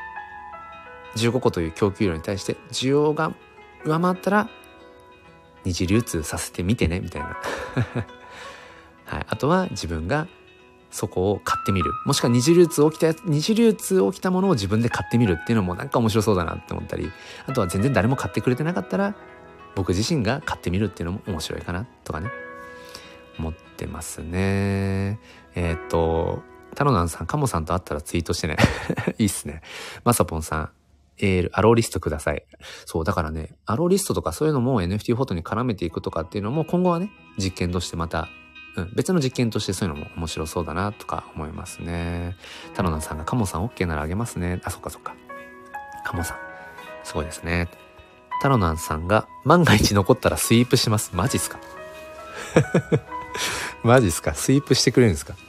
15個という供給量に対して需要が上回ったら二次流通させてみてねみたいなはい、あとは自分がそこを買ってみる、もしくは二次流通起きたものを自分で買ってみるっていうのもなんか面白そうだなって思ったり、あとは全然誰も買ってくれてなかったら僕自身が買ってみるっていうのも面白いかなとかね、思ってますね。タロナンさん、カモさんと会ったらツイートしてねいいっすね。マサポンさん、アローリストください。そう、だからね、アローリストとかそういうのも NFT フォトに絡めていくとかっていうのも今後はね、実験としてまた、別の実験としてそういうのも面白そうだなとか思いますね。タロナンさんがカモさん OK ならあげますね。そっか。カモさん、すごいですね。タロナンさんが万が一残ったらスイープします。マジっすかマジっすか、スイープしてくれるんですか。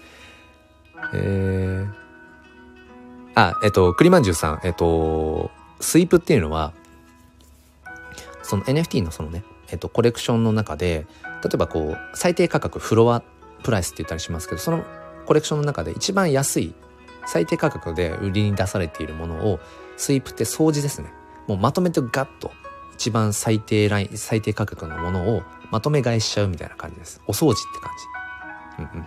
栗まんじゅうさん、スイープっていうのは、その NFT のそのね、コレクションの中で、例えばこう、最低価格、フロアプライスって言ったりしますけど、そのコレクションの中で一番安い、最低価格で売りに出されているものを、スイープって掃除ですね。もうまとめてガッと、一番最低価格のものをまとめ買いしちゃうみたいな感じです。お掃除って感じ。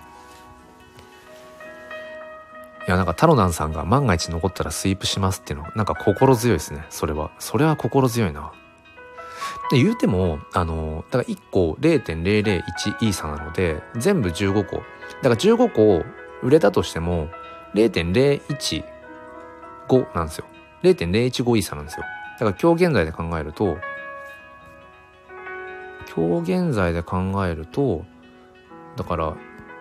いや、なんかタロナンさんが万が一残ったらスイープしますっていうのはなんか心強いですね。それは心強いな。で、言うてもだから1個 0.001 イーサなので全部15個。だから15個売れたとしても 0.015 なんですよ。0.015 イーサなんですよ。だから今日現在で考えるとだから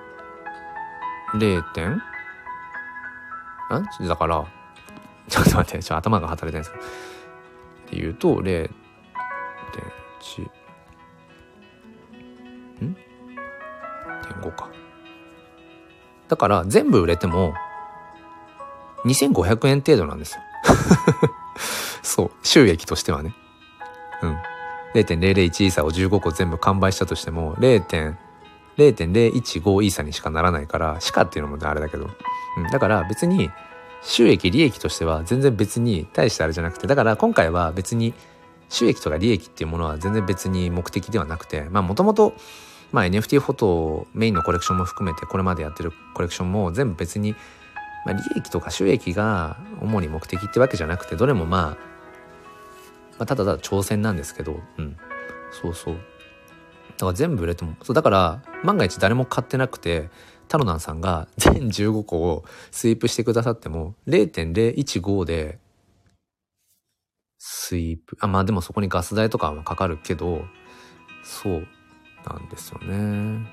だからちょっと待って、頭が働いてないんですけどっていうと 1.5 か。だから全部売れても2500円程度なんですよそう収益としてはね。0.001 イーサを15個全部完売したとしても0.015 イーサにしかならないから、しかっていうのもあれだけど、だから別に収益利益としては全然別に大してあれじゃなくて、だから今回は別に収益とか利益っていうものは全然別に目的ではなくて、もともとNFT フォトメインのコレクションも含めてこれまでやってるコレクションも全部別に、利益とか収益が主に目的ってわけじゃなくて、どれもただただ挑戦なんですけど、そうそう。だから全部売れても、だから万が一誰も買ってなくて、タロナンさんが全15個をスイープしてくださっても 0.015 でスイープ、でもそこにガス代とかはかかるけど、そうなんですよね。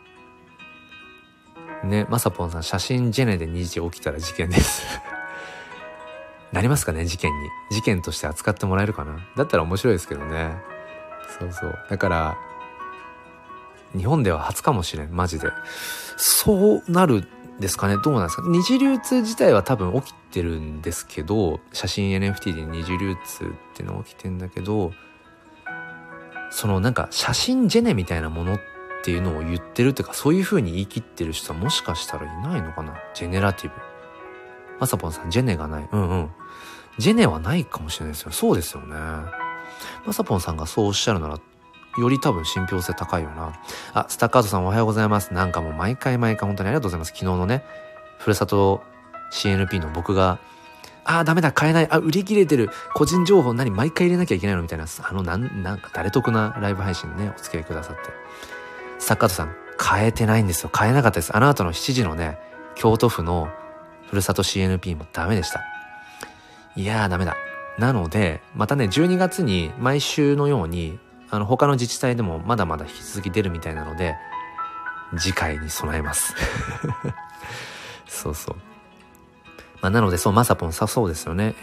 まさぽんさん、写真ジェネで2時起きたら事件ですなりますかね、事件として扱ってもらえるかな。だったら面白いですけどね。そうだから日本では初かもしれん、マジで。そうなるんですかね、どうなんですか。二次流通自体は多分起きてるんですけど、写真 NFT で二次流通っていうのが起きてんだけど、その写真ジェネみたいなものっていうのを言ってるっていうか、そういう風に言い切ってる人はもしかしたらいないのかな。ジェネラティブ。まさぽんさん、ジェネがない。ジェネはないかもしれないですよ。そうですよね。まさぽんさんがそうおっしゃるならより多分信憑性高いよな。スタッカートさんおはようございます。もう毎回本当にありがとうございます。昨日のね、ふるさと CNP の僕が、ダメだ、買えない、売り切れてる、個人情報毎回入れなきゃいけないのみたいな、誰得なライブ配信ね、お付き合いくださって。スタッカートさん、買えてないんですよ。買えなかったです。あの後の7時のね、京都府のふるさと CNP もダメでした。いやー、ダメだ。なので、またね、12月に毎週のように、他の自治体でもまだまだ引き続き出るみたいなので、次回に備えますそうそう。なので、まさぽんそうですよね。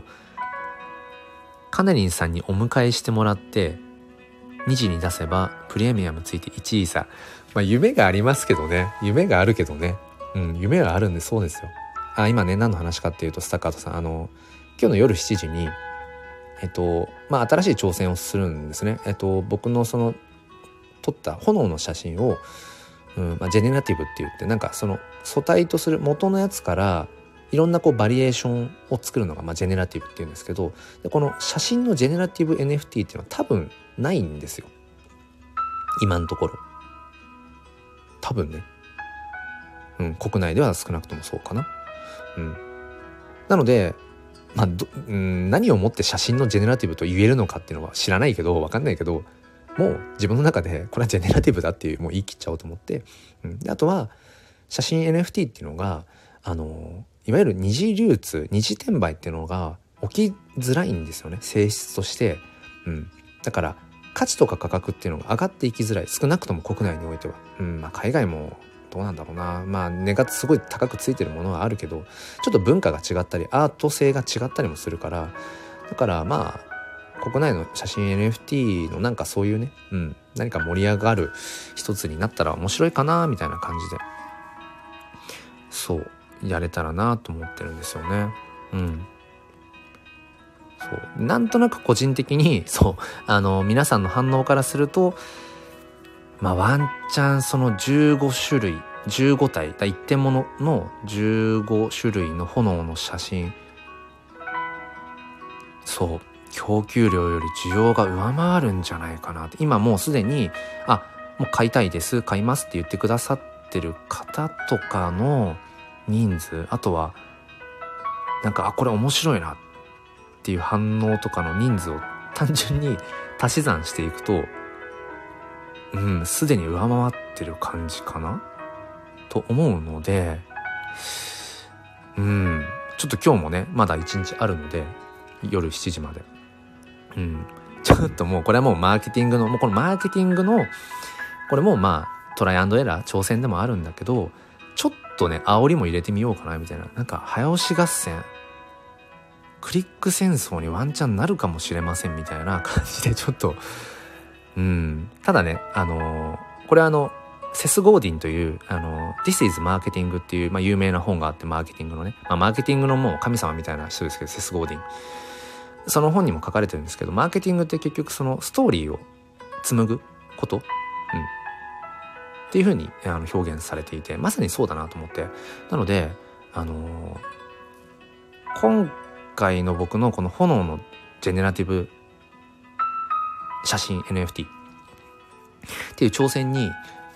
カネリンさんにお迎えしてもらって、2時に出せばプレミアムついて1イーサ。夢がありますけどね。夢があるけどね。夢があるんでそうですよ。今ね、何の話かっていうと、スタッカートさん、今日の夜7時に、新しい挑戦をするんですね。僕の撮った炎の写真を、ジェネラティブって言って、その素体とする元のやつからいろんなバリエーションを作るのが、ジェネラティブって言うんですけど、でこの写真のジェネラティブ NFT っていうのは多分ないんですよ。今のところ。多分ね。国内では少なくともそうかな。なので、何をもって写真のジェネラティブと言えるのかっていうのは知らないけど、分かんないけど、もう自分の中でこれはジェネラティブだっていう、もう言い切っちゃおうと思って、であとは写真 NFT っていうのがいわゆる二次流通、二次転売っていうのが起きづらいんですよね、性質として。だから価値とか価格っていうのが上がっていきづらい、少なくとも国内においては。海外もどうなんだろうな。値がすごい高くついてるものはあるけど、ちょっと文化が違ったりアート性が違ったりもするから、だから国内の写真 NFT のそういうね、何か盛り上がる一つになったら面白いかなみたいな感じで、そうやれたらなと思ってるんですよね。そうなんとなく個人的に皆さんの反応からすると、ワンチャンその15種類15体一点物の15種類の炎の写真、供給量より需要が上回るんじゃないかなって。今もうすでにもう買いたいです、買いますって言ってくださってる方とかの人数、あとはこれ面白いなっていう反応とかの人数を単純に足し算していくと、すでに上回ってる感じかなと思うので、ちょっと今日もねまだ1日あるので、夜7時までちょっともうこれはもうマーケティングのこれもトライアンドエラー挑戦でもあるんだけど、ちょっとね煽りも入れてみようかなみたいな、早押し合戦、クリック戦争にワンチャンなるかもしれませんみたいな感じでちょっとただね、これセス・ゴーディンという、This is Marketing っていう、有名な本があって、マーケティングのね、マーケティングのもう神様みたいな人ですけど、セス・ゴーディン。その本にも書かれてるんですけど、マーケティングって結局そのストーリーを紡ぐこと、っていう風に表現されていて、まさにそうだなと思って。なので、今回の僕のこの炎のジェネラティブ写真 NFT っていう挑戦に、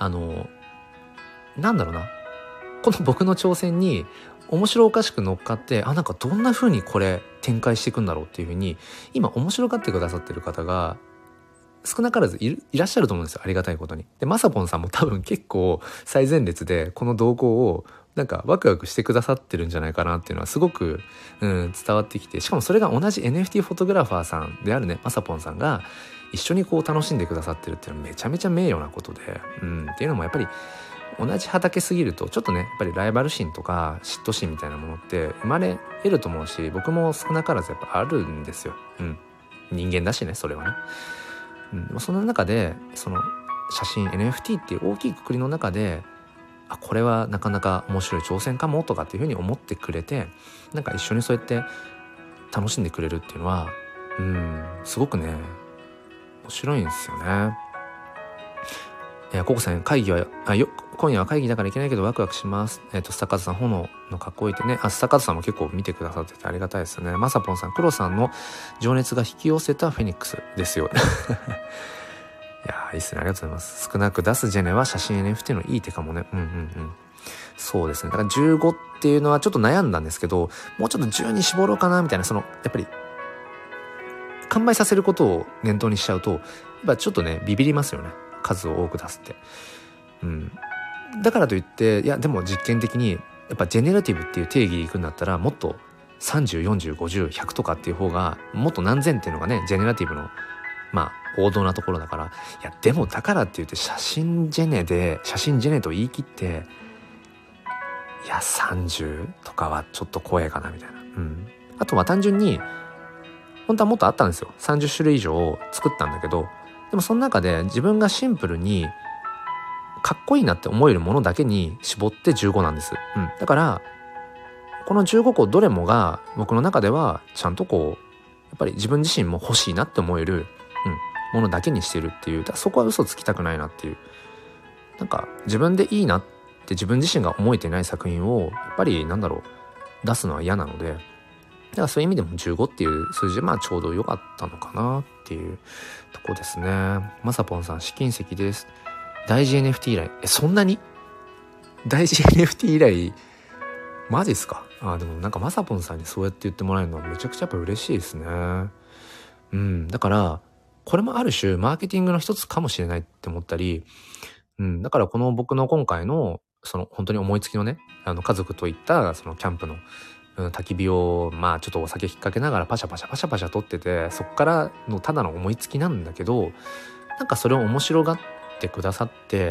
なんだろうな、この僕の挑戦に面白おかしく乗っかって、なんかどんな風にこれ展開していくんだろうっていう風に今面白がってくださってる方が少なからずいらっしゃると思うんですよ、ありがたいことに。で、まさぽんさんも多分結構最前列でこの動向をなんかワクワクしてくださってるんじゃないかなっていうのはすごく、伝わってきて、しかもそれが同じ NFT フォトグラファーさんであるね、まさぽんさんが一緒にこう楽しんでくださってるっていうのはめちゃめちゃ名誉なことで、っていうのもやっぱり同じ畑すぎるとちょっとね、やっぱりライバル心とか嫉妬心みたいなものって生まれ得ると思うし、僕も少なからずやっぱあるんですよ。人間だしね、それはね。その中でその写真 NFT っていう大きい括りの中で、これはなかなか面白い挑戦かもとかっていうふうに思ってくれて、なんか一緒にそうやって楽しんでくれるっていうのはすごくね面白いんですよね。ココさん、会議は今夜は会議だからいけないけどワクワクします。スタカズさん、炎のかっこいいってね。スタカズさんも結構見てくださっててありがたいですね。まさぽんさん、黒さんの情熱が引き寄せたフェニックスですよ。いやいいっすね、ありがとうございます。少なく出すジェネは写真 NFT のいい手かもね。そうですね。だから15っていうのはちょっと悩んだんですけど、もうちょっと10に絞ろうかなみたいな、やっぱり完売させることを念頭にしちゃうと、やっぱちょっとねビビりますよね、数を多く出すって。だからといって、いやでも実験的にやっぱジェネラティブっていう定義でいくんだったら、もっと30、40、50、100とかっていう方がもっと何千っていうのがね、ジェネラティブの王道なところだから、いやでもだからって言って写真ジェネと言い切って、いや30とかはちょっと怖いかなみたいな。あとは単純に本当はもっとあったんですよ。30種類以上作ったんだけど、でもその中で自分がシンプルにかっこいいなって思えるものだけに絞って15なんです。だからこの15個どれもが僕の中ではちゃんとこうやっぱり自分自身も欲しいなって思える、ものだけにしてるっていう。そこは嘘つきたくないなっていう。なんか自分でいいなって自分自身が思えてない作品をやっぱり出すのは嫌なので、だからそういう意味でも15っていう数字でちょうど良かったのかなっていうとこですね。まさぽんさん、試金石です。大事 NFT 以来。そんなに大事 NFT 以来マジっすか。でもなんかまさぽんさんにそうやって言ってもらえるのはめちゃくちゃやっぱ嬉しいですね。だからこれもある種マーケティングの一つかもしれないって思ったり、だからこの僕の今回のその本当に思いつきのね、家族といったそのキャンプの焚き火をちょっとお酒引っ掛けながらパシャパシャ撮ってて、そっからのただの思いつきなんだけど、なんかそれを面白がってくださって、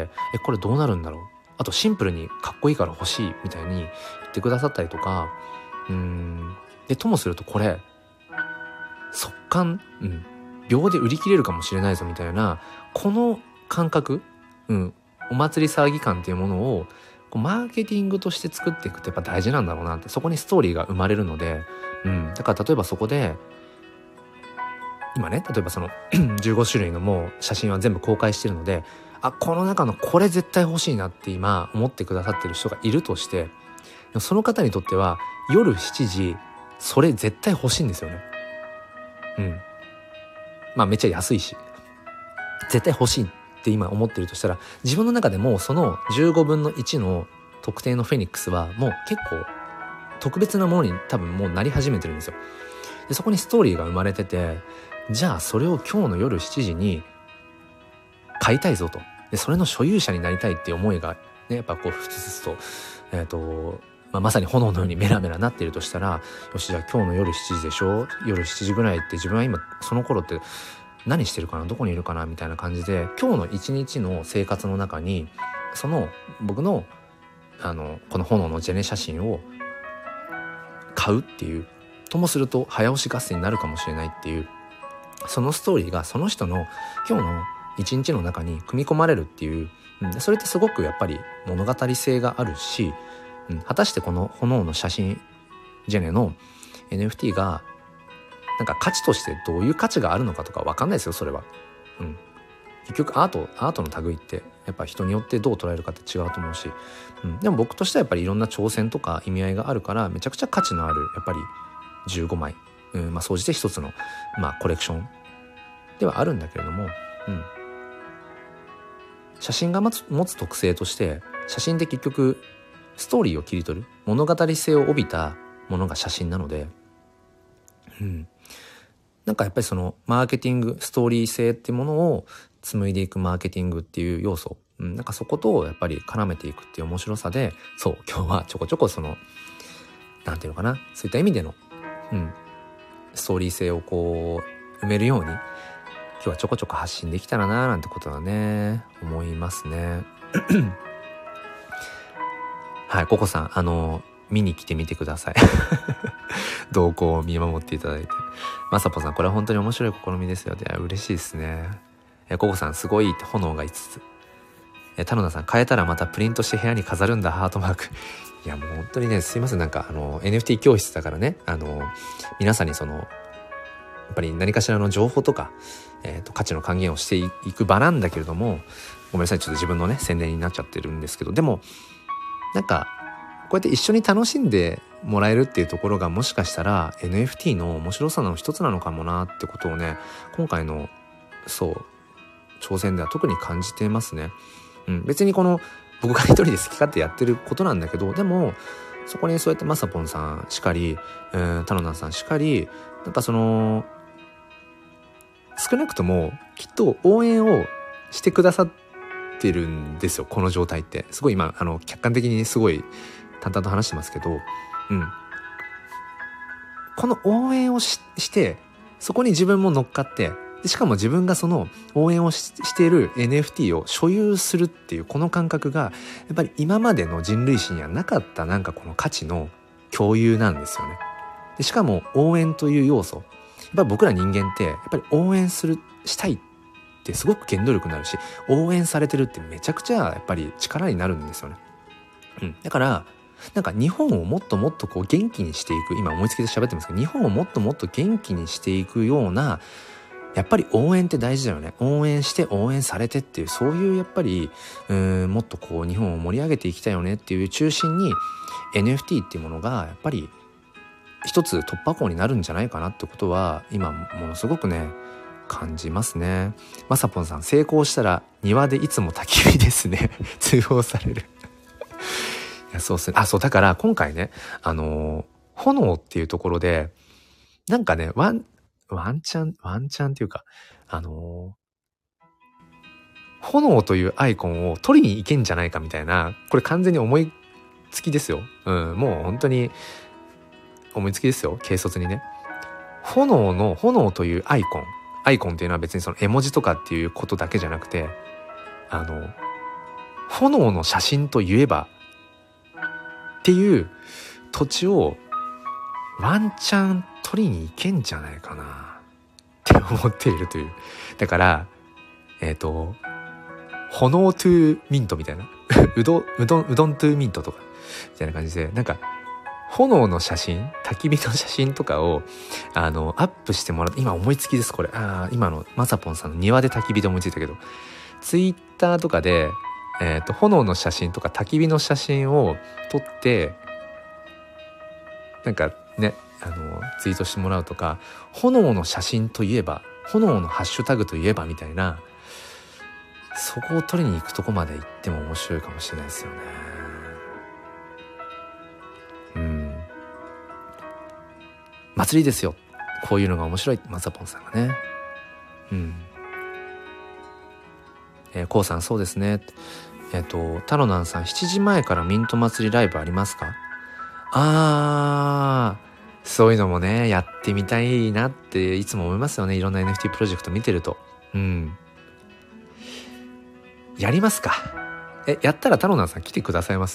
これどうなるんだろう、あとシンプルにかっこいいから欲しいみたいに言ってくださったりとか、でともするとこれ速乾、秒で売り切れるかもしれないぞみたいな、この感覚、お祭り騒ぎ感っていうものをマーケティングとして作っていくってやっぱ大事なんだろうなって。そこにストーリーが生まれるので、だから例えばそこで今ね、例えばその15種類のもう写真は全部公開してるので、この中のこれ絶対欲しいなって今思ってくださってる人がいるとして、その方にとっては夜7時それ絶対欲しいんですよね。めっちゃ安いし絶対欲しいって今思ってるとしたら、自分の中でもその15分の1の特定のフェニックスはもう結構特別なものに多分もうなり始めてるんですよ。でそこにストーリーが生まれてて、じゃあそれを今日の夜7時に買いたいぞと。でそれの所有者になりたいっていう思いがね、やっぱこうふつふつとまさに炎のようにメラメラなっているとしたら、よしじゃあ今日の夜7時でしょ、夜7時ぐらいって自分は今その頃って何してるかな、どこにいるかなみたいな感じで、今日の一日の生活の中にその僕のこの炎のジェネ写真を買うっていう、ともすると早押し合戦になるかもしれないっていう、そのストーリーがその人の今日の一日の中に組み込まれるっていう、それってすごくやっぱり物語性があるし、果たしてこの炎の写真ジェネの NFT がなんか価値としてどういう価値があるのかとか分かんないですよ、それは。結局アートの類ってやっぱ人によってどう捉えるかって違うと思うし、でも僕としてはやっぱりいろんな挑戦とか意味合いがあるからめちゃくちゃ価値のあるやっぱり15枚、総じて一つの、コレクションではあるんだけれども、写真が持つ特性として写真って結局ストーリーを切り取る物語性を帯びたものが写真なので、なんかやっぱりそのマーケティングストーリー性っていうものを紡いでいくマーケティングっていう要素、なんかそことやっぱり絡めていくっていう面白さで、そう今日はちょこちょこそのなんていうのかな、そういった意味での、ストーリー性をこう埋めるように今日はちょこちょこ発信できたらななんてことはね思いますね。はい、ココさん見に来てみてください。動向を見守っていただいて。まさぽさん、これは本当に面白い試みですよ。嬉しいですね。ココさん、すごい炎が5つ。田野田さん、変えたらまたプリントして部屋に飾るんだ、ハートマーク。いや、もう本当にね、すいません。なんかNFT 教室だからね、皆さんにその、やっぱり何かしらの情報とか、価値の還元をしていく場なんだけれども、ごめんなさい、ちょっと自分のね、宣伝になっちゃってるんですけど、でも、なんか、こうやって一緒に楽しんでもらえるっていうところがもしかしたら NFT の面白さの一つなのかもなってことをね、今回の挑戦では特に感じていますね。別にこの僕が一人で好き勝手やってることなんだけど、でもそこにそうやってまさぽんさんしかり、タノナさんしかり、なんかその少なくともきっと応援をしてくださってるんですよ、この状態って。すごい今客観的にすごい淡々と話してますけど、この応援をしてそこに自分も乗っかって、でしかも自分がその応援をしている NFT を所有するっていうこの感覚がやっぱり今までの人類史にはなかったなんかこの価値の共有なんですよね。でしかも応援という要素、やっぱり僕ら人間ってやっぱり応援したいってすごく原動力になるし、応援されてるってめちゃくちゃやっぱり力になるんですよね。だからなんか日本をもっともっとこう元気にしていく、今思いつきで喋ってますけど、日本をもっともっと元気にしていくような、やっぱり応援って大事だよね。応援して応援されてっていう、そういうやっぱりもっとこう日本を盛り上げていきたいよねっていう中心に NFT っていうものがやっぱり一つ突破口になるんじゃないかなってことは今ものすごくね感じますね。まさぽんさん、成功したら庭でいつも焚き火ですね。通報される。いや、そうっすね。そうだから今回ね、炎っていうところでなんかねワンチャンっていうか炎というアイコンを取りに行けんじゃないかみたいな、これ完全に思いつきですよ。もう本当に思いつきですよ、軽率にね。炎というアイコンっていうのは別にその絵文字とかっていうことだけじゃなくて、炎の写真といえばっていう土地をワンチャン取りに行けんじゃないかなって思っているという。だから炎トゥーミントみたいなうどんトゥーミントとかみたいな感じで、なんか炎の写真、焚き火の写真とかをアップしてもらって、今思いつきですこれ。今のまさぽんさんの庭で焚き火で思いついたけど、ツイッターとかで炎の写真とか焚き火の写真を撮ってなんかねツイートしてもらうとか、炎の写真といえば、炎のハッシュタグといえばみたいな、そこを取りに行くとこまで行っても面白いかもしれないですよね。祭りですよ、こういうのが面白い、まさぽんさんがね。こうさん、そうですね。タロナンさん、7時前からミント祭りライブありますか？そういうのもねやってみたいなっていつも思いますよね。いろんな NFT プロジェクト見てると。やりますか。やったらタロナンさん来てくださいます？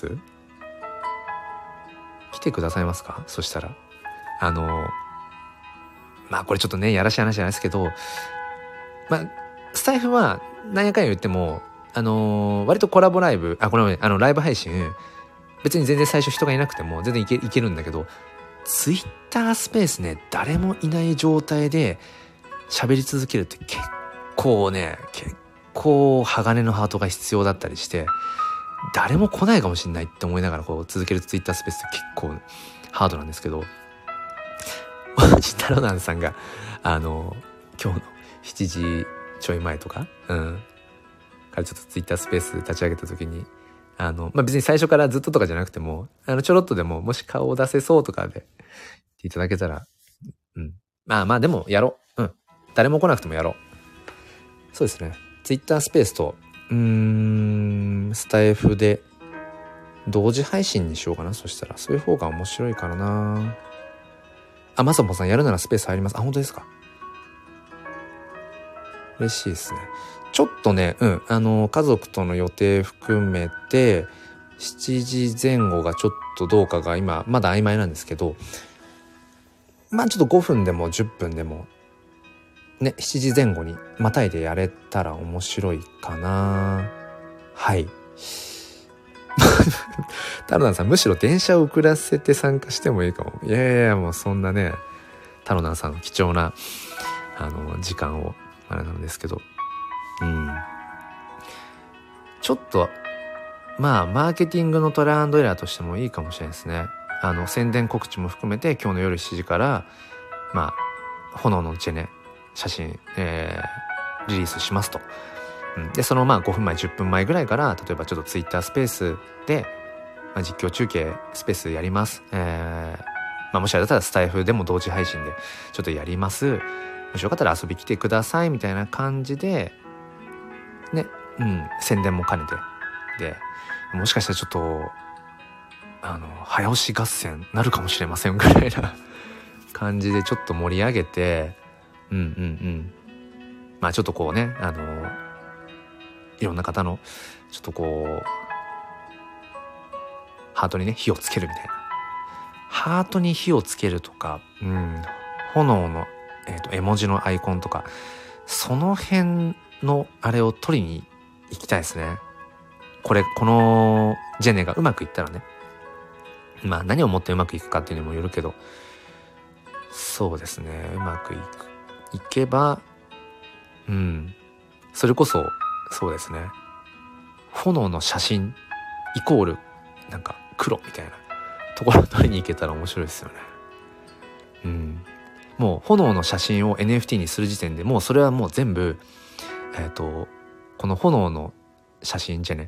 来てくださいますか？そしたらこれちょっとねやらしい話じゃないですけど、 スタイフは何やかんや言っても、割とコラボライブ、これライブ配信、別に全然最初人がいなくても全然いけるんだけど、ツイッタースペースね、誰もいない状態で喋り続けるって結構鋼のハートが必要だったりして、誰も来ないかもしれないって思いながらこう続けるツイッタースペースって結構ハードなんですけど、タロナンさんが今日の7時ちょい前とか、からちょっとツイッタースペース立ち上げた時に別に最初からずっととかじゃなくてもちょろっとでももし顔を出せそうとかで言っていただけたら、まあでもやろう。誰も来なくてもやろう。そうですね。ツイッタースペースとスタイフで同時配信にしようかな。そしたらそういう方が面白いからな。まさぽんさんやるならスペース入ります。本当ですか？嬉しいですね。ちょっとね、家族との予定含めて7時前後がちょっとどうかが今まだ曖昧なんですけど、ちょっと5分でも10分でもね、7時前後にまたいでやれたら面白いかな。はい。タロナンさん、むしろ電車を遅らせて参加してもいいかも。いやもうそんなね、タロナンさんの貴重な時間をあれなんですけど、ちょっとマーケティングのトライアンドエラーとしてもいいかもしれないですね。宣伝告知も含めて今日の夜7時から炎のジェネ写真、リリースしますと。でその5分前10分前ぐらいから例えばちょっとツイッタースペースで、実況中継スペースやります。もしあれだったらスタイフでも同時配信でちょっとやります。もしよかったら遊び来てくださいみたいな感じでね、宣伝も兼ねて、でもしかしたらちょっと早押し合戦なるかもしれませんぐらいな感じでちょっと盛り上げて、ちょっとこうね、いろんな方のちょっとこうハートにね火をつけるみたいな、ハートに火をつけるとか、炎の絵文字のアイコンとか、その辺のあれを取りに行きたいですね。このジェネがうまくいったらね、何をもってうまくいくかっていうのもよるけど、そうですね、うまくいけばそれこそそうですね、炎の写真イコールなんか黒みたいなところを取りに行けたら面白いですよね。もう炎の写真を NFT にする時点でもうそれはもう全部この炎の写真じゃね、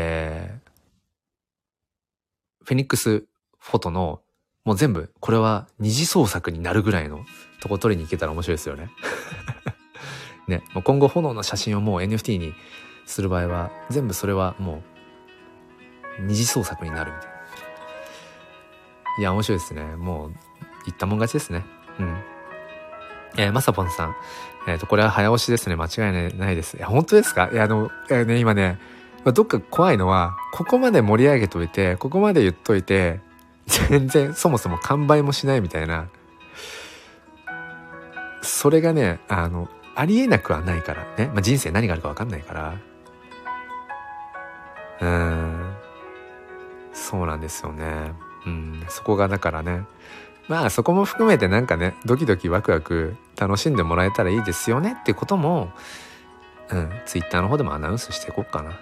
フェニックスフォトのもう全部これは二次創作になるぐらいのとこ取りに行けたら面白いですよね。ね、もう今後炎の写真をもう NFT にする場合は全部それはもう二次創作になるみたいな。いや面白いですね。もう言ったもん勝ちですね。まさぽんさん、これは早押しですね。間違いないです。本当ですか？いや今ね、どっか怖いのはここまで盛り上げといてここまで言っといて全然そもそも完売もしないみたいな、それがねありえなくはないからね。人生何があるか分かんないからそうなんですよね。そこがだからね、そこも含めてなんかね、ドキドキワクワク楽しんでもらえたらいいですよねっていうこともツイッターの方でもアナウンスしていこうかな。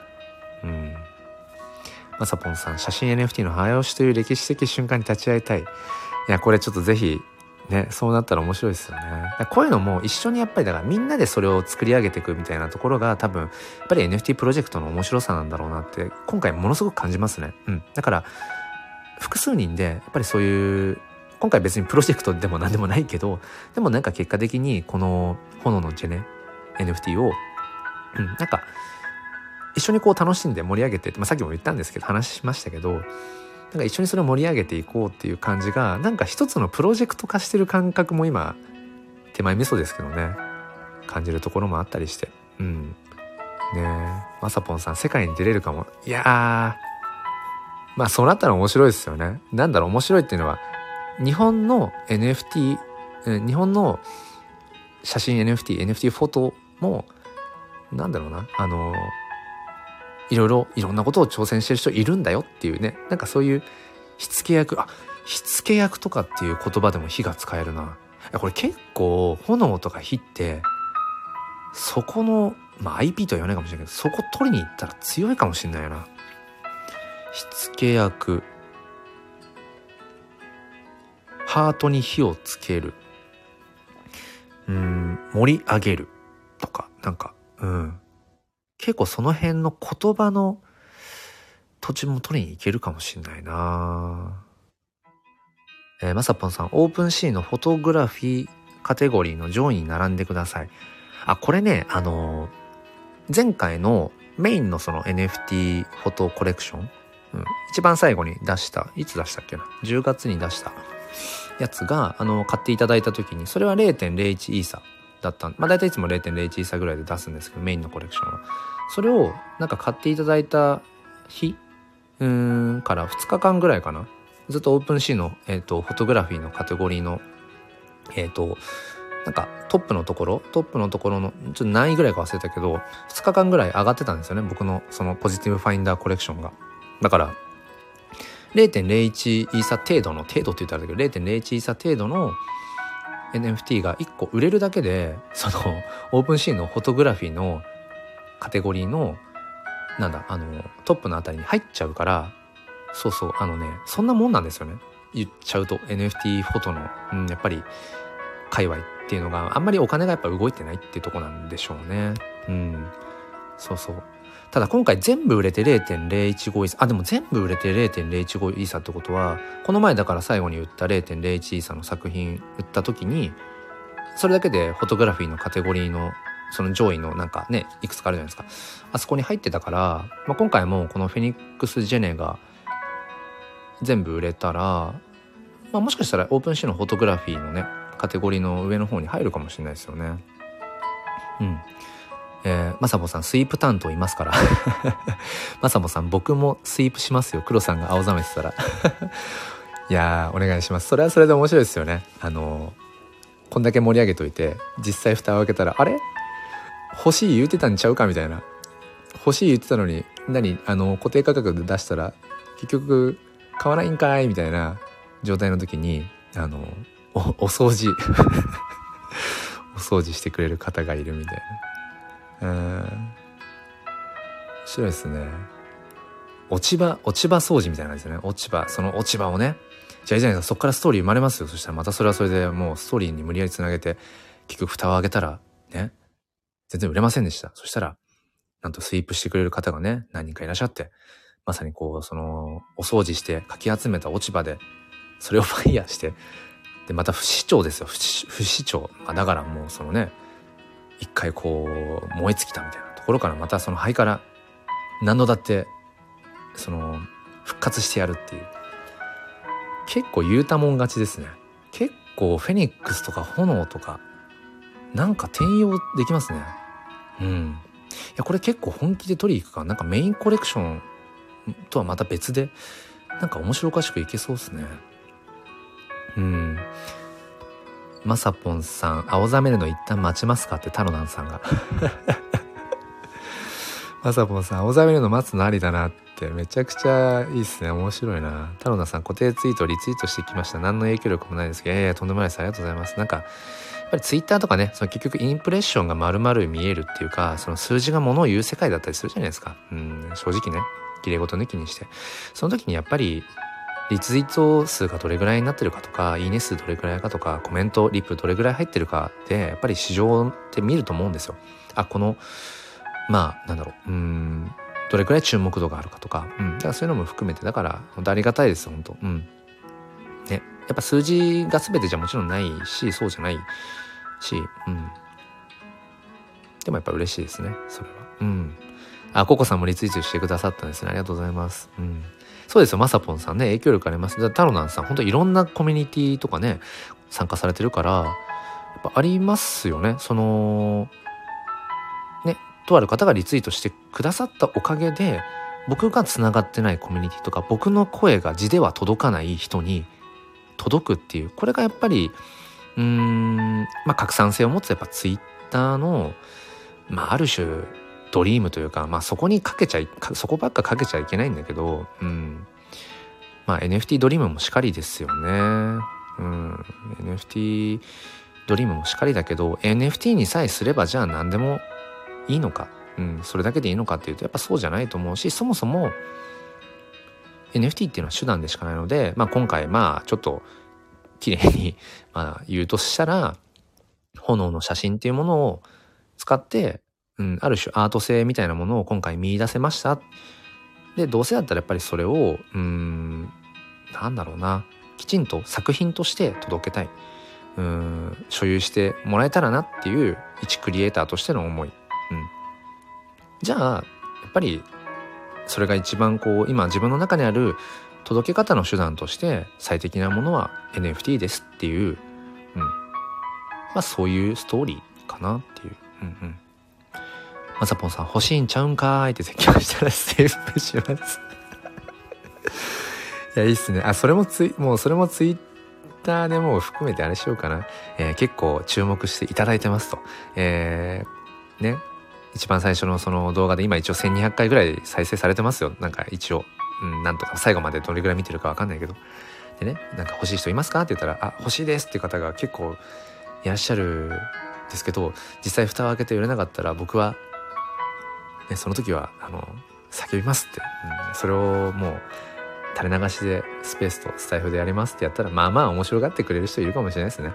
まさぽんさん、写真 NFT の早押しという歴史的瞬間に立ち会いたい。いやこれちょっとぜひね、そうなったら面白いですよね。こういうのも一緒にやっぱりだからみんなでそれを作り上げていくみたいなところが多分やっぱり NFT プロジェクトの面白さなんだろうなって今回ものすごく感じますね。だから複数人でやっぱりそういう今回別にプロジェクトでも何でもないけど、でもなんか結果的にこの炎のジェネ NFT をなんか一緒にこう楽しんで盛り上げて、さっきも言ったんですけど話しましたけど、なんか一緒にそれを盛り上げていこうっていう感じがなんか一つのプロジェクト化してる感覚も今手前味噌ですけどね、感じるところもあったりして、ねえ、まさぽんさん世界に出れるかも。いやー、そうなったら面白いですよね。なんだろう、面白いっていうのは日本の NFT、日本の写真 NFT フォトもなんだろうな、いろんなことを挑戦してる人いるんだよっていうね、なんかそういう火付け役、火付け役とかっていう言葉でも火が使えるな。これ結構炎とか火ってそこの、IP とは言わないかもしれないけど、そこ取りに行ったら強いかもしれないよな。火付け役、ハートに火をつける、盛り上げるとか、なんか結構その辺の言葉の土地も取りに行けるかもしれないな。まさぽんさん、オープンシーのフォトグラフィーカテゴリーの上位に並んでください。これね、前回のメインのその NFT フォトコレクション、一番最後に出した、いつ出したっけな、10月に出したやつが、買っていただいた時に、それは 0.01 イーサだったん、だいたいいつも 0.01 イーサぐらいで出すんですけど、メインのコレクションは。それを、なんか買っていただいた日、から2日間ぐらいかな。ずっとオープンシーの、フォトグラフィーのカテゴリーの、なんかトップのところの、ちょっと何位ぐらいか忘れたけど、2日間ぐらい上がってたんですよね。僕のそのポジティブファインダーコレクションが。だから、0.01 イーサ程度って言ったらあれだけど、0.01 イーサ程度の NFT が1個売れるだけで、そのオープンシーのフォトグラフィーのカテゴリーの、トップのあたりに入っちゃうから、そう、そんなもんなんですよね。言っちゃうと NFT フォトの、やっぱり界隈っていうのがあんまりお金がやっぱ動いてないっていうとこなんでしょうね。そう。ただ今回全部売れて 0.015 イーサ、でも全部売れて 0.015 イーサってことは、この前だから最後に売った 0.01 イーサの作品売った時に、それだけでフォトグラフィーのカテゴリーのその上位のなんかね、いくつかあるじゃないですか。あそこに入ってたから、今回もこのフェニックスジェネが全部売れたら、もしかしたらオープンシーのフォトグラフィーのね、カテゴリーの上の方に入るかもしれないですよね。まさぼさん、スイープ担当いますから。まさぼさん、僕もスイープしますよ。黒さんが青ざめてたら。いやー、お願いします。それはそれで面白いですよね。こんだけ盛り上げといて、実際蓋を開けたら、あれ欲しい言うてたんちゃうかみたいな。欲しい言ってたのに、固定価格で出したら、結局、買わないんかいみたいな状態の時に、お掃除お掃除してくれる方がいるみたいな。面白いですね。落ち葉掃除みたいな感じですね。その落ち葉をね、じゃあいいじゃないですか、そっからストーリー生まれますよ。そしたらまたそれはそれでもうストーリーに無理やりつなげて、結局蓋を開けたらね、全然売れませんでした。そしたらなんとスイープしてくれる方がね、何人かいらっしゃって、まさにこうそのお掃除してかき集めた落ち葉でそれをファイヤーして、でまた不死鳥ですよ。不死鳥、だからもうそのね、一回こう燃え尽きたみたいなところからまたその灰から何度だってその復活してやるっていう、結構言うたもん勝ちですね。結構フェニックスとか炎とかなんか転用できますね。いやこれ結構本気で取り行くか、なんかメインコレクションとはまた別でなんか面白おかしくいけそうですね。まさぽんさん、青ざめるの一旦待ちますかってタロナンさんがまさぽんさん、青ざめるの待つのありだなって、めちゃくちゃいいっすね。面白いな。タロナンさん、固定ツイートリツイートしてきました。何の影響力もないですけど、いやとんでもないです。ありがとうございます。なんかやっぱりツイッターとかね、その結局インプレッションが丸々見えるっていうか、その数字がものを言う世界だったりするじゃないですか。正直ね、綺麗事抜きにして、その時にやっぱりリツイート数がどれぐらいになってるかとか、いいね数どれぐらいかとか、コメントリプどれぐらい入ってるかでやっぱり市場って見ると思うんですよ。このどれくらい注目度があるかとか、だからそういうのも含めて、だから本当ありがたいです、本当。ね、やっぱ数字が全てじゃもちろんないし、そうじゃないし、でもやっぱ嬉しいですね、それは。ココさんもリツイートしてくださったんですね。ありがとうございます。そうですよ、まさぽんさんね、影響力あります。タロナンさん、本当いろんなコミュニティとかね、参加されてるから、やっぱありますよね。そのね、とある方がリツイートしてくださったおかげで、僕がつながってないコミュニティとか、僕の声が字では届かない人に届くっていう、これがやっぱり拡散性を持つやっぱツイッターのある種ドリームというか、そこばっかかけちゃいけないんだけど、NFT ドリームもしかりですよね。NFT ドリームもしかりだけど、 NFT にさえすればじゃあ何でもいいのか、それだけでいいのかっていうとやっぱそうじゃないと思うし、そもそも NFT っていうのは手段でしかないので、今回ちょっと綺麗に言うとしたら、炎の写真っていうものを使って、ある種アート性みたいなものを今回見出せました。でどうせだったらやっぱりそれをきちんと作品として届けたい、所有してもらえたらなっていう一クリエイターとしての思い、じゃあやっぱりそれが一番今自分の中にある届け方の手段として最適なものは NFT ですっていう、そういうストーリーかなっていう。まさぽんさん欲しいんちゃうんかーいって絶叫したらセーブしますいやいいっすね。それもツイッターでもう含めてあれしようかな。結構注目していただいてますと。一番最初のその動画で今一応1200回ぐらい再生されてますよ。一応、なんとか最後までどれぐらい見てるかわかんないけど。でね、欲しい人いますかって言ったら、欲しいですっていう方が結構いらっしゃるんですけど、実際蓋を開けて売れなかったら僕は、その時は叫びますって、それをもう垂れ流しでスペースとスタイフでやりますってやったら面白がってくれる人いるかもしれないですね。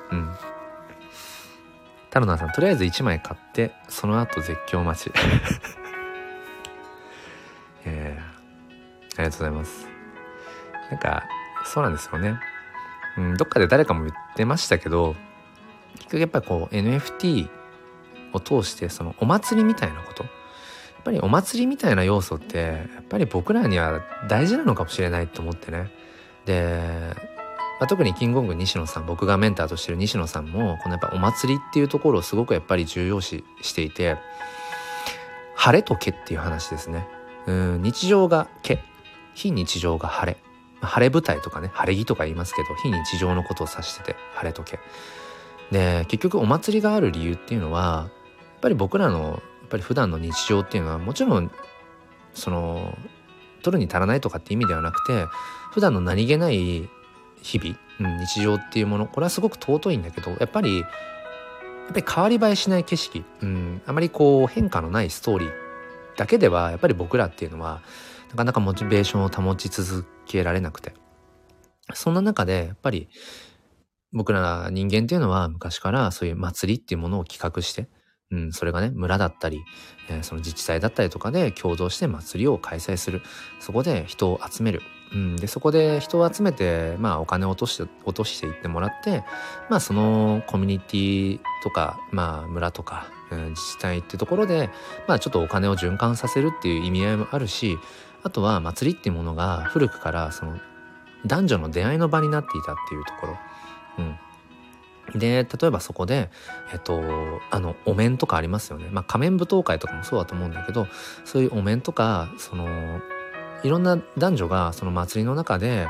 タロナーさん、とりあえず1枚買ってその後絶叫待ちありがとうございます。そうなんですよね。どっかで誰かも言ってましたけど、結局やっぱりNFT を通してそのお祭りみたいなこと、やっぱりお祭りみたいな要素ってやっぱり僕らには大事なのかもしれないと思ってね。で、特にキングコング西野さん、僕がメンターとしてる西野さんもこのやっぱお祭りっていうところをすごくやっぱり重要視していて、晴れとけっていう話ですね。日常がけ、非日常が晴れ、晴れ舞台とかね、晴れ着とか言いますけど、非日常のことを指してて晴れとけで、結局お祭りがある理由っていうのはやっぱり僕らのやっぱり普段の日常っていうのはもちろんその取るに足らないとかって意味ではなくて、普段の何気ない日々、日常っていうもの、これはすごく尊いんだけど、やっぱり変わり映えしない景色、あまり変化のないストーリーだけではやっぱり僕らっていうのはなかなかモチベーションを保ち続けられなくて、そんな中でやっぱり僕ら人間っていうのは昔からそういう祭りっていうものを企画して、それがね、村だったり、その自治体だったりとかで共同して祭りを開催する。そこで人を集める。でそこで人を集めて、お金を落としていってもらって、そのコミュニティとか、村とか、自治体ってところで、ちょっとお金を循環させるっていう意味合いもあるし、あとは祭りっていうものが古くからその男女の出会いの場になっていたっていうところ。で、例えばそこで、お面とかありますよね。仮面舞踏会とかもそうだと思うんだけど、そういうお面とか、いろんな男女がその祭りの中で、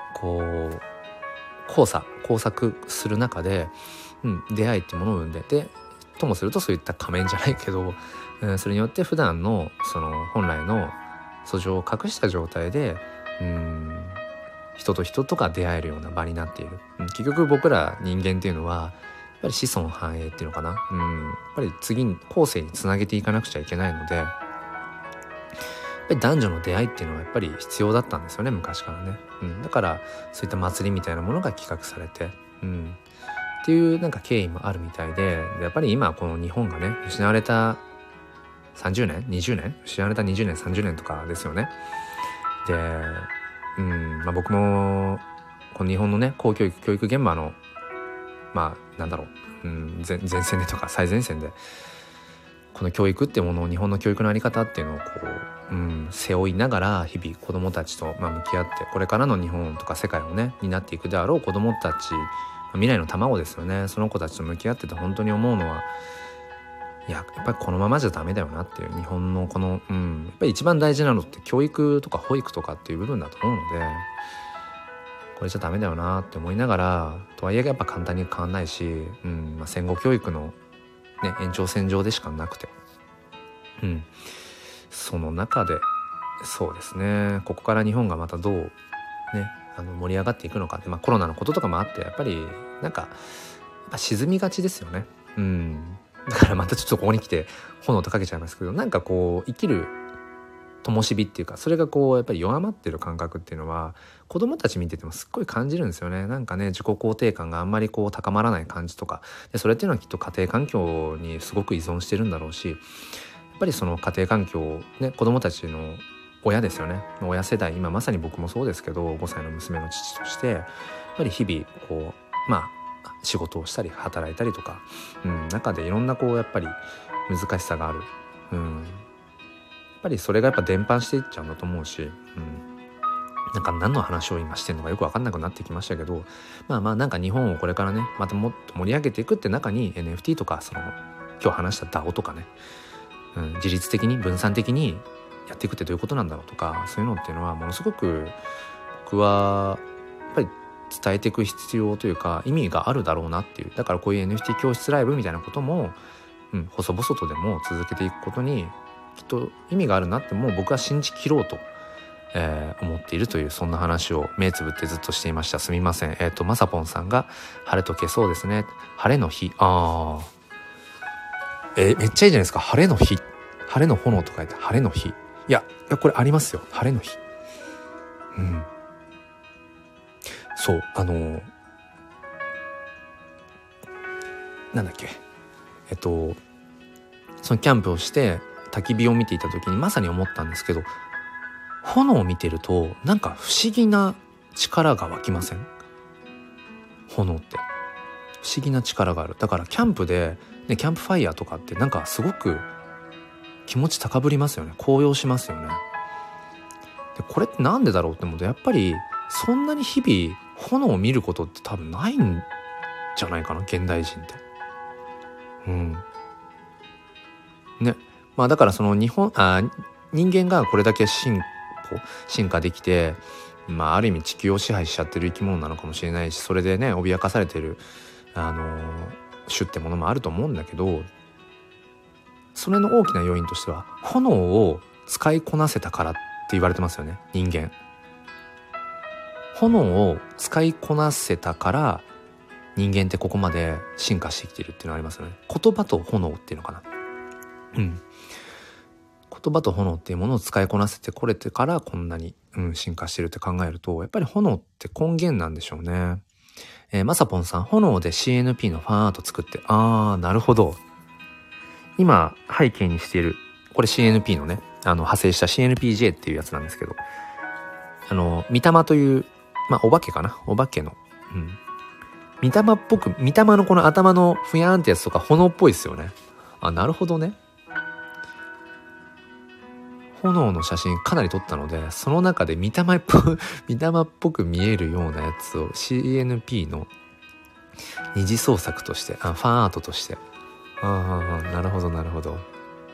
交錯する中で、出会いっていうものを生んで、で、ともするとそういった仮面じゃないけど、それによって普段の、本来の素性を隠した状態で、人と人とか出会えるような場になっている。結局僕ら人間っていうのはやっぱり子孫繁栄っていうのかな、やっぱり次に後世につなげていかなくちゃいけないので、やっぱり男女の出会いっていうのはやっぱり必要だったんですよね、昔からね。だからそういった祭りみたいなものが企画されて、っていう経緯もあるみたいで、やっぱり今この日本がね、失われた30年20年失われた20年30年とかですよね。で僕もこの日本のね、公教育教育現場の前線でとか最前線でこの教育っていうものを、日本の教育のあり方っていうのを背負いながら日々子どもたちと向き合って、これからの日本とか世界をね担っていくであろう子どもたち、未来の卵ですよね。その子たちと向き合ってて本当に思うのは、やっぱりこのままじゃダメだよなっていう、日本のこの、やっぱり一番大事なのって教育とか保育とかっていう部分だと思うので、これじゃダメだよなって思いながら、とはいえやっぱ簡単に変わんないし、戦後教育の、延長線上でしかなくて、 その中でそうですね、ここから日本がまたどうね盛り上がっていくのかって、コロナのこととかもあってやっぱりなんかやっぱ沈みがちですよね。だからまたちょっとここに来て炎とかけちゃいますけど、なんかこう生きる灯火っていうか、それがこうやっぱり弱まってる感覚っていうのは子供たち見ててもすっごい感じるんですよね。なんかね、自己肯定感があんまりこう高まらない感じとかで、それっていうのはきっと家庭環境にすごく依存してるんだろうし、やっぱりその家庭環境をね、子供たちの親ですよね、親世代、今まさに僕もそうですけど5歳の娘の父としてやっぱり日々こう仕事をしたり働いたりとか、中でいろんなこうやっぱり難しさがある、やっぱりそれがやっぱ伝播していっちゃうんだと思うし、なんか何の話を今してんのかよく分かんなくなってきましたけど、なんか日本をこれからねまたもっと盛り上げていくって中に NFT とかその今日話した DAO とかね、自律的に分散的にやっていくってどういうことなんだろうとか、そういうのっていうのはものすごく僕はやっぱり伝えていく必要というか意味があるだろうなっていう。だからこういう NFT 教室ライブみたいなことも、細々とでも続けていくことにきっと意味があるなってもう僕は信じきろうと、思っているという、そんな話を目つぶってずっとしていました。すみません。まさぽんさんが晴れとけそうですね。晴れの日。めっちゃいいじゃないですか。晴れの日。晴れの炎と書いて晴れの日。いやこれありますよ。晴れの日。そうなんだっけ、そのキャンプをして焚き火を見ていた時にまさに思ったんですけど、炎を見てるとなんか不思議な力が湧きません？炎って不思議な力がある。だからキャンプで、ね、キャンプファイヤーとかってなんかすごく気持ち高ぶりますよね。高揚しますよね。でこれってなんでだろうって思うと、やっぱりそんなに日々炎を見ることって多分ないんじゃないかな、現代人って。ね、だからその人間がこれだけ進化できて、ある意味地球を支配しちゃってる生き物なのかもしれないし、それでね脅かされてる種ってものもあると思うんだけど、それの大きな要因としては炎を使いこなせたからって言われてますよね。人間炎を使いこなせたから人間ってここまで進化してきてるっていうのがありますよね。言葉と炎っていうのかな。言葉と炎っていうものを使いこなせてこれてからこんなに、進化してるって考えると、やっぱり炎って根源なんでしょうね。まさぽんさん、炎で CNP のファンアート作って、なるほど。今背景にしているこれ CNP のね派生した CNPJ っていうやつなんですけど、御霊というお化けかな、お化けの御霊っぽく、御霊のこの頭のふやーんってやつとか炎っぽいですよね。なるほどね。炎の写真かなり撮ったので、その中で御霊っぽく見えるようなやつを CNP の二次創作としてファンアートとしてなるほどなるほど。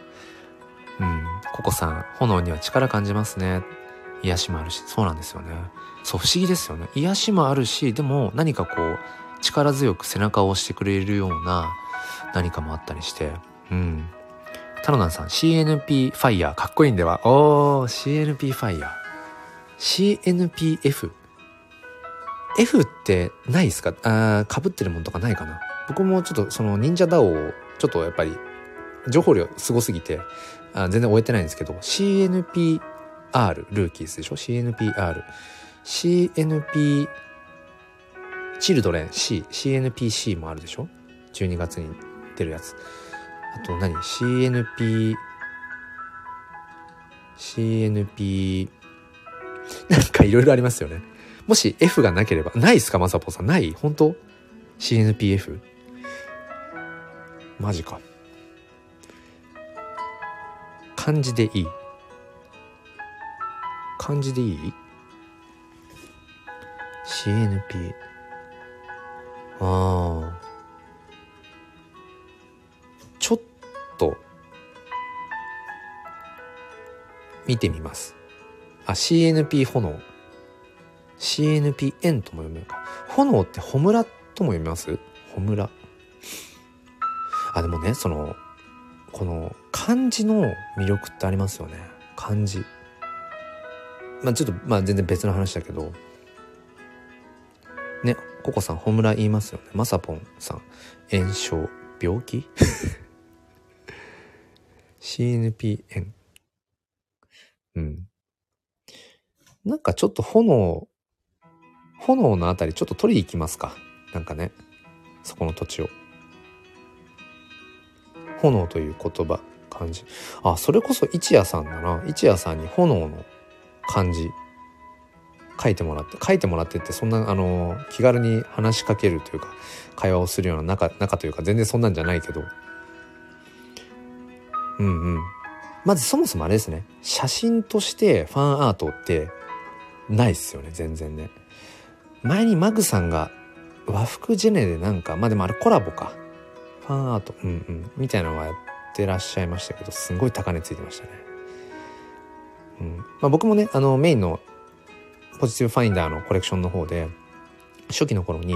ココさん、炎には力感じますね。癒しもあるし。そうなんですよね。そう、不思議ですよね。癒しもあるし、でも何かこう力強く背中を押してくれるような何かもあったりして、タロナンさん CNP ファイヤーかっこいいんでは。CNP ファイヤー CNPF F ってないですか？被ってるもんとかないかな。僕もちょっとその忍者ダオをちょっとやっぱり情報量すごすぎて全然終えてないんですけど、 CNPR ルーキーズでしょ。 CNP チルドレン CNPC もあるでしょ。12月に出るやつ。あとCNP なんかいろいろありますよね。もし F がなければ。ないっすかまさぽさん。ない？本当？ CNPF マジか。漢字でいい？漢字でいい？ CNP ちょっと見てみます。CNP 炎 CNPN とも読めるか。炎ってホムラとも読みます？ホムラ。でもね、この漢漢字の魅力ってありますよね。漢字。ちょっと全然別の話だけどね、ココさんホムラ言いますよね。まさぽんさん炎症病気CNPN。 なんかちょっと炎のあたりちょっと取り行きますか。なんかね、そこの土地を。炎という言葉、漢字。それこそ一夜さんだな。一夜さんに炎の漢字書いてもらってってそんな気軽に話しかけるというか会話をするような仲というか全然そんなんじゃないけど、まずそもそもあれですね、写真としてファンアートってないっすよね、全然ね。前にマグさんが和服ジェネでなんかでもあれコラボか、ファンアートみたいなのはやってらっしゃいましたけど、すごい高値ついてましたね。僕もねメインのポジティブファインダーのコレクションの方で初期の頃に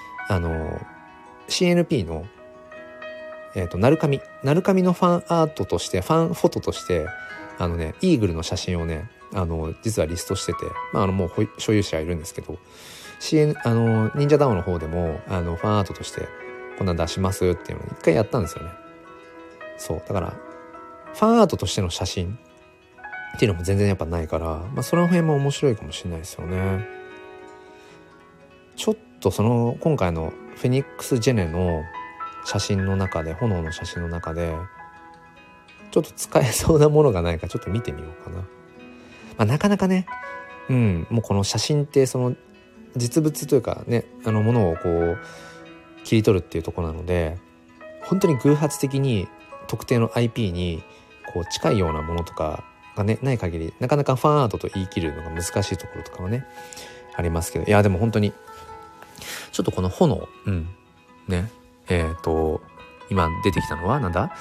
CNP のナルカミのファンアートとしてファンフォトとしてイーグルの写真をね実はリストしてて、もう所有者はいるんですけど、忍者ダオの方でもファンアートとしてこんなん出しますっていうのを一回やったんですよね。そうだからファンアートとしての写真っていうのも全然やっぱないから、その辺も面白いかもしれないですよね。ちょっと今回のフェニックスジェネの写真の中で、炎の写真の中でちょっと使えそうなものがないかちょっと見てみようかな。なかなかね、もうこの写真ってその実物というかね、ものをこう切り取るっていうところなので、本当に偶発的に特定の IP にこう近いようなものとかがねない限り、なかなかファンアートと言い切るのが難しいところとかはねありますけど、いやでも本当にちょっとこの炎ね、今出てきたのはなんだ、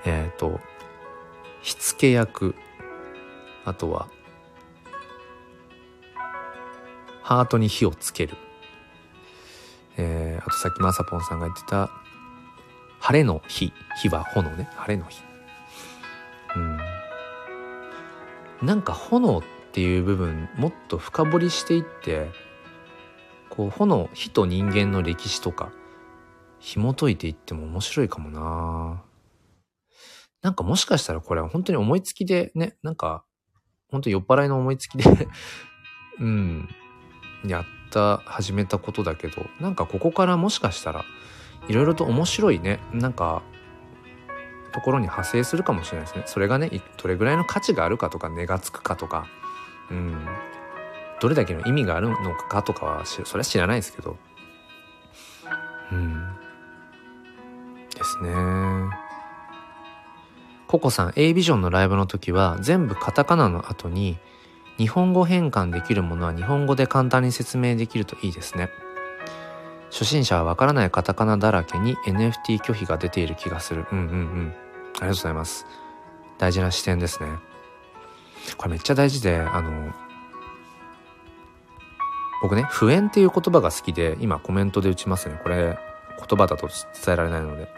火付け役、あとはハートに火をつける、あとさっきまさぽんさんが言ってた晴れの火、火は炎ね、晴れの火。なんか炎っていう部分もっと深掘りしていって、こう火と人間の歴史とか紐解いていっても面白いかもな。なんかもしかしたらこれは本当に思いつきでね、なんか本当に酔っ払いの思いつきで始めたことだけど、なんかここからもしかしたらいろいろと面白いね、なんかところに派生するかもしれないですね。それがねどれぐらいの価値があるかとか値がつくかとか、どれだけの意味があるのかとかはそれは知らないですけど、ですね。ココさん A ビジョンのライブの時は全部カタカナの後に日本語変換できるものは日本語で簡単に説明できるといいですね。初心者はわからないカタカナだらけに NFT 拒否が出ている気がする。ありがとうございます。大事な視点ですね。これめっちゃ大事で、僕ね、不縁っていう言葉が好きで、今コメントで打ちますね。これ言葉だと伝えられないので。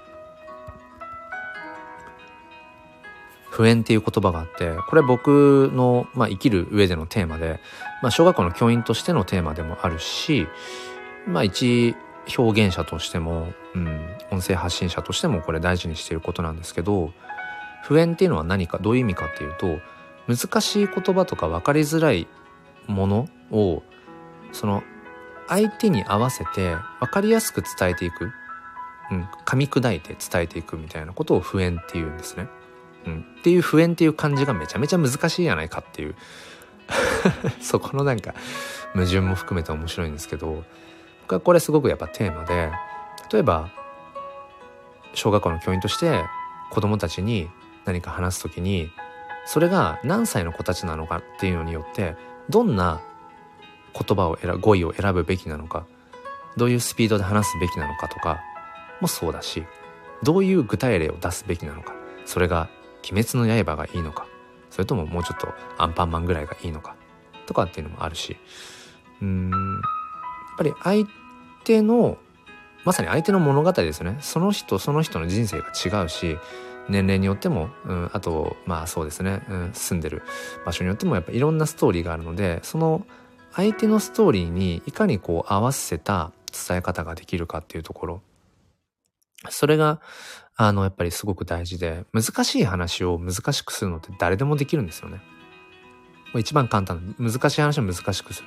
不縁っていう言葉があって、これ僕の、生きる上でのテーマで、小学校の教員としてのテーマでもあるし、一表現者としても、音声発信者としてもこれ大事にしていることなんですけど、不縁っていうのは何か、どういう意味かっていうと、難しい言葉とか分かりづらいものをその相手に合わせて分かりやすく伝えていく、噛み砕いて伝えていくみたいなことを不縁っていうんですね。っていう不縁っていう漢字がめちゃめちゃ難しいじゃないかっていうそこのなんか矛盾も含めて面白いんですけど、僕はこれすごくやっぱテーマで、例えば小学校の教員として子供たちに何か話すときに、それが何歳の子たちなのかっていうのによってどんな言葉を語彙を選ぶべきなのか、どういうスピードで話すべきなのかとかもそうだし、どういう具体例を出すべきなのか、それが鬼滅の刃がいいのか、それとももうちょっとアンパンマンぐらいがいいのかとかっていうのもあるし、やっぱり相手のまさに相手の物語ですよね。その人その人の人生が違うし、 年齢によっても、あとそうですね、住んでる場所によってもやっぱいろんなストーリーがあるので、その相手のストーリーにいかにこう合わせた伝え方ができるかっていうところ、それがやっぱりすごく大事で、難しい話を難しくするのって誰でもできるんですよね。一番簡単、難しい話を難しくする。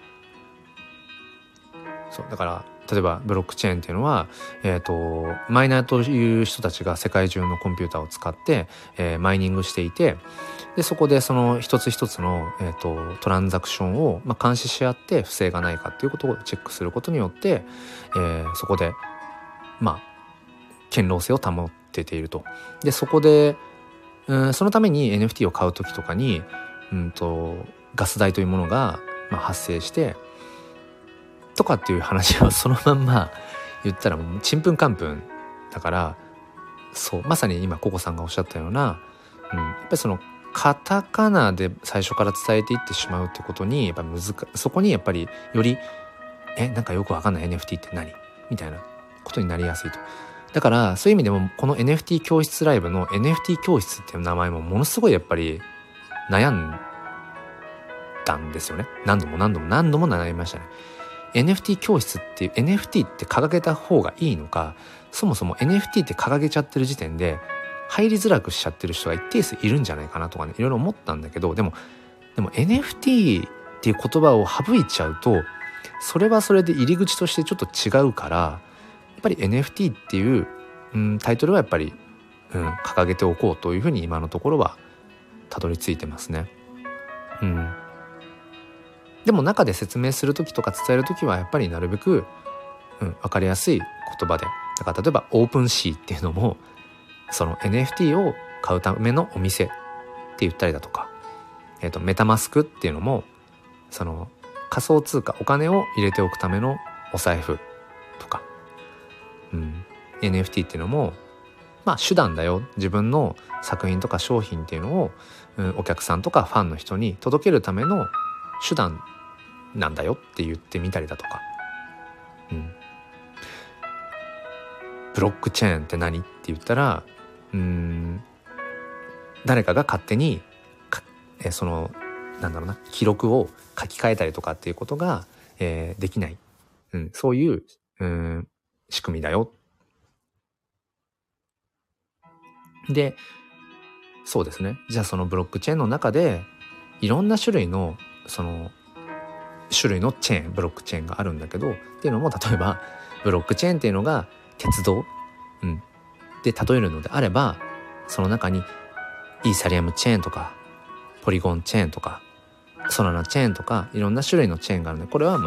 そうだから例えばブロックチェーンっていうのは、マイナーという人たちが世界中のコンピューターを使って、マイニングしていて、でそこでその一つ一つの、トランザクションを、監視し合って不正がないかっていうことをチェックすることによって、そこで堅牢性を保ってていると。でそこで、そのために NFT を買う時とかに、ガス代というものが、発生してとかっていう話をそのまんま言ったらもうちんぷんかんぷんだから、そうまさに今ココさんがおっしゃったような、やっぱりそのカタカナで最初から伝えていってしまうってことにやっぱそこにやっぱりよりなんかよくわかんない NFT って何みたいなことになりやすいと。だからそういう意味でもこの NFT 教室ライブの NFT 教室っていう名前もものすごいやっぱり悩んだんですよね。何度も悩みましたね。NFT 教室っていう NFT って掲げた方がいいのか、そもそも NFT って掲げちゃってる時点で入りづらくしちゃってる人が一定数いるんじゃないかなとかね、いろいろ思ったんだけど、でも NFT っていう言葉を省いちゃうとそれはそれで入り口としてちょっと違うから、やっぱり NFT っていう、タイトルはやっぱり、掲げておこうというふうに今のところはたどり着いてますね。でも中で説明するときとか伝えるときはやっぱりなるべく、分かりやすい言葉で、だから例えばオープンシーっていうのもその NFT を買うためのお店って言ったりだとか、メタマスクっていうのもその仮想通貨、お金を入れておくためのお財布とか、NFT っていうのも手段だよ、自分の作品とか商品っていうのを、お客さんとかファンの人に届けるための手段なんだよって言ってみたりだとか、ブロックチェーンって何って言ったら、誰かが勝手にその記録を書き換えたりとかっていうことが、できない、そういう、仕組みだよ。で、そうですね。じゃあそのブロックチェーンの中でいろんな種類のチェーン、ブロックチェーンがあるんだけど、っていうのも例えばブロックチェーンっていうのが鉄道、で例えるのであれば、その中にイーサリアムチェーンとかポリゴンチェーンとかソラナチェーンとかいろんな種類のチェーンがあるので、これは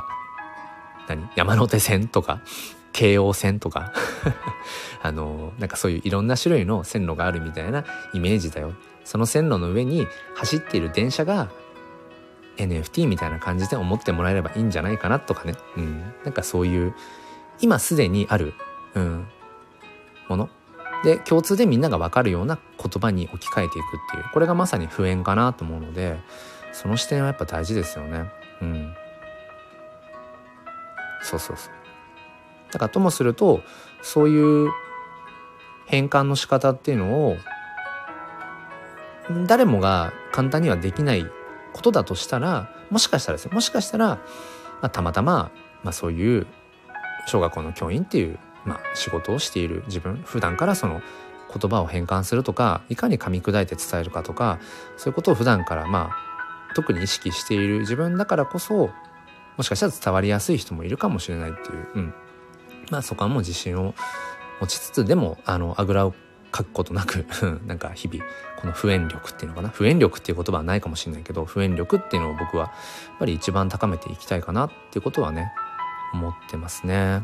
山手線とか京王線とかそういういろんな種類の線路があるみたいなイメージだよ。その線路の上に走っている電車が NFT みたいな感じで思ってもらえればいいんじゃないかなとかね、そういう今すでにある、もので共通でみんなが分かるような言葉に置き換えていくっていう、これがまさに普遍かなと思うので、その視点はやっぱ大事ですよね。そうだからともすると、そういう変換の仕方っていうのを誰もが簡単にはできないことだとしたら、もしかしたらたまたま、そういう小学校の教員っていう、仕事をしている自分、普段からその言葉を変換するとか、いかに噛み砕いて伝えるかとか、そういうことを普段から特に意識している自分だからこそ、もしかしたら伝わりやすい人もいるかもしれないっていう、そこはもう自信を持ちつつ、でもあぐらをかくことなく日々この普遍力っていうのかな、普遍力っていう言葉はないかもしれないけど、普遍力っていうのを僕はやっぱり一番高めていきたいかなっていうことはね、思ってますね。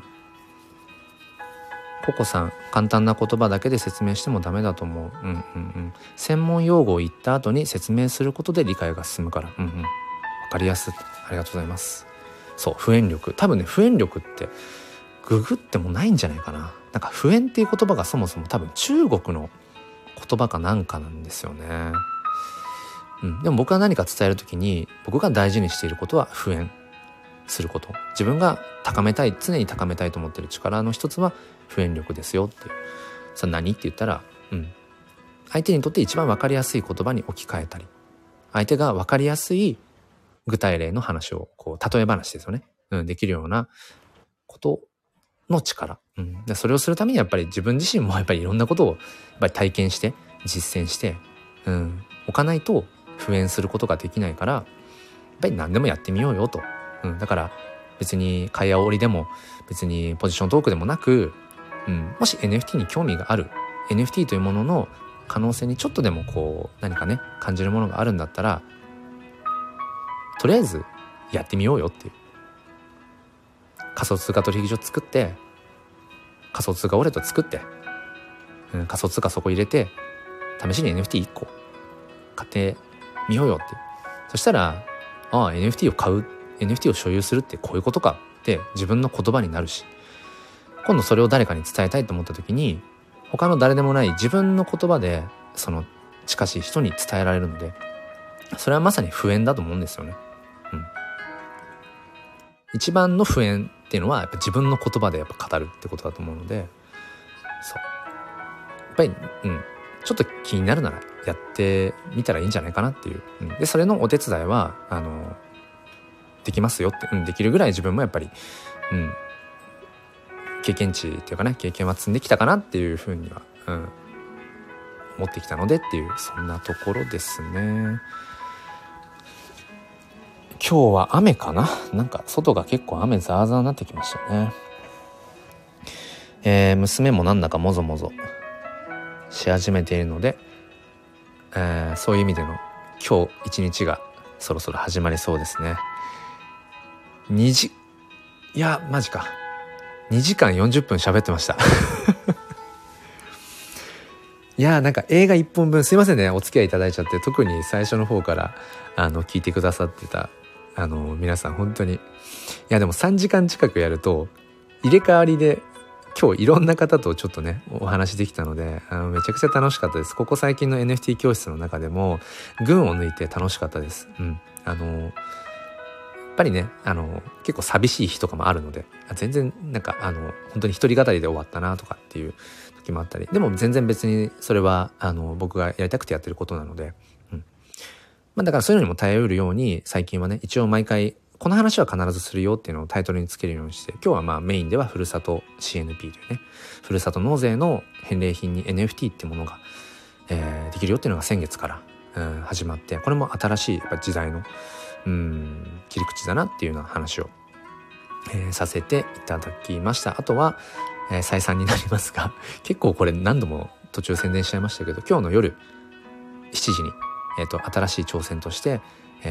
ココさん、簡単な言葉だけで説明してもダメだと思う。専門用語を言った後に説明することで理解が進むから。わかりやすい。ありがとうございます。そう、普遍力。多分ね、普遍力ってググってもないんじゃないかな。普遍っていう言葉がそもそも多分中国の言葉かなんかなんですよね。でも僕が何か伝えるときに、僕が大事にしていることは普遍すること。自分が常に高めたいと思っている力の一つは普遍力ですよっていう。それ何って言ったら、 相手にとって一番分かりやすい言葉に置き換えたり、相手が分かりやすい具体例の話をこう例え話ですよね、できるようなことの力、でそれをするためにやっぱり自分自身もやっぱりいろんなことをやっぱり体験して実践して、おかないと復縁することができないから、やっぱり何でもやってみようよと、だから別に会話織りでも別にポジショントークでもなく、もし NFT に興味がある、 NFT というものの可能性にちょっとでもこう何かね感じるものがあるんだったら、とりあえずやってみようよっていう、仮想通貨取引所作って、仮想通貨ウォレット作って、仮想通貨そこ入れて試しに NFT1 個買ってみようよっていう。そしたらNFT を買う、 NFT を所有するってこういうことかって自分の言葉になるし、今度それを誰かに伝えたいと思った時に他の誰でもない自分の言葉でその近しい人に伝えられるので、それはまさに復縁だと思うんですよね。一番の復縁っていうのはやっぱ自分の言葉でやっぱ語るってことだと思うので、そうやっぱりちょっと気になるならやってみたらいいんじゃないかなっていう、でそれのお手伝いはできますよって、できるぐらい自分もやっぱり経験値っていうかね、経験は積んできたかなっていうふうには、持ってきたのでっていう、そんなところですね。今日は雨かな、なんか外が結構雨ザーザーになってきましたね。娘もなんだかもぞもぞし始めているので、そういう意味での今日一日がそろそろ始まりそうですね。いやマジか2時間40分喋ってましたいやなんか映画1本分すいませんね、お付き合いいただいちゃって、特に最初の方から聞いてくださってた皆さん本当に、いやでも3時間近くやると入れ替わりで今日いろんな方とちょっとねお話できたので、めちゃくちゃ楽しかったです。ここ最近の NFT 教室の中でも群を抜いて楽しかったです。やっぱりね結構寂しい日とかもあるので、全然なんか本当に一人語りで終わったなとかっていう時もあったり、でも全然別にそれは僕がやりたくてやってることなので、だからそういうのにも耐えうるように最近はね一応毎回この話は必ずするよっていうのをタイトルにつけるようにして、今日はメインではふるさと CNP というね、ふるさと納税の返礼品に NFT っていうものが、できるよっていうのが先月から、始まって、これも新しいやっぱ時代の切り口だなっていうような話を、させていただきました。あとは、再三になりますが結構これ何度も途中宣伝しちゃいましたけど、今日の夜7時に、新しい挑戦として、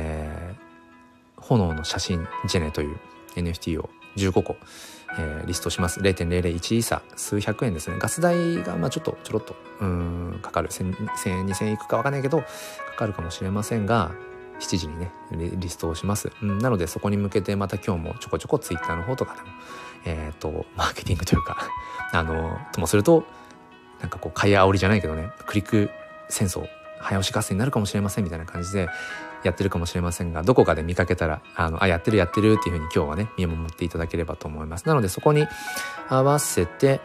炎の写真ジェネという NFT を15個、リストします。 0.001 イーサ数百円ですね。ガス代がちょろっとかかる、1000円2000円いくか分かんないけどかかるかもしれませんが、7時にねリストをします。なのでそこに向けてまた今日もちょこちょこツイッターの方とかでもマーケティングというかともするとなんかこう買い煽りじゃないけどね、クリック戦争早押し合戦になるかもしれませんみたいな感じでやってるかもしれませんが、どこかで見かけたらやってるっていうふうに今日はね見守っていただければと思います。なのでそこに合わせて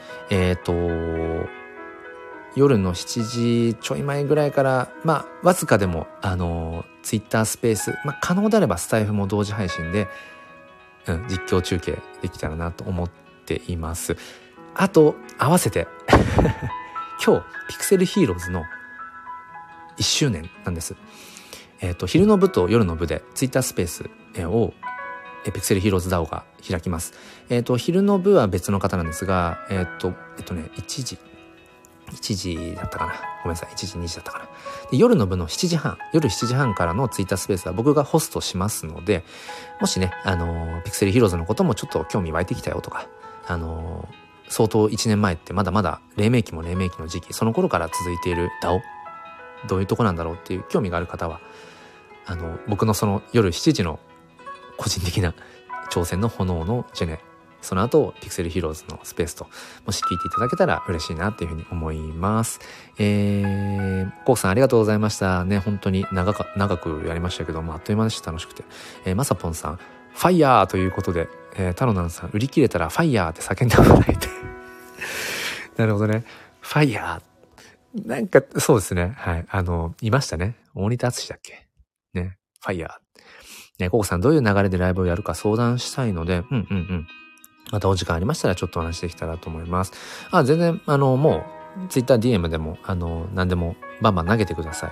夜の7時ちょい前ぐらいからわずかでもツイッタースペース、可能であればスタイフも同時配信で、実況中継できたらなと思っています。あと合わせて今日ピクセルヒーローズの1周年なんです。昼の部と夜の部でツイッタースペースをピクセルヒーローズ DAO が開きます。昼の部は別の方なんですが、1時だったかな、ごめんなさい、1時2時だったかな。で夜の部の夜7時半からのツイッタースペースは僕がホストしますので、もしねピクセルヒーローズのこともちょっと興味湧いてきたよとか、相当1年前ってまだまだ黎明期も黎明期の時期、その頃から続いている DAO どういうとこなんだろうっていう興味がある方は僕のその夜7時の個人的な挑戦の炎のジェネ、その後ピクセルヒーローズのスペースともし聞いていただけたら嬉しいなっていうふうに思います。コウさんありがとうございましたね。本当に長くやりましたけど、あっという間でした。楽しくて、まさぽんさんファイヤーということで、タロナンさん売り切れたらファイヤーって叫んでもらえてなるほどね、ファイヤーなんか、そうですね。はい。いましたね。大仁田敦だっけね。ファイヤー。ね、ココさんどういう流れでライブをやるか相談したいので、またお時間ありましたらちょっとお話できたらと思います。全然、もう、Twitter DM でも、何でもバンバン投げてください。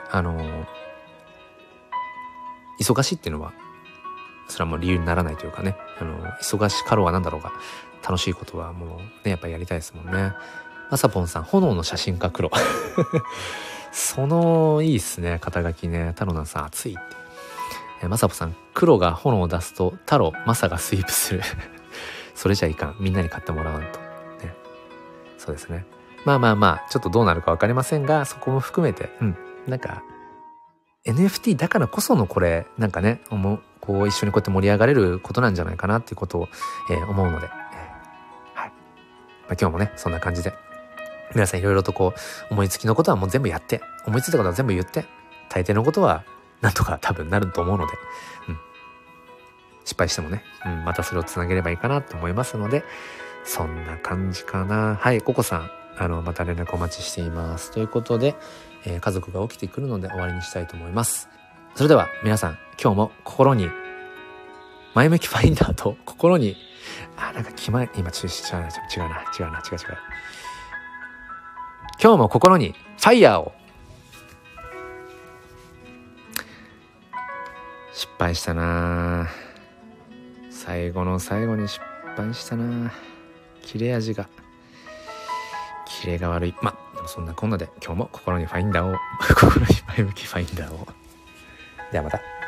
忙しいっていうのは、それはもう理由にならないというかね、忙しかろうがなんだろうが、楽しいことはもうね、やっぱりやりたいですもんね。まさぽんさん、炎の写真家黒。いいっすね、肩書きね。太郎なんさん、熱いって。まさぽさん、黒が炎を出すと、太郎、まさがスイープする。それじゃいかん。みんなに買ってもらわんと。ね。そうですね。まあ、ちょっとどうなるかわかりませんが、そこも含めて、なんか、NFT だからこそのこれ、なんかね、こう一緒にこうやって盛り上がれることなんじゃないかなっていうことを、思うので、はい。今日もね、そんな感じで、皆さんいろいろとこう、思いつきのことはもう全部やって、思いついたことは全部言って、大抵のことは、なんとか多分なると思うので、失敗してもね、またそれをつなげればいいかなと思いますので、そんな感じかな。はい、ココさん、また連絡お待ちしています。ということで、家族が起きてくるので終わりにしたいと思います。それでは皆さん、今日も心に前向きファインダーと心になんか今違う。今日も心にファイヤーを。失敗したな。最後の最後に失敗したな。切れ味が悪い。でもそんなこんなで今日も心にファインダーを心に前向きファインダーを。ではまた。